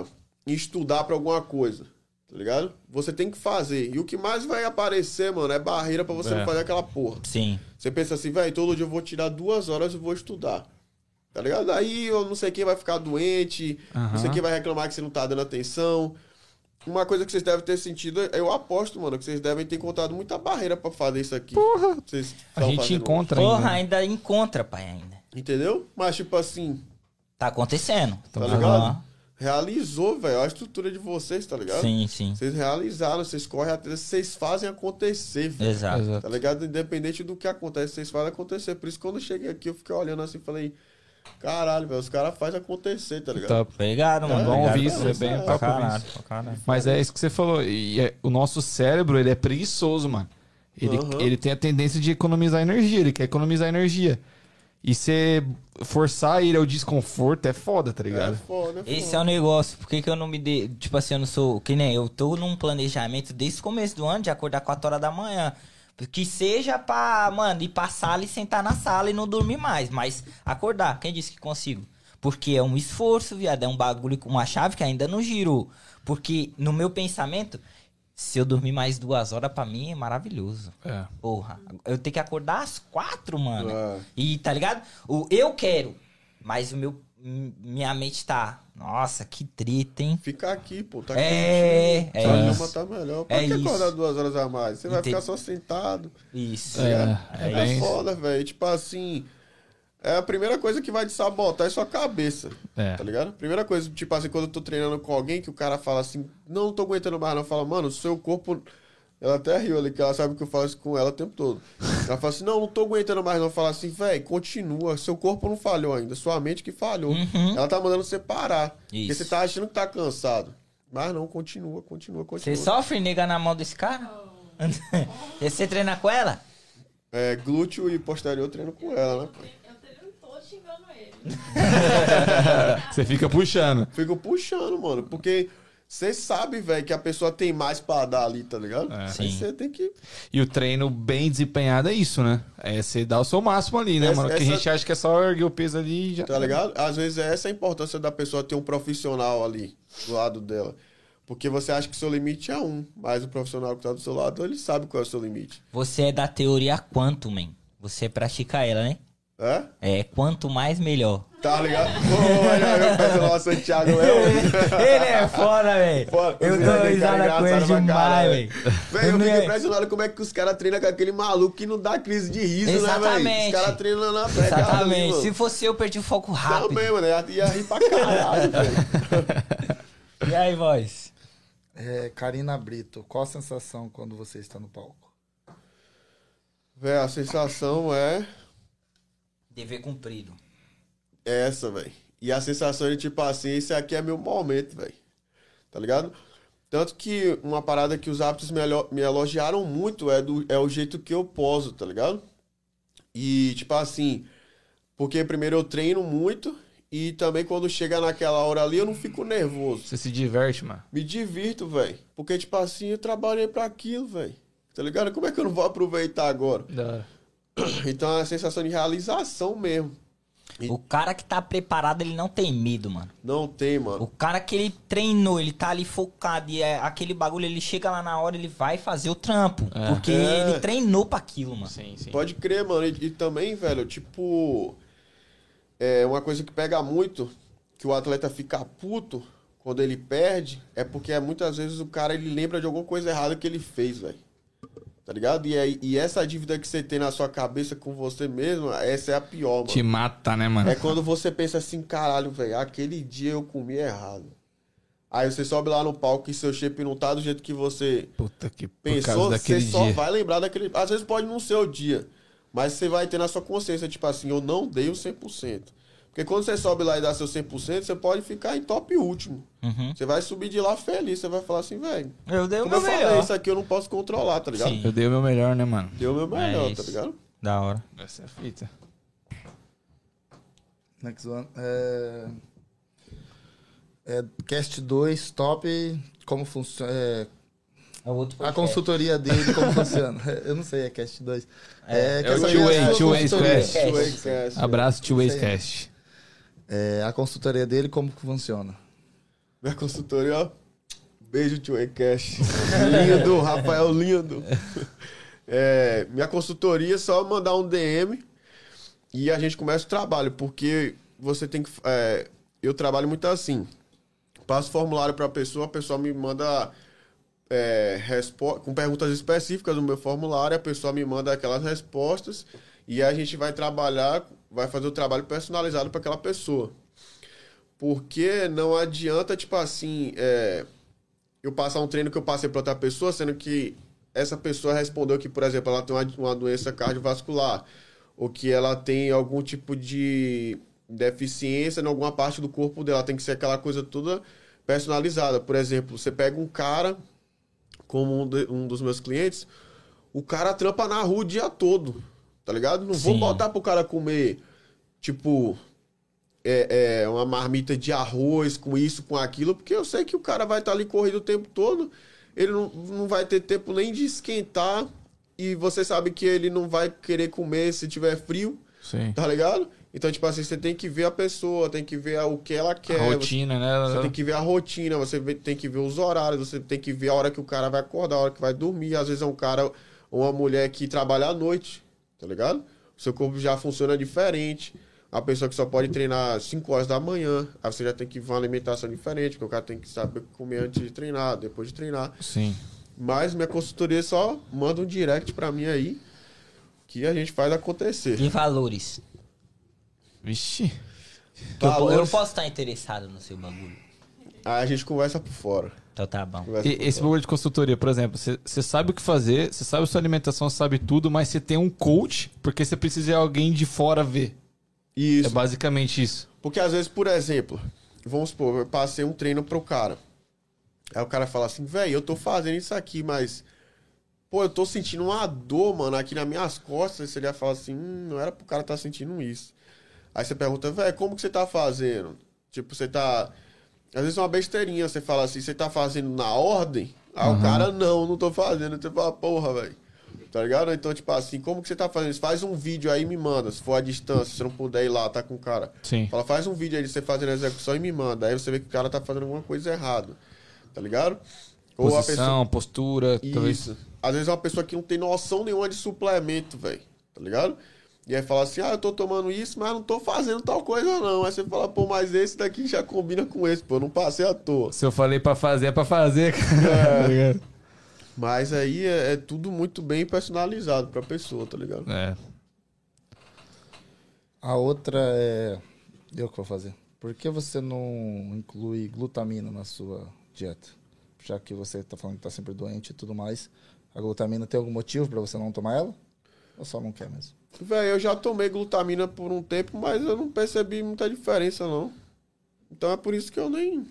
em estudar pra alguma coisa, tá ligado? Você tem que fazer. E o que mais vai aparecer, mano, é barreira pra você não fazer aquela porra. Sim. Você pensa assim, velho, todo dia eu vou tirar 2 horas e vou estudar. Tá ligado? Aí eu não sei quem vai ficar doente, não sei quem vai reclamar que você não tá dando atenção. Uma coisa que vocês devem ter sentido, eu aposto, mano, que vocês devem ter encontrado muita barreira pra fazer isso aqui. Porra! Vocês A estão gente fazendo encontra Porra, ainda. ainda encontra, pai, ainda. Entendeu? Mas, tipo assim, Tá acontecendo. tá ligado? Realizou, velho, a estrutura de vocês, tá ligado? Sim, sim. Vocês realizaram, vocês correm atrás, vocês fazem acontecer, velho. Exato. Tá ligado? Independente do que acontece, vocês fazem acontecer. Por isso, quando eu cheguei aqui, eu fiquei olhando assim e falei, caralho, velho, os caras fazem acontecer, tá ligado? Top. Obrigado, mano. Bom Obrigado ouvir por isso, é bem Pra papo caralho, isso. pra caralho. Mas é isso que você falou. O nosso cérebro, ele é preguiçoso, mano. Ele tem a tendência de economizar energia. Ele quer economizar energia. E você forçar ele ao desconforto é foda, tá É ligado? foda, é Esse foda. é o negócio. Por que eu não me dei. Tipo assim, eu não sou. Que nem eu tô num planejamento desde o começo do ano de acordar 4 horas da manhã. Que seja pra, mano, ir pra sala e sentar na sala e não dormir mais. Mas acordar, quem disse que consigo? Porque é um esforço, viado. É um bagulho com uma chave que ainda não girou. Porque no meu pensamento, se eu dormir mais 2 horas, pra mim é maravilhoso. É. Porra, eu tenho que acordar às 4, mano. É. E tá ligado? Eu quero, mas minha mente tá. Nossa, que treta, hein? Fica aqui, pô. Tá É, quentinho. é Sua isso. cama tá melhor. Pra É que isso. acordar 2 horas a mais? Você vai Entendi. ficar só sentado. Isso. É É bem isso. foda, velho. Tipo assim, é a primeira coisa que vai te sabotar é sua cabeça. É. Tá ligado? Primeira coisa, tipo assim, quando eu tô treinando com alguém que o cara fala assim, não tô aguentando mais, não. Fala, mano, o seu corpo. Ela até riu ali, que ela sabe que eu falo isso com ela o tempo todo. Ela fala assim, não tô aguentando mais, não. Fala assim, velho, continua. Seu corpo não falhou ainda, sua mente que falhou. Ela tá mandando você parar. Porque Isso. você tá achando que tá cansado. Mas não, continua. Você sofre, nega, na mão desse cara? Você treina com ela? É, glúteo e posterior eu treino com ela, né, pô? Eu não tô xingando ele. Você fica puxando. Fico puxando, mano, porque você sabe, velho, que a pessoa tem mais pra dar ali, tá ligado? É. Aí Sim. você tem que... E o treino bem desempenhado é isso, né? É você dar o seu máximo ali, né, mano? Que a gente acha que é só erguer o peso ali e já. Tá ligado? Às vezes é essa a importância da pessoa ter um profissional ali do lado dela. Porque você acha que seu limite é um, mas o profissional que tá do seu lado, ele sabe qual é o seu limite. Você é da teoria quanto, man? Você pratica ela, né? É? É, quanto mais, melhor. Tá ligado? Pô, olha meu personal Santiago Ele é foda, velho. Foda. Eu Esse dou cara é risada com ele engraçado pra demais, caralho. velho. Velho, eu fico impressionado como é que os caras treinam com aquele maluco que não dá crise de riso, né, velho? Exatamente. Os caras treinam na pegada. Exatamente. ali, mano. Se fosse eu, perdi o foco rápido. Também, mano. Ia rir pra caralho, velho. E aí, voz? Karina Brito, qual a sensação quando você está no palco? Velho, a sensação é Dever cumprido. essa, velho. E a sensação de, tipo assim, esse aqui é meu momento, velho. Tá ligado? Tanto que uma parada que os árbitros me elogiaram muito é o jeito que eu poso, tá ligado? E, tipo assim, porque primeiro eu treino muito e também quando chega naquela hora ali eu não fico nervoso. Você se diverte, mano. Me divirto, velho. Porque, tipo assim, eu trabalhei pra aquilo, velho. Tá ligado? Como é que eu não vou aproveitar agora? Da hora. Então é uma sensação de realização mesmo. O cara que tá preparado, ele não tem medo, mano. Não tem, O mano. cara que ele treinou, ele tá ali focado e é aquele bagulho, ele chega lá na hora, ele vai fazer o trampo. Porque É. ele treinou pra aquilo, mano. Sim, sim. Pode crer, mano. E também, velho, tipo... É uma coisa que pega muito, que o atleta fica puto quando ele perde, é porque muitas vezes o cara ele lembra de alguma coisa errada que ele fez, velho. Tá ligado? E essa dívida que você tem na sua cabeça com você mesmo, essa é a pior, mano. Te mata, né, mano? É quando você pensa assim, caralho, velho, aquele dia eu comi errado. Aí você sobe lá no palco e seu shape não tá do jeito que você Puta que por pensou, causa você daquele só dia. vai lembrar daquele... Às vezes pode não ser o dia, mas você vai ter na sua consciência, tipo assim, eu não dei o 100%. Porque quando você sobe lá e dá seu 100%, você pode ficar em top último. Uhum. Você vai subir de lá feliz, você vai falar assim, velho, Eu dei o como eu meu falei, melhor. isso aqui eu não posso controlar, tá ligado? Sim. Eu dei o meu melhor, né, mano? Deu o meu melhor, É tá isso. ligado? Da hora. Essa é a fita. Next one. Cast 2, top. Como funciona. É o outro A podcast. consultoria dele, como funciona. Eu não sei, é Cast 2. É o Two Ways Cast. Suecast. Abraço, Two Ways Isso aí. Cast. A consultoria dele, como que funciona? Minha consultoria, ó. Beijo, tio Cash. Lindo, Rafael lindo. Minha consultoria é só mandar um DM e a gente começa o trabalho, porque você tem que... eu trabalho muito assim. Passo formulário para a pessoa me manda com perguntas específicas no meu formulário, a pessoa me manda aquelas respostas e a gente vai trabalhar, vai fazer o trabalho personalizado para aquela pessoa. Porque não adianta, tipo assim, eu passar um treino que eu passei para outra pessoa, sendo que essa pessoa respondeu que, por exemplo, ela tem uma doença cardiovascular, ou que ela tem algum tipo de deficiência em alguma parte do corpo dela. Tem que ser aquela coisa toda personalizada. Por exemplo, você pega um cara, como um dos meus clientes, o cara trampa na rua o dia todo, tá ligado? Não vou Sim. botar pro cara comer, tipo... uma marmita de arroz com isso, com aquilo, porque eu sei que o cara vai estar ali corrido o tempo todo, ele não vai ter tempo nem de esquentar, e você sabe que ele não vai querer comer se tiver frio, Sim. tá ligado? Então, tipo assim, você tem que ver a pessoa, tem que ver o que ela quer. A rotina, Você né? tem que ver a rotina, tem que ver os horários, você tem que ver a hora que o cara vai acordar, a hora que vai dormir. Às vezes é um cara ou uma mulher que trabalha à noite, tá ligado? O seu corpo já funciona diferente. A pessoa que só pode treinar 5 horas da manhã, aí você já tem que ver uma alimentação diferente, porque o cara tem que saber comer antes de treinar, depois de treinar. Sim. Mas minha consultoria só manda um direct pra mim aí, que a gente faz acontecer. E valores? Vixe. Eu não posso estar interessado no seu bagulho. Aí a gente conversa por fora. Então tá bom. Conversa E por esse fora. bagulho de consultoria, por exemplo, você sabe o que fazer, você sabe a sua alimentação, você sabe tudo, mas você tem um coach porque você precisa de alguém de fora ver. Isso. É basicamente isso. Porque às vezes, por exemplo, vamos supor, eu passei um treino pro cara. Aí o cara fala assim, velho, eu tô fazendo isso aqui, mas... Pô, eu tô sentindo uma dor, mano, aqui nas minhas costas. Você já fala assim, não era pro cara tá sentindo isso. Aí você pergunta, velho, como que você tá fazendo? Tipo, você tá... Às vezes é uma besteirinha, você fala assim, você tá fazendo na ordem? Aí o cara, não tô fazendo. Você fala, porra, velho. Tá ligado? Então, tipo assim, como que você tá fazendo isso? Faz um vídeo aí e me manda, se for à distância, se você não puder ir lá, tá com o cara. Sim. Fala, faz um vídeo aí de você fazendo a execução e me manda. Aí você vê que o cara tá fazendo alguma coisa errada. Tá ligado? Ou a Posição, postura, talvez. Isso. Às vezes é uma pessoa que não tem noção nenhuma de suplemento, velho. Tá ligado? E aí fala assim, eu tô tomando isso, mas não tô fazendo tal coisa não. Aí você fala, pô, mas esse daqui já combina com esse, pô, eu não passei à toa. Se eu falei pra fazer, é pra fazer, cara. Tá ligado? Mas aí é tudo muito bem personalizado pra pessoa, tá ligado? É. A outra é... Eu que vou fazer. Por que você não inclui glutamina na sua dieta? Já que você tá falando que tá sempre doente e tudo mais. A glutamina tem algum motivo pra você não tomar ela? Ou só não quer mesmo? Velho, eu já tomei glutamina por um tempo, mas eu não percebi muita diferença, não. Então é por isso que eu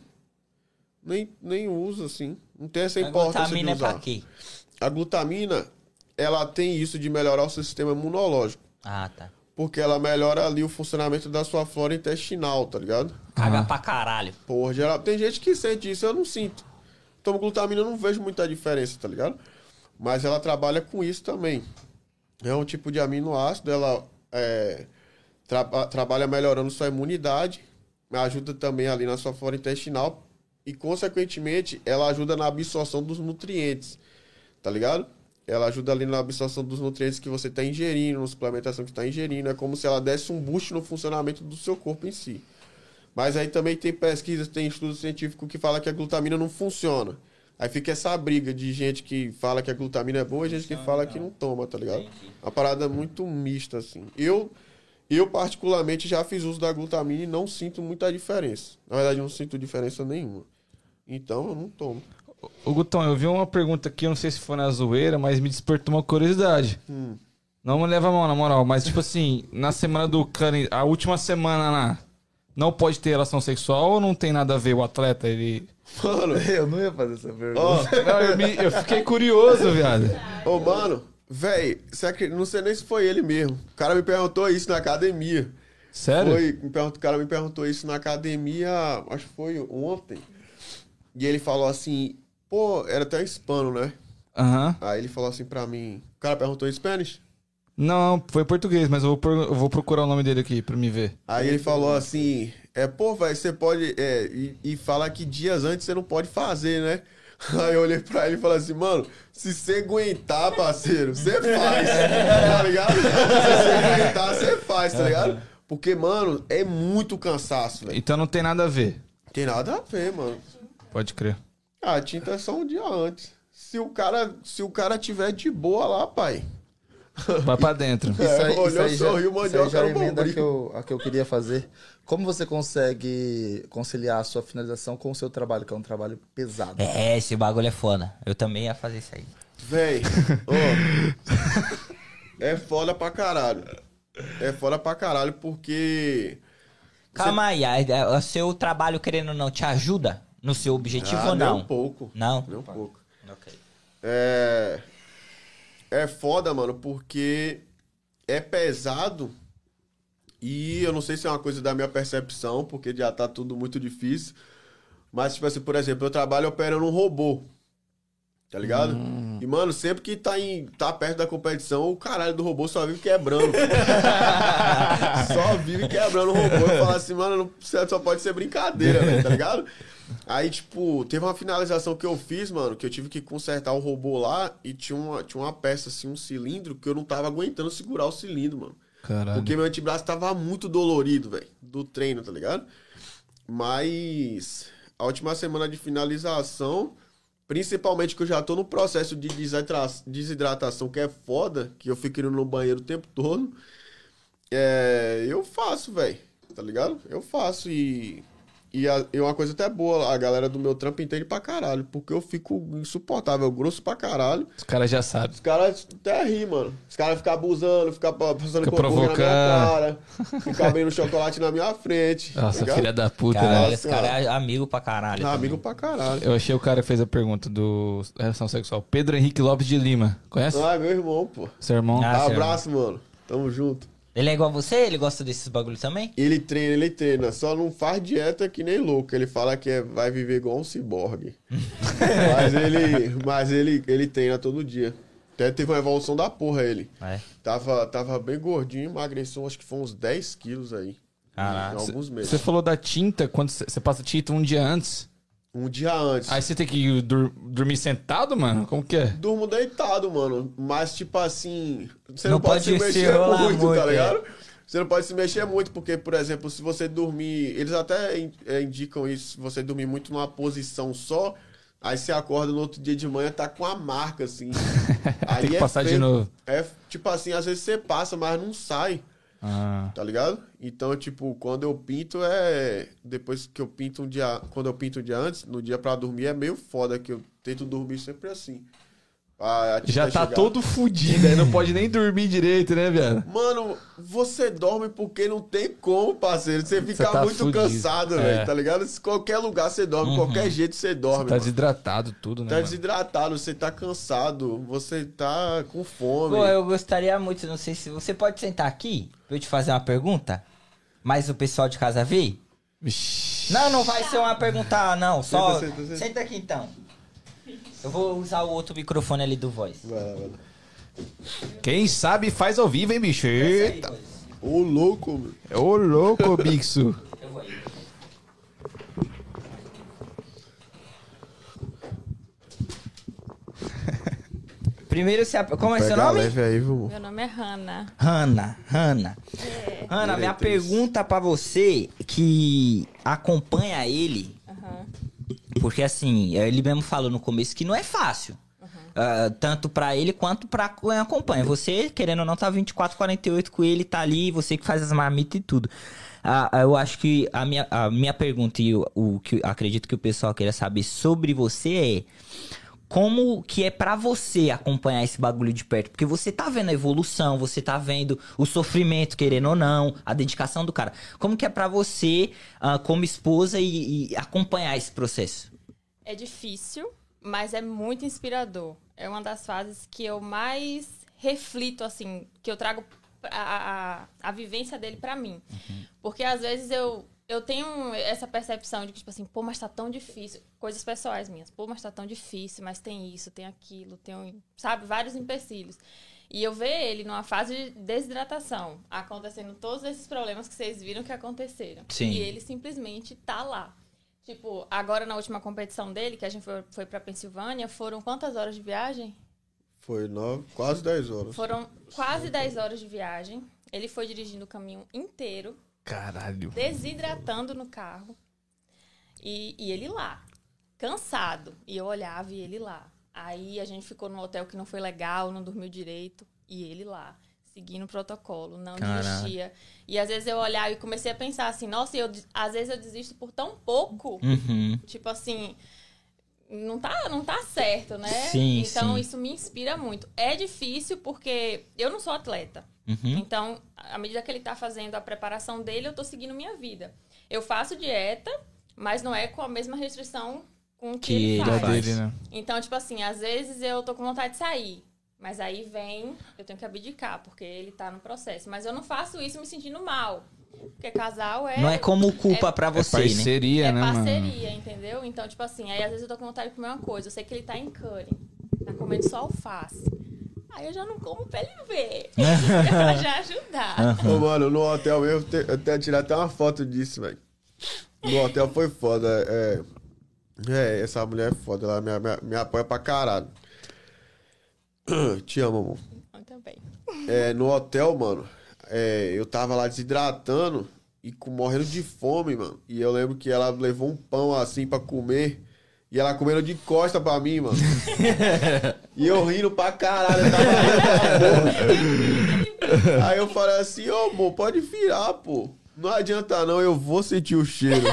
nem uso, assim. Não tem essa A importância de glutamina é usar. pra quê? A glutamina, ela tem isso de melhorar o seu sistema imunológico. Ah, tá. Porque ela melhora ali o funcionamento da sua flora intestinal, tá ligado? Caga pra caralho. Porra, geral. Tem gente que sente isso, eu não sinto. Tomo glutamina, eu não vejo muita diferença, tá ligado? Mas ela trabalha com isso também. É um tipo de aminoácido, ela trabalha melhorando sua imunidade, ajuda também ali na sua flora intestinal e, consequentemente, ela ajuda na absorção dos nutrientes, tá ligado? Ela ajuda ali na absorção dos nutrientes que você está ingerindo, na suplementação que está ingerindo. É como se ela desse um boost no funcionamento do seu corpo em si. Mas aí também tem pesquisas, tem estudo científico que fala que a glutamina não funciona. Aí fica essa briga de gente que fala que a glutamina é boa e gente que fala que não toma, tá ligado? Uma parada muito mista, assim. Eu particularmente, já fiz uso da glutamina e não sinto muita diferença. Na verdade, eu não sinto diferença nenhuma. Então, eu não tomo. Ô, Gutão, eu vi uma pergunta aqui, eu não sei se foi na zoeira, mas me despertou uma curiosidade. Não me leva a mão, na moral, mas tipo assim, na semana do Cani, a última semana lá, não pode ter relação sexual ou não tem nada a ver o atleta? Ele... Mano, Eu não ia fazer essa pergunta. ó, Não, eu fiquei curioso, viado. ô, mano, véi, não sei nem se foi ele mesmo. O cara me perguntou isso na academia. Sério? O cara me perguntou isso na academia, acho que foi ontem. E ele falou assim, pô, era até hispano, né? Aham. Aí ele falou assim pra mim, o cara perguntou em Spanish? Não, foi português, mas eu vou procurar o nome dele aqui pra me ver. Aí ele falou assim, pô, velho, você pode, e falar que dias antes você não pode fazer, né? Aí eu olhei pra ele e falei assim, mano, se você aguentar, parceiro, você faz, tá ligado? Se você aguentar, você faz, tá ligado? Porque, mano, é muito cansaço, velho. Então não tem nada a ver. Tem nada a ver, mano. Pode crer. A tinta é só um dia antes. Se o cara tiver de boa lá, pai. Vai pra dentro. Olhou, sorriu, mandou já o emenda bombril. a que eu queria fazer. Como você consegue conciliar a sua finalização com o seu trabalho, que é um trabalho pesado? Esse bagulho é foda. Eu também ia fazer isso aí. Véi, ó, é foda pra caralho. É foda pra caralho porque... Calma aí, o seu trabalho, querendo ou não, te ajuda no seu objetivo ou nem não? um pouco. Não? Nem um pouco. Ok. É foda, mano, porque é pesado e eu não sei se é uma coisa da minha percepção, porque já tá tudo muito difícil. Mas, tipo assim, por exemplo, eu trabalho operando um robô. Tá ligado? E, mano, sempre que tá perto da competição, o caralho do robô só vive quebrando. Só vive quebrando o robô. Eu falo assim, mano, só pode ser brincadeira, velho, tá ligado? Aí, tipo, teve uma finalização que eu fiz, mano, que eu tive que consertar o robô lá e tinha uma peça, assim, um cilindro, que eu não tava aguentando segurar o cilindro, mano. Caralho. Porque meu antebraço tava muito dolorido, velho, do treino, tá ligado? Mas a última semana de finalização... Principalmente que eu já tô no processo de desidratação, que é foda, que eu fico indo no banheiro o tempo todo. Eu faço, velho, tá ligado? Eu faço e uma coisa até boa, a galera do meu trampo entende pra caralho, porque eu fico insuportável, grosso pra caralho. Os caras já sabem. Os caras até ri, mano. Os caras ficam abusando, ficam passando Fica hambúrguer na minha cara, provocando. ficam abrindo chocolate na minha frente. Nossa, tá ligado? filha da puta, Cara, né? esse cara é amigo pra caralho. também. Amigo pra caralho. Eu achei o cara que fez a pergunta do relação sexual. Pedro Henrique Lopes de Lima. Conhece? Ah, meu irmão, pô. Seu irmão? Ah, Abraço, mano. Tamo junto. Ele é igual a você? Ele gosta desses bagulho também? Ele treina. Só não faz dieta que nem louco. Ele fala que vai viver igual um ciborgue. mas ele treina todo dia. Até teve uma evolução da porra, ele. É. Tava bem gordinho, emagreceu, acho que foi uns 10 quilos aí. Caraca. Em alguns meses. Você falou da tinta, quando você passa tinta um dia antes. Um dia antes. Aí você tem que dormir sentado, mano? Como que é? Durmo deitado, mano. Mas, tipo assim... Você Não não pode se pode se mexer enrolar muito, muito, tá ligado? Você não pode se mexer muito, porque, por exemplo, se você dormir... Eles até indicam isso, se você dormir muito numa posição só, aí você acorda no outro dia de manhã, tá com a marca, assim. Aí Tem que passar de novo. Tipo assim, às vezes você passa, mas não sai. Ah. Tá ligado? Então, tipo, quando eu pinto depois que eu pinto um dia... Quando eu pinto um dia antes, no dia pra dormir é meio foda, que eu tento dormir sempre assim. Já tá todo fudido, aí não pode nem dormir direito, né, velho? Mano, você dorme porque não tem como, parceiro. Você fica tá muito fudido. cansado, velho, tá ligado? Se qualquer lugar você dorme, qualquer jeito você dorme, Tá mano. desidratado tudo, né, Tá mano? desidratado, você tá cansado, você tá com fome. Pô, eu gostaria muito, não sei se você pode sentar aqui pra eu te fazer uma pergunta, mas o pessoal de casa vê? Vixe. Não vai ser uma pergunta, não. Só Senta. senta aqui então. Eu vou usar o outro microfone ali do voice. Vai lá. Quem sabe faz ao vivo, hein, bicho? Eita. Ô, louco, meu. Ô, louco, Bixo. Eu vou aí. Primeiro, como é seu Pega nome? leve aí, viu? Meu nome é Hannah. Hanna. Hanna, minha Diretriz. pergunta pra você que acompanha ele, Aham. Porque assim, ele mesmo falou no começo que não é fácil. Tanto pra ele quanto pra quem acompanha. Você, querendo ou não, tá 24/48 com ele, tá ali, você que faz as marmitas e tudo. Eu acho que a minha pergunta e o que acredito que o pessoal queira saber sobre você é como que é pra você acompanhar esse bagulho de perto? Porque você tá vendo a evolução, você tá vendo o sofrimento, querendo ou não, a dedicação do cara. Como que é pra você, como esposa, e acompanhar esse processo? É difícil, mas é muito inspirador. É uma das fases que eu mais reflito, assim, que eu trago a vivência dele pra mim. Porque às vezes eu tenho essa percepção de que, tipo assim, pô, mas tá tão difícil. Coisas pessoais minhas. Pô, mas tá tão difícil, mas tem isso, tem aquilo, sabe, vários empecilhos. E eu ver ele numa fase de desidratação, acontecendo todos esses problemas que vocês viram que aconteceram. Sim. E ele simplesmente tá lá. Tipo, agora na última competição dele, que a gente foi pra Pensilvânia, foram quantas horas de viagem? Foi quase 10 horas. Foram quase 10 horas de viagem. Ele foi dirigindo o caminho inteiro. Caralho. Desidratando no carro. E ele lá. Cansado. E eu olhava e ele lá. Aí a gente ficou num hotel que não foi legal, não dormiu direito. E ele lá. Seguindo o protocolo, não desistia. E às vezes eu olhava e comecei a pensar assim, nossa, às vezes eu desisto por tão pouco. Tipo assim, não tá certo, né? Sim, então sim. isso me inspira muito. É difícil porque eu não sou atleta. Então, à medida que ele tá fazendo a preparação dele, eu tô seguindo minha vida. Eu faço dieta, mas não é com a mesma restrição com que ele faz. Dele, né? Então, tipo assim, às vezes eu tô com vontade de sair. Mas aí eu tenho que abdicar, porque ele tá no processo. Mas eu não faço isso me sentindo mal. Porque casal Não é como culpa pra você, né? Parceria, né, mano? parceria, entendeu? Então, tipo assim, aí às vezes eu tô com vontade de comer uma coisa. Eu sei que ele tá em curry. Tá comendo só alface. Aí eu já não como pra ele ver. Pra já ajudar. Ô, mano, no hotel eu até tirar até uma foto disso, velho. No hotel foi foda. Essa mulher é foda. Ela me apoia pra caralho. Te amo, amor. Eu também. No hotel, mano, eu tava lá desidratando e morrendo de fome, mano. E eu lembro que ela levou um pão assim pra comer. E ela comendo de costa pra mim, mano. E eu rindo pra caralho. Eu tava rindo. Aí eu falei assim, ô, amor, pode virar, pô. Não adianta não, eu vou sentir o cheiro.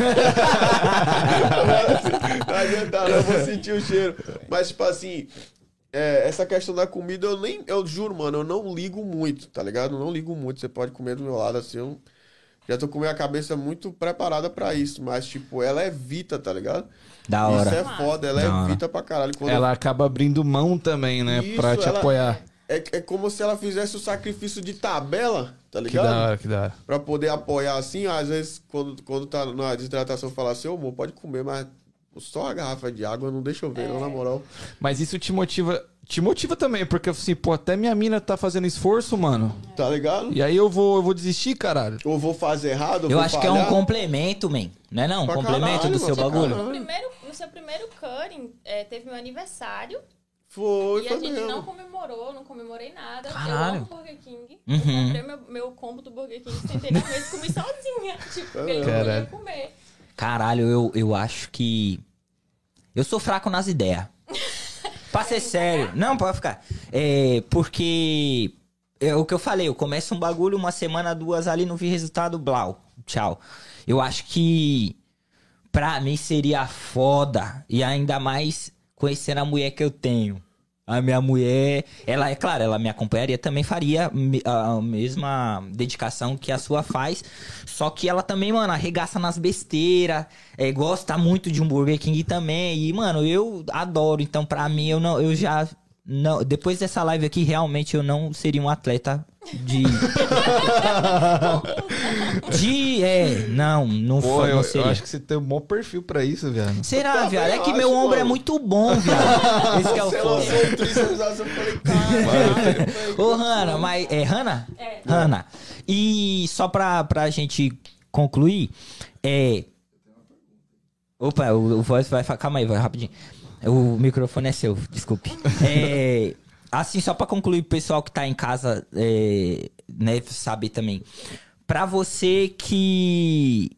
Não adianta não, eu vou sentir o cheiro. Mas, tipo assim, essa questão da comida, eu juro, mano, eu não ligo muito, tá ligado? Eu não ligo muito. Você pode comer do meu lado, assim, eu já tô com minha cabeça muito preparada pra isso. Mas, tipo, ela evita, tá ligado? Da hora. Isso é foda, ela evita pra caralho. Ela acaba abrindo mão também, né? Isso, pra te apoiar. É como se ela fizesse o sacrifício de tabela, tá Que ligado? da hora, que da hora. Pra poder apoiar assim, às vezes, quando tá na desidratação, fala assim, ô, amor, pode comer, mas só a garrafa de água não deixa eu ver, não, na moral. Mas isso te motiva também, porque assim, pô, até minha mina tá fazendo esforço, mano. Tá ligado? E aí eu vou desistir, caralho. Ou vou fazer errado, Eu vou acho que é falhar. um complemento, man. Não é não? Um Pra complemento caralho, do seu pra bagulho. caralho. No seu primeiro cutting, teve meu aniversário. Foi E a gente mesmo. não comemorei nada. Caralho. Eu amo Burger King. Uhum. Eu comprei meu combo do Burger King, sentei na mesa e comi sozinha. Tipo, porque ele não ia comer. Caralho, eu acho que... Eu sou fraco nas ideias. Pra ser sério. Não, pode ficar. Porque... É o que eu falei, eu começo um bagulho, uma semana, 2 ali, não vi resultado, blau. Tchau. Eu acho que... Pra mim seria foda. E ainda mais conhecendo a mulher que eu tenho. A minha mulher, ela é claro, ela me acompanharia, também faria a mesma dedicação que a sua faz. Só que ela também, mano, arregaça nas besteiras, gosta muito de um Burger King também. E, mano, eu adoro. Então, pra mim, eu já... Não, depois dessa live aqui, realmente eu não seria um atleta de... Não Pô, eu seria. acho que você tem um bom perfil pra isso, velho. Será, Eu viado? É também que meu acho, ombro é mano. muito bom, viado. Esse que é o Você foda. lançou um tríceps, eu falei, caralho. Ô, Hanna, mas... É Hanna? É. Hanna. E só pra gente concluir, Opa, o voz vai... Calma aí, vai rapidinho. O microfone é seu, desculpe. Assim, só pra concluir, o pessoal que tá em casa, né, saber também. Pra você que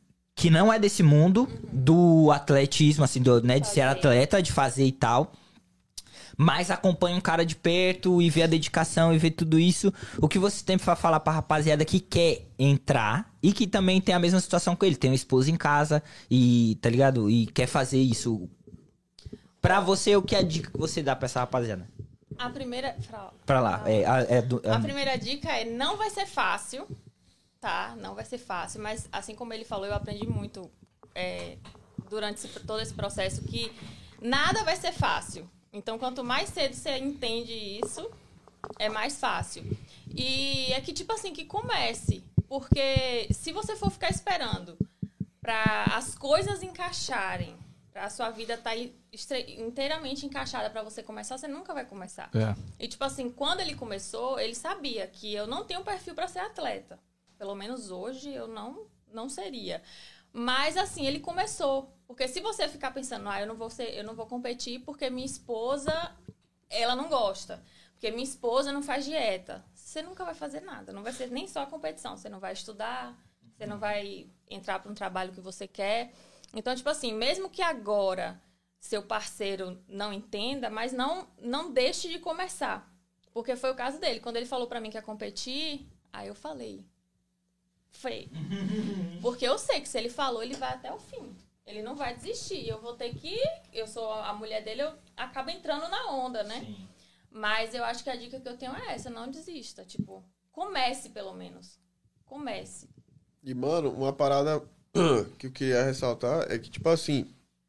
que não é desse mundo do atletismo, assim, né, de ser atleta, de fazer e tal, mas acompanha um cara de perto e vê a dedicação e vê tudo isso. O que você tem pra falar pra rapaziada que quer entrar e que também tem a mesma situação com ele, tem uma esposa em casa e, tá ligado? E quer fazer isso. Pra você, o que é a dica que você dá pra essa rapaziada? A primeira... Pra lá. A primeira dica é, não vai ser fácil, tá? Não vai ser fácil, mas assim como ele falou, eu aprendi muito durante todo esse processo que nada vai ser fácil. Então, quanto mais cedo você entende isso, é mais fácil. E é que, tipo assim, que comece. Porque se você for ficar esperando para as coisas encaixarem, para a sua vida estar inteiramente encaixada para você começar, você nunca vai começar. E, tipo assim, quando ele começou, ele sabia que eu não tenho perfil para ser atleta. Pelo menos hoje eu não seria. Mas, assim, ele começou. Porque se você ficar pensando, eu não vou competir porque minha esposa, ela não gosta. Porque minha esposa não faz dieta. Você nunca vai fazer nada. Não vai ser nem só a competição. Você não vai estudar, você não vai entrar para um trabalho que você quer. Então, tipo assim, mesmo que agora seu parceiro não entenda, mas não deixe de começar. Porque foi o caso dele. Quando ele falou para mim que ia competir, aí eu falei... Foi. Porque eu sei que se ele falou, ele vai até o fim. Ele não vai desistir. Eu vou ter que... Eu sou a mulher dele, eu acabo entrando na onda, né? Sim. Mas eu acho que a dica que eu tenho é essa. Não desista. Tipo, comece pelo menos. Comece. E, mano, uma parada que eu queria ressaltar é que, tipo assim...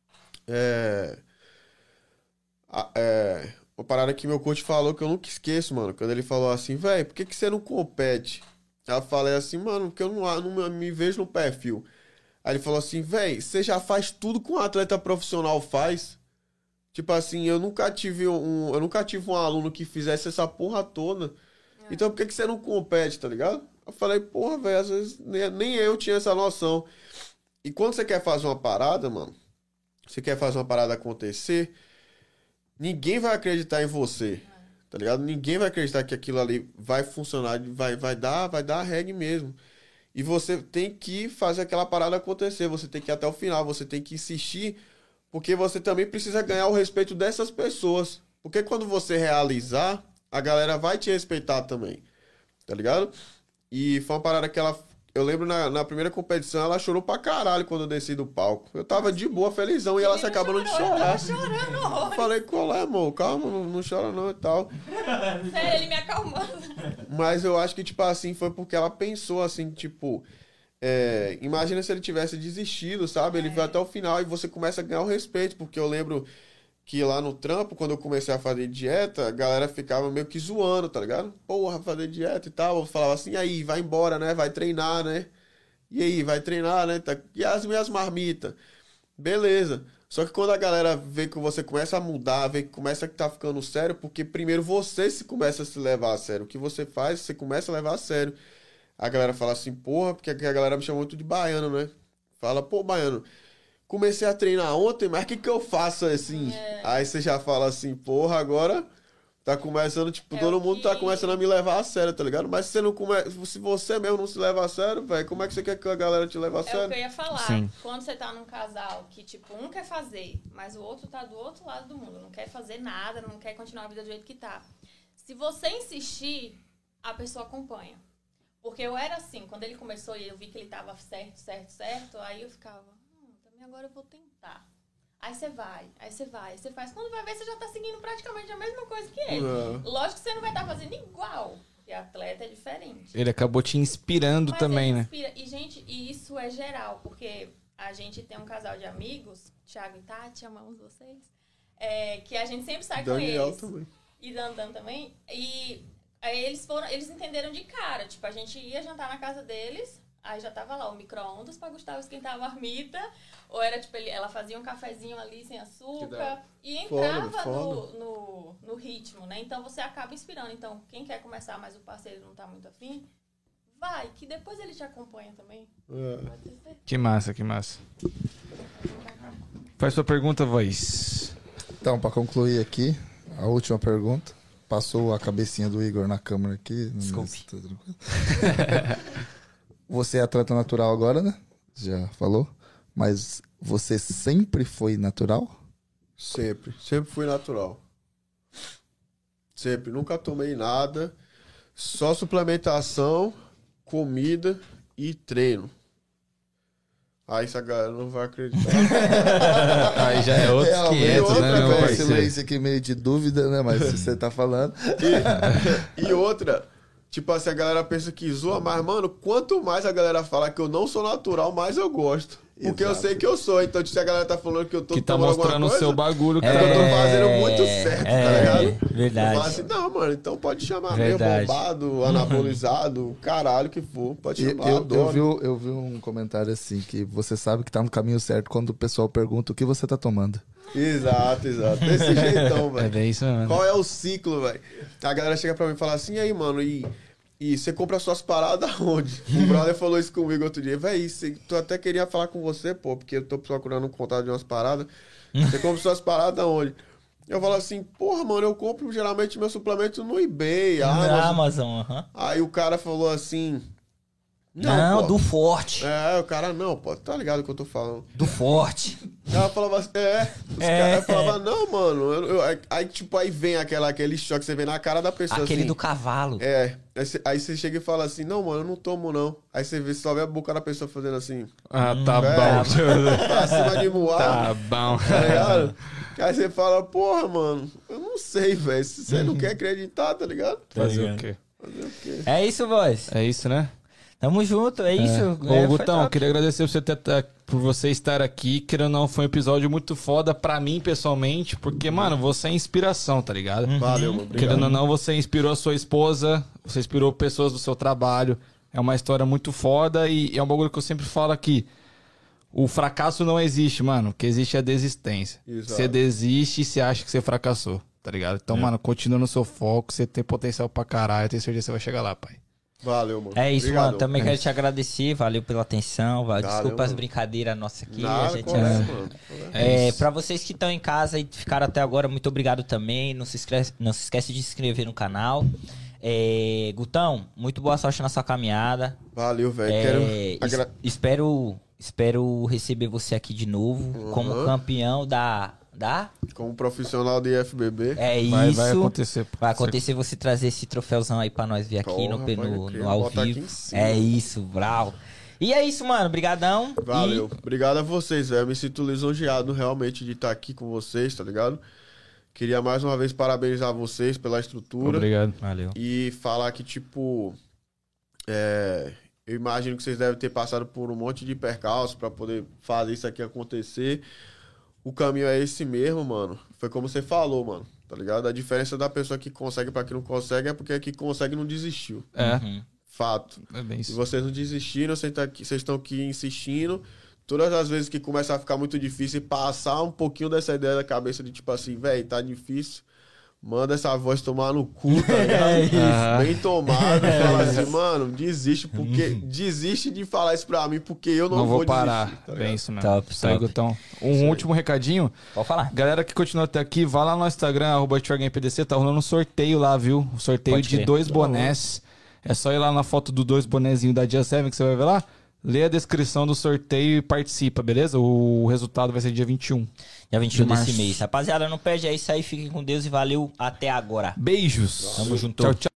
Uma parada que meu coach falou que eu nunca esqueço, mano. Quando ele falou assim, velho, por que você não compete? Aí eu falei assim, mano, porque eu não me vejo no perfil. Aí ele falou assim, véi, você já faz tudo que um atleta profissional faz? Tipo assim, eu nunca tive um aluno que fizesse essa porra toda. Então por que você não compete, tá ligado? Eu falei, porra, velho, às vezes nem eu tinha essa noção. E quando você quer fazer uma parada, mano, você quer fazer uma parada acontecer, ninguém vai acreditar em você. Tá ligado? Ninguém vai acreditar que aquilo ali vai funcionar, vai dar reggae mesmo. E você tem que fazer aquela parada acontecer, você tem que ir até o final, você tem que insistir, porque você também precisa ganhar o respeito dessas pessoas. Porque quando você realizar, a galera vai te respeitar também. Tá ligado? E foi uma parada que eu lembro na primeira competição, ela chorou pra caralho quando eu desci do palco. Eu tava de boa, felizão, e ela se acabou de chorar. Chorando, falei, qual é, amor? Calma, não chora não e tal. Sério, ele me acalmando. Mas eu acho que, tipo assim, foi porque ela pensou assim, tipo... imagina se ele tivesse desistido, sabe? Ele veio até o final e você começa a ganhar o respeito, porque eu lembro que lá no trampo, quando eu comecei a fazer dieta, a galera ficava meio que zoando, tá ligado? Porra, fazer dieta e tal. Eu falava assim, aí, vai embora, né? Vai treinar, né? E aí, vai treinar, né? E as minhas marmitas? Beleza. Só que quando a galera vê que você começa a mudar, vê que começa a tá ficando sério, porque primeiro você começa a se levar a sério. O que você faz, você começa a levar a sério. A galera fala assim, porra, porque a galera me chama muito de baiano, né? Fala, pô, baiano... Comecei a treinar ontem, mas o que eu faço assim? Aí você já fala assim, porra, agora tá começando, tipo, todo mundo tá começando a me levar a sério, tá ligado? Mas se você não se você mesmo não se leva a sério, velho, como é que você quer que a galera te leve a sério? É o que eu ia falar. Sim. Quando você tá num casal que, tipo, um quer fazer, mas o outro tá do outro lado do mundo, não quer fazer nada, não quer continuar a vida do jeito que tá. Se você insistir, a pessoa acompanha. Porque eu era assim, quando ele começou e eu vi que ele tava certo, aí eu ficava... Agora eu vou tentar. Aí você vai, aí você faz. Quando vai ver, você já tá seguindo praticamente a mesma coisa que ele. Lógico que você não vai estar fazendo igual, porque atleta é diferente. Ele acabou te inspirando também, né? E, gente, e isso é geral, porque a gente tem um casal de amigos, Thiago e Tati, amamos vocês, que a gente sempre sai Daniel com eles. Também. E Dandan também. E aí eles entenderam de cara. Tipo, a gente ia jantar na casa deles... Aí já tava lá o micro-ondas pra Gustavo esquentar a marmita. Ou era tipo, ela fazia um cafezinho ali sem açúcar. E entrava no ritmo, né? Então você acaba inspirando. Então, quem quer começar, mas o parceiro não tá muito afim, vai, que depois ele te acompanha também. Pode ter certeza. Que massa, que massa. Faz sua pergunta, voz. Então, pra concluir aqui, a última pergunta. Passou a cabecinha do Igor na câmera aqui. Desculpe. Você é atleta natural agora, né? Já falou. Mas você sempre foi natural? Sempre fui natural. Sempre, nunca tomei nada, só suplementação, comida e treino. Aí essa galera não vai acreditar. Aí já é outros 500, outra, né, meu velho, parceiro? silêncio aqui meio de dúvida, né? Mas se você tá falando... E outra, tipo assim, a galera pensa que zoa, mas, mano, quanto mais a galera fala que eu não sou natural, mais eu gosto. Porque eu Exato. sei que eu sou. Então, se a galera tá falando que eu tô Que tá tomando alguma mostrando o coisa, seu bagulho, é que cara. eu tô fazendo muito certo, tá ligado? Verdade. Eu falo assim, não, mano, então pode chamar Verdade. mesmo, bombado, anabolizado, caralho que for, pode chamar, Eu adoro. vi um comentário assim, que você sabe que tá no caminho certo quando o pessoal pergunta o que você tá tomando. Exato. Desse jeitão, É velho. bem isso, mano. Qual é o ciclo, velho? A galera chega pra mim e fala assim, e aí, mano, e você compra suas paradas onde? O brother falou isso comigo outro dia. Véi, tu até queria falar com você, pô, porque eu tô procurando um contato de umas paradas. Você compra suas paradas onde? Eu falo assim, porra, mano, eu compro geralmente meu suplemento no eBay, Na Amazon. Amazon, aham. Aí o cara falou assim... Não, pô. do Forte. É, o cara, não, pô, tá ligado o que eu tô falando. Do Forte. Ela falava assim, os caras falavam, não, mano. Aí, tipo, aí vem aquele choque que você vê na cara da pessoa. Aquele assim, do cavalo. Aí você chega e fala assim, não, mano, eu não tomo, não. Aí você só vê a boca da pessoa fazendo assim, Ah, tá É. bom. pra cima de voar, Tá bom. tá ligado? Aí você fala, porra, mano, eu não sei, velho. Se você não quer acreditar, tá ligado? Fazer o quê? Fazer o quê? É isso, voz. É isso, né? Tamo junto, é isso. Ô, Gutão, queria agradecer por você estar aqui. Querendo ou não, foi um episódio muito foda pra mim, pessoalmente, porque, mano, você é inspiração, tá ligado? Valeu, mano. Obrigado. Querendo ou não, você inspirou a sua esposa, você inspirou pessoas do seu trabalho. É uma história muito foda e é um bagulho que eu sempre falo aqui. O fracasso não existe, mano. O que existe é a desistência. Exato. Você desiste e você acha que você fracassou, tá ligado? Então, mano, continua no seu foco. Você tem potencial pra caralho. Eu tenho certeza que você vai chegar lá, pai. Valeu, mano. É isso, Obrigadão. mano. Também quero te agradecer. Valeu pela atenção. Desculpa as mano. brincadeiras nossas aqui. Nada, a gente conversa, mano. Pra vocês que estão em casa e ficaram até agora, muito obrigado também. Não se esquece de se inscrever no canal. Gutão, muito boa sorte na sua caminhada. Valeu, velho. Espero receber você aqui de novo como campeão da... Como profissional de IFBB. É Vai isso. acontecer. Vai acontecer você trazer esse troféuzão aí pra nós ver aqui Porra, no pode crer, ao botar aqui vivo. em cima. É isso, bravo. E é isso, mano. Brigadão. Valeu. Obrigado a vocês, velho. Eu me sinto lisonjeado realmente de estar aqui com vocês, tá ligado? Queria mais uma vez parabenizar vocês pela estrutura. Obrigado. Valeu. E falar que, tipo... eu imagino que vocês devem ter passado por um monte de percalços pra poder fazer isso aqui acontecer. O caminho é esse mesmo, mano. Foi como você falou, mano. Tá ligado? A diferença da pessoa que consegue pra quem não consegue é porque a que consegue não desistiu. É, Fato. é bem Se isso. vocês não desistiram, vocês estão aqui insistindo. Todas as vezes que começa a ficar muito difícil, passar um pouquinho dessa ideia da cabeça de tipo assim, velho, tá difícil. Manda essa voz tomar no cu, tá ligado? Bem tomado. Fala assim, mano, desiste de falar isso pra mim, porque eu não vou parar. desistir. Tá Bem ligado? isso mesmo. Top, Isso aí, top. Gutão. Um último recadinho. Pode falar. Galera que continua até aqui, vá lá no Instagram, @TrackGamePDC, tá rolando um sorteio lá, viu? Um sorteio Pode de crer. 2 bonés. É só ir lá na foto do 2 bonezinhos da Dia 7 que você vai ver lá. Lê a descrição do sorteio e participa, beleza? O resultado vai ser dia 21. Dia 21 de desse março. mês. Rapaziada, não perde, é isso aí. Fiquem com Deus e valeu. Até agora. Beijos. Tamo junto. Tchau, tchau.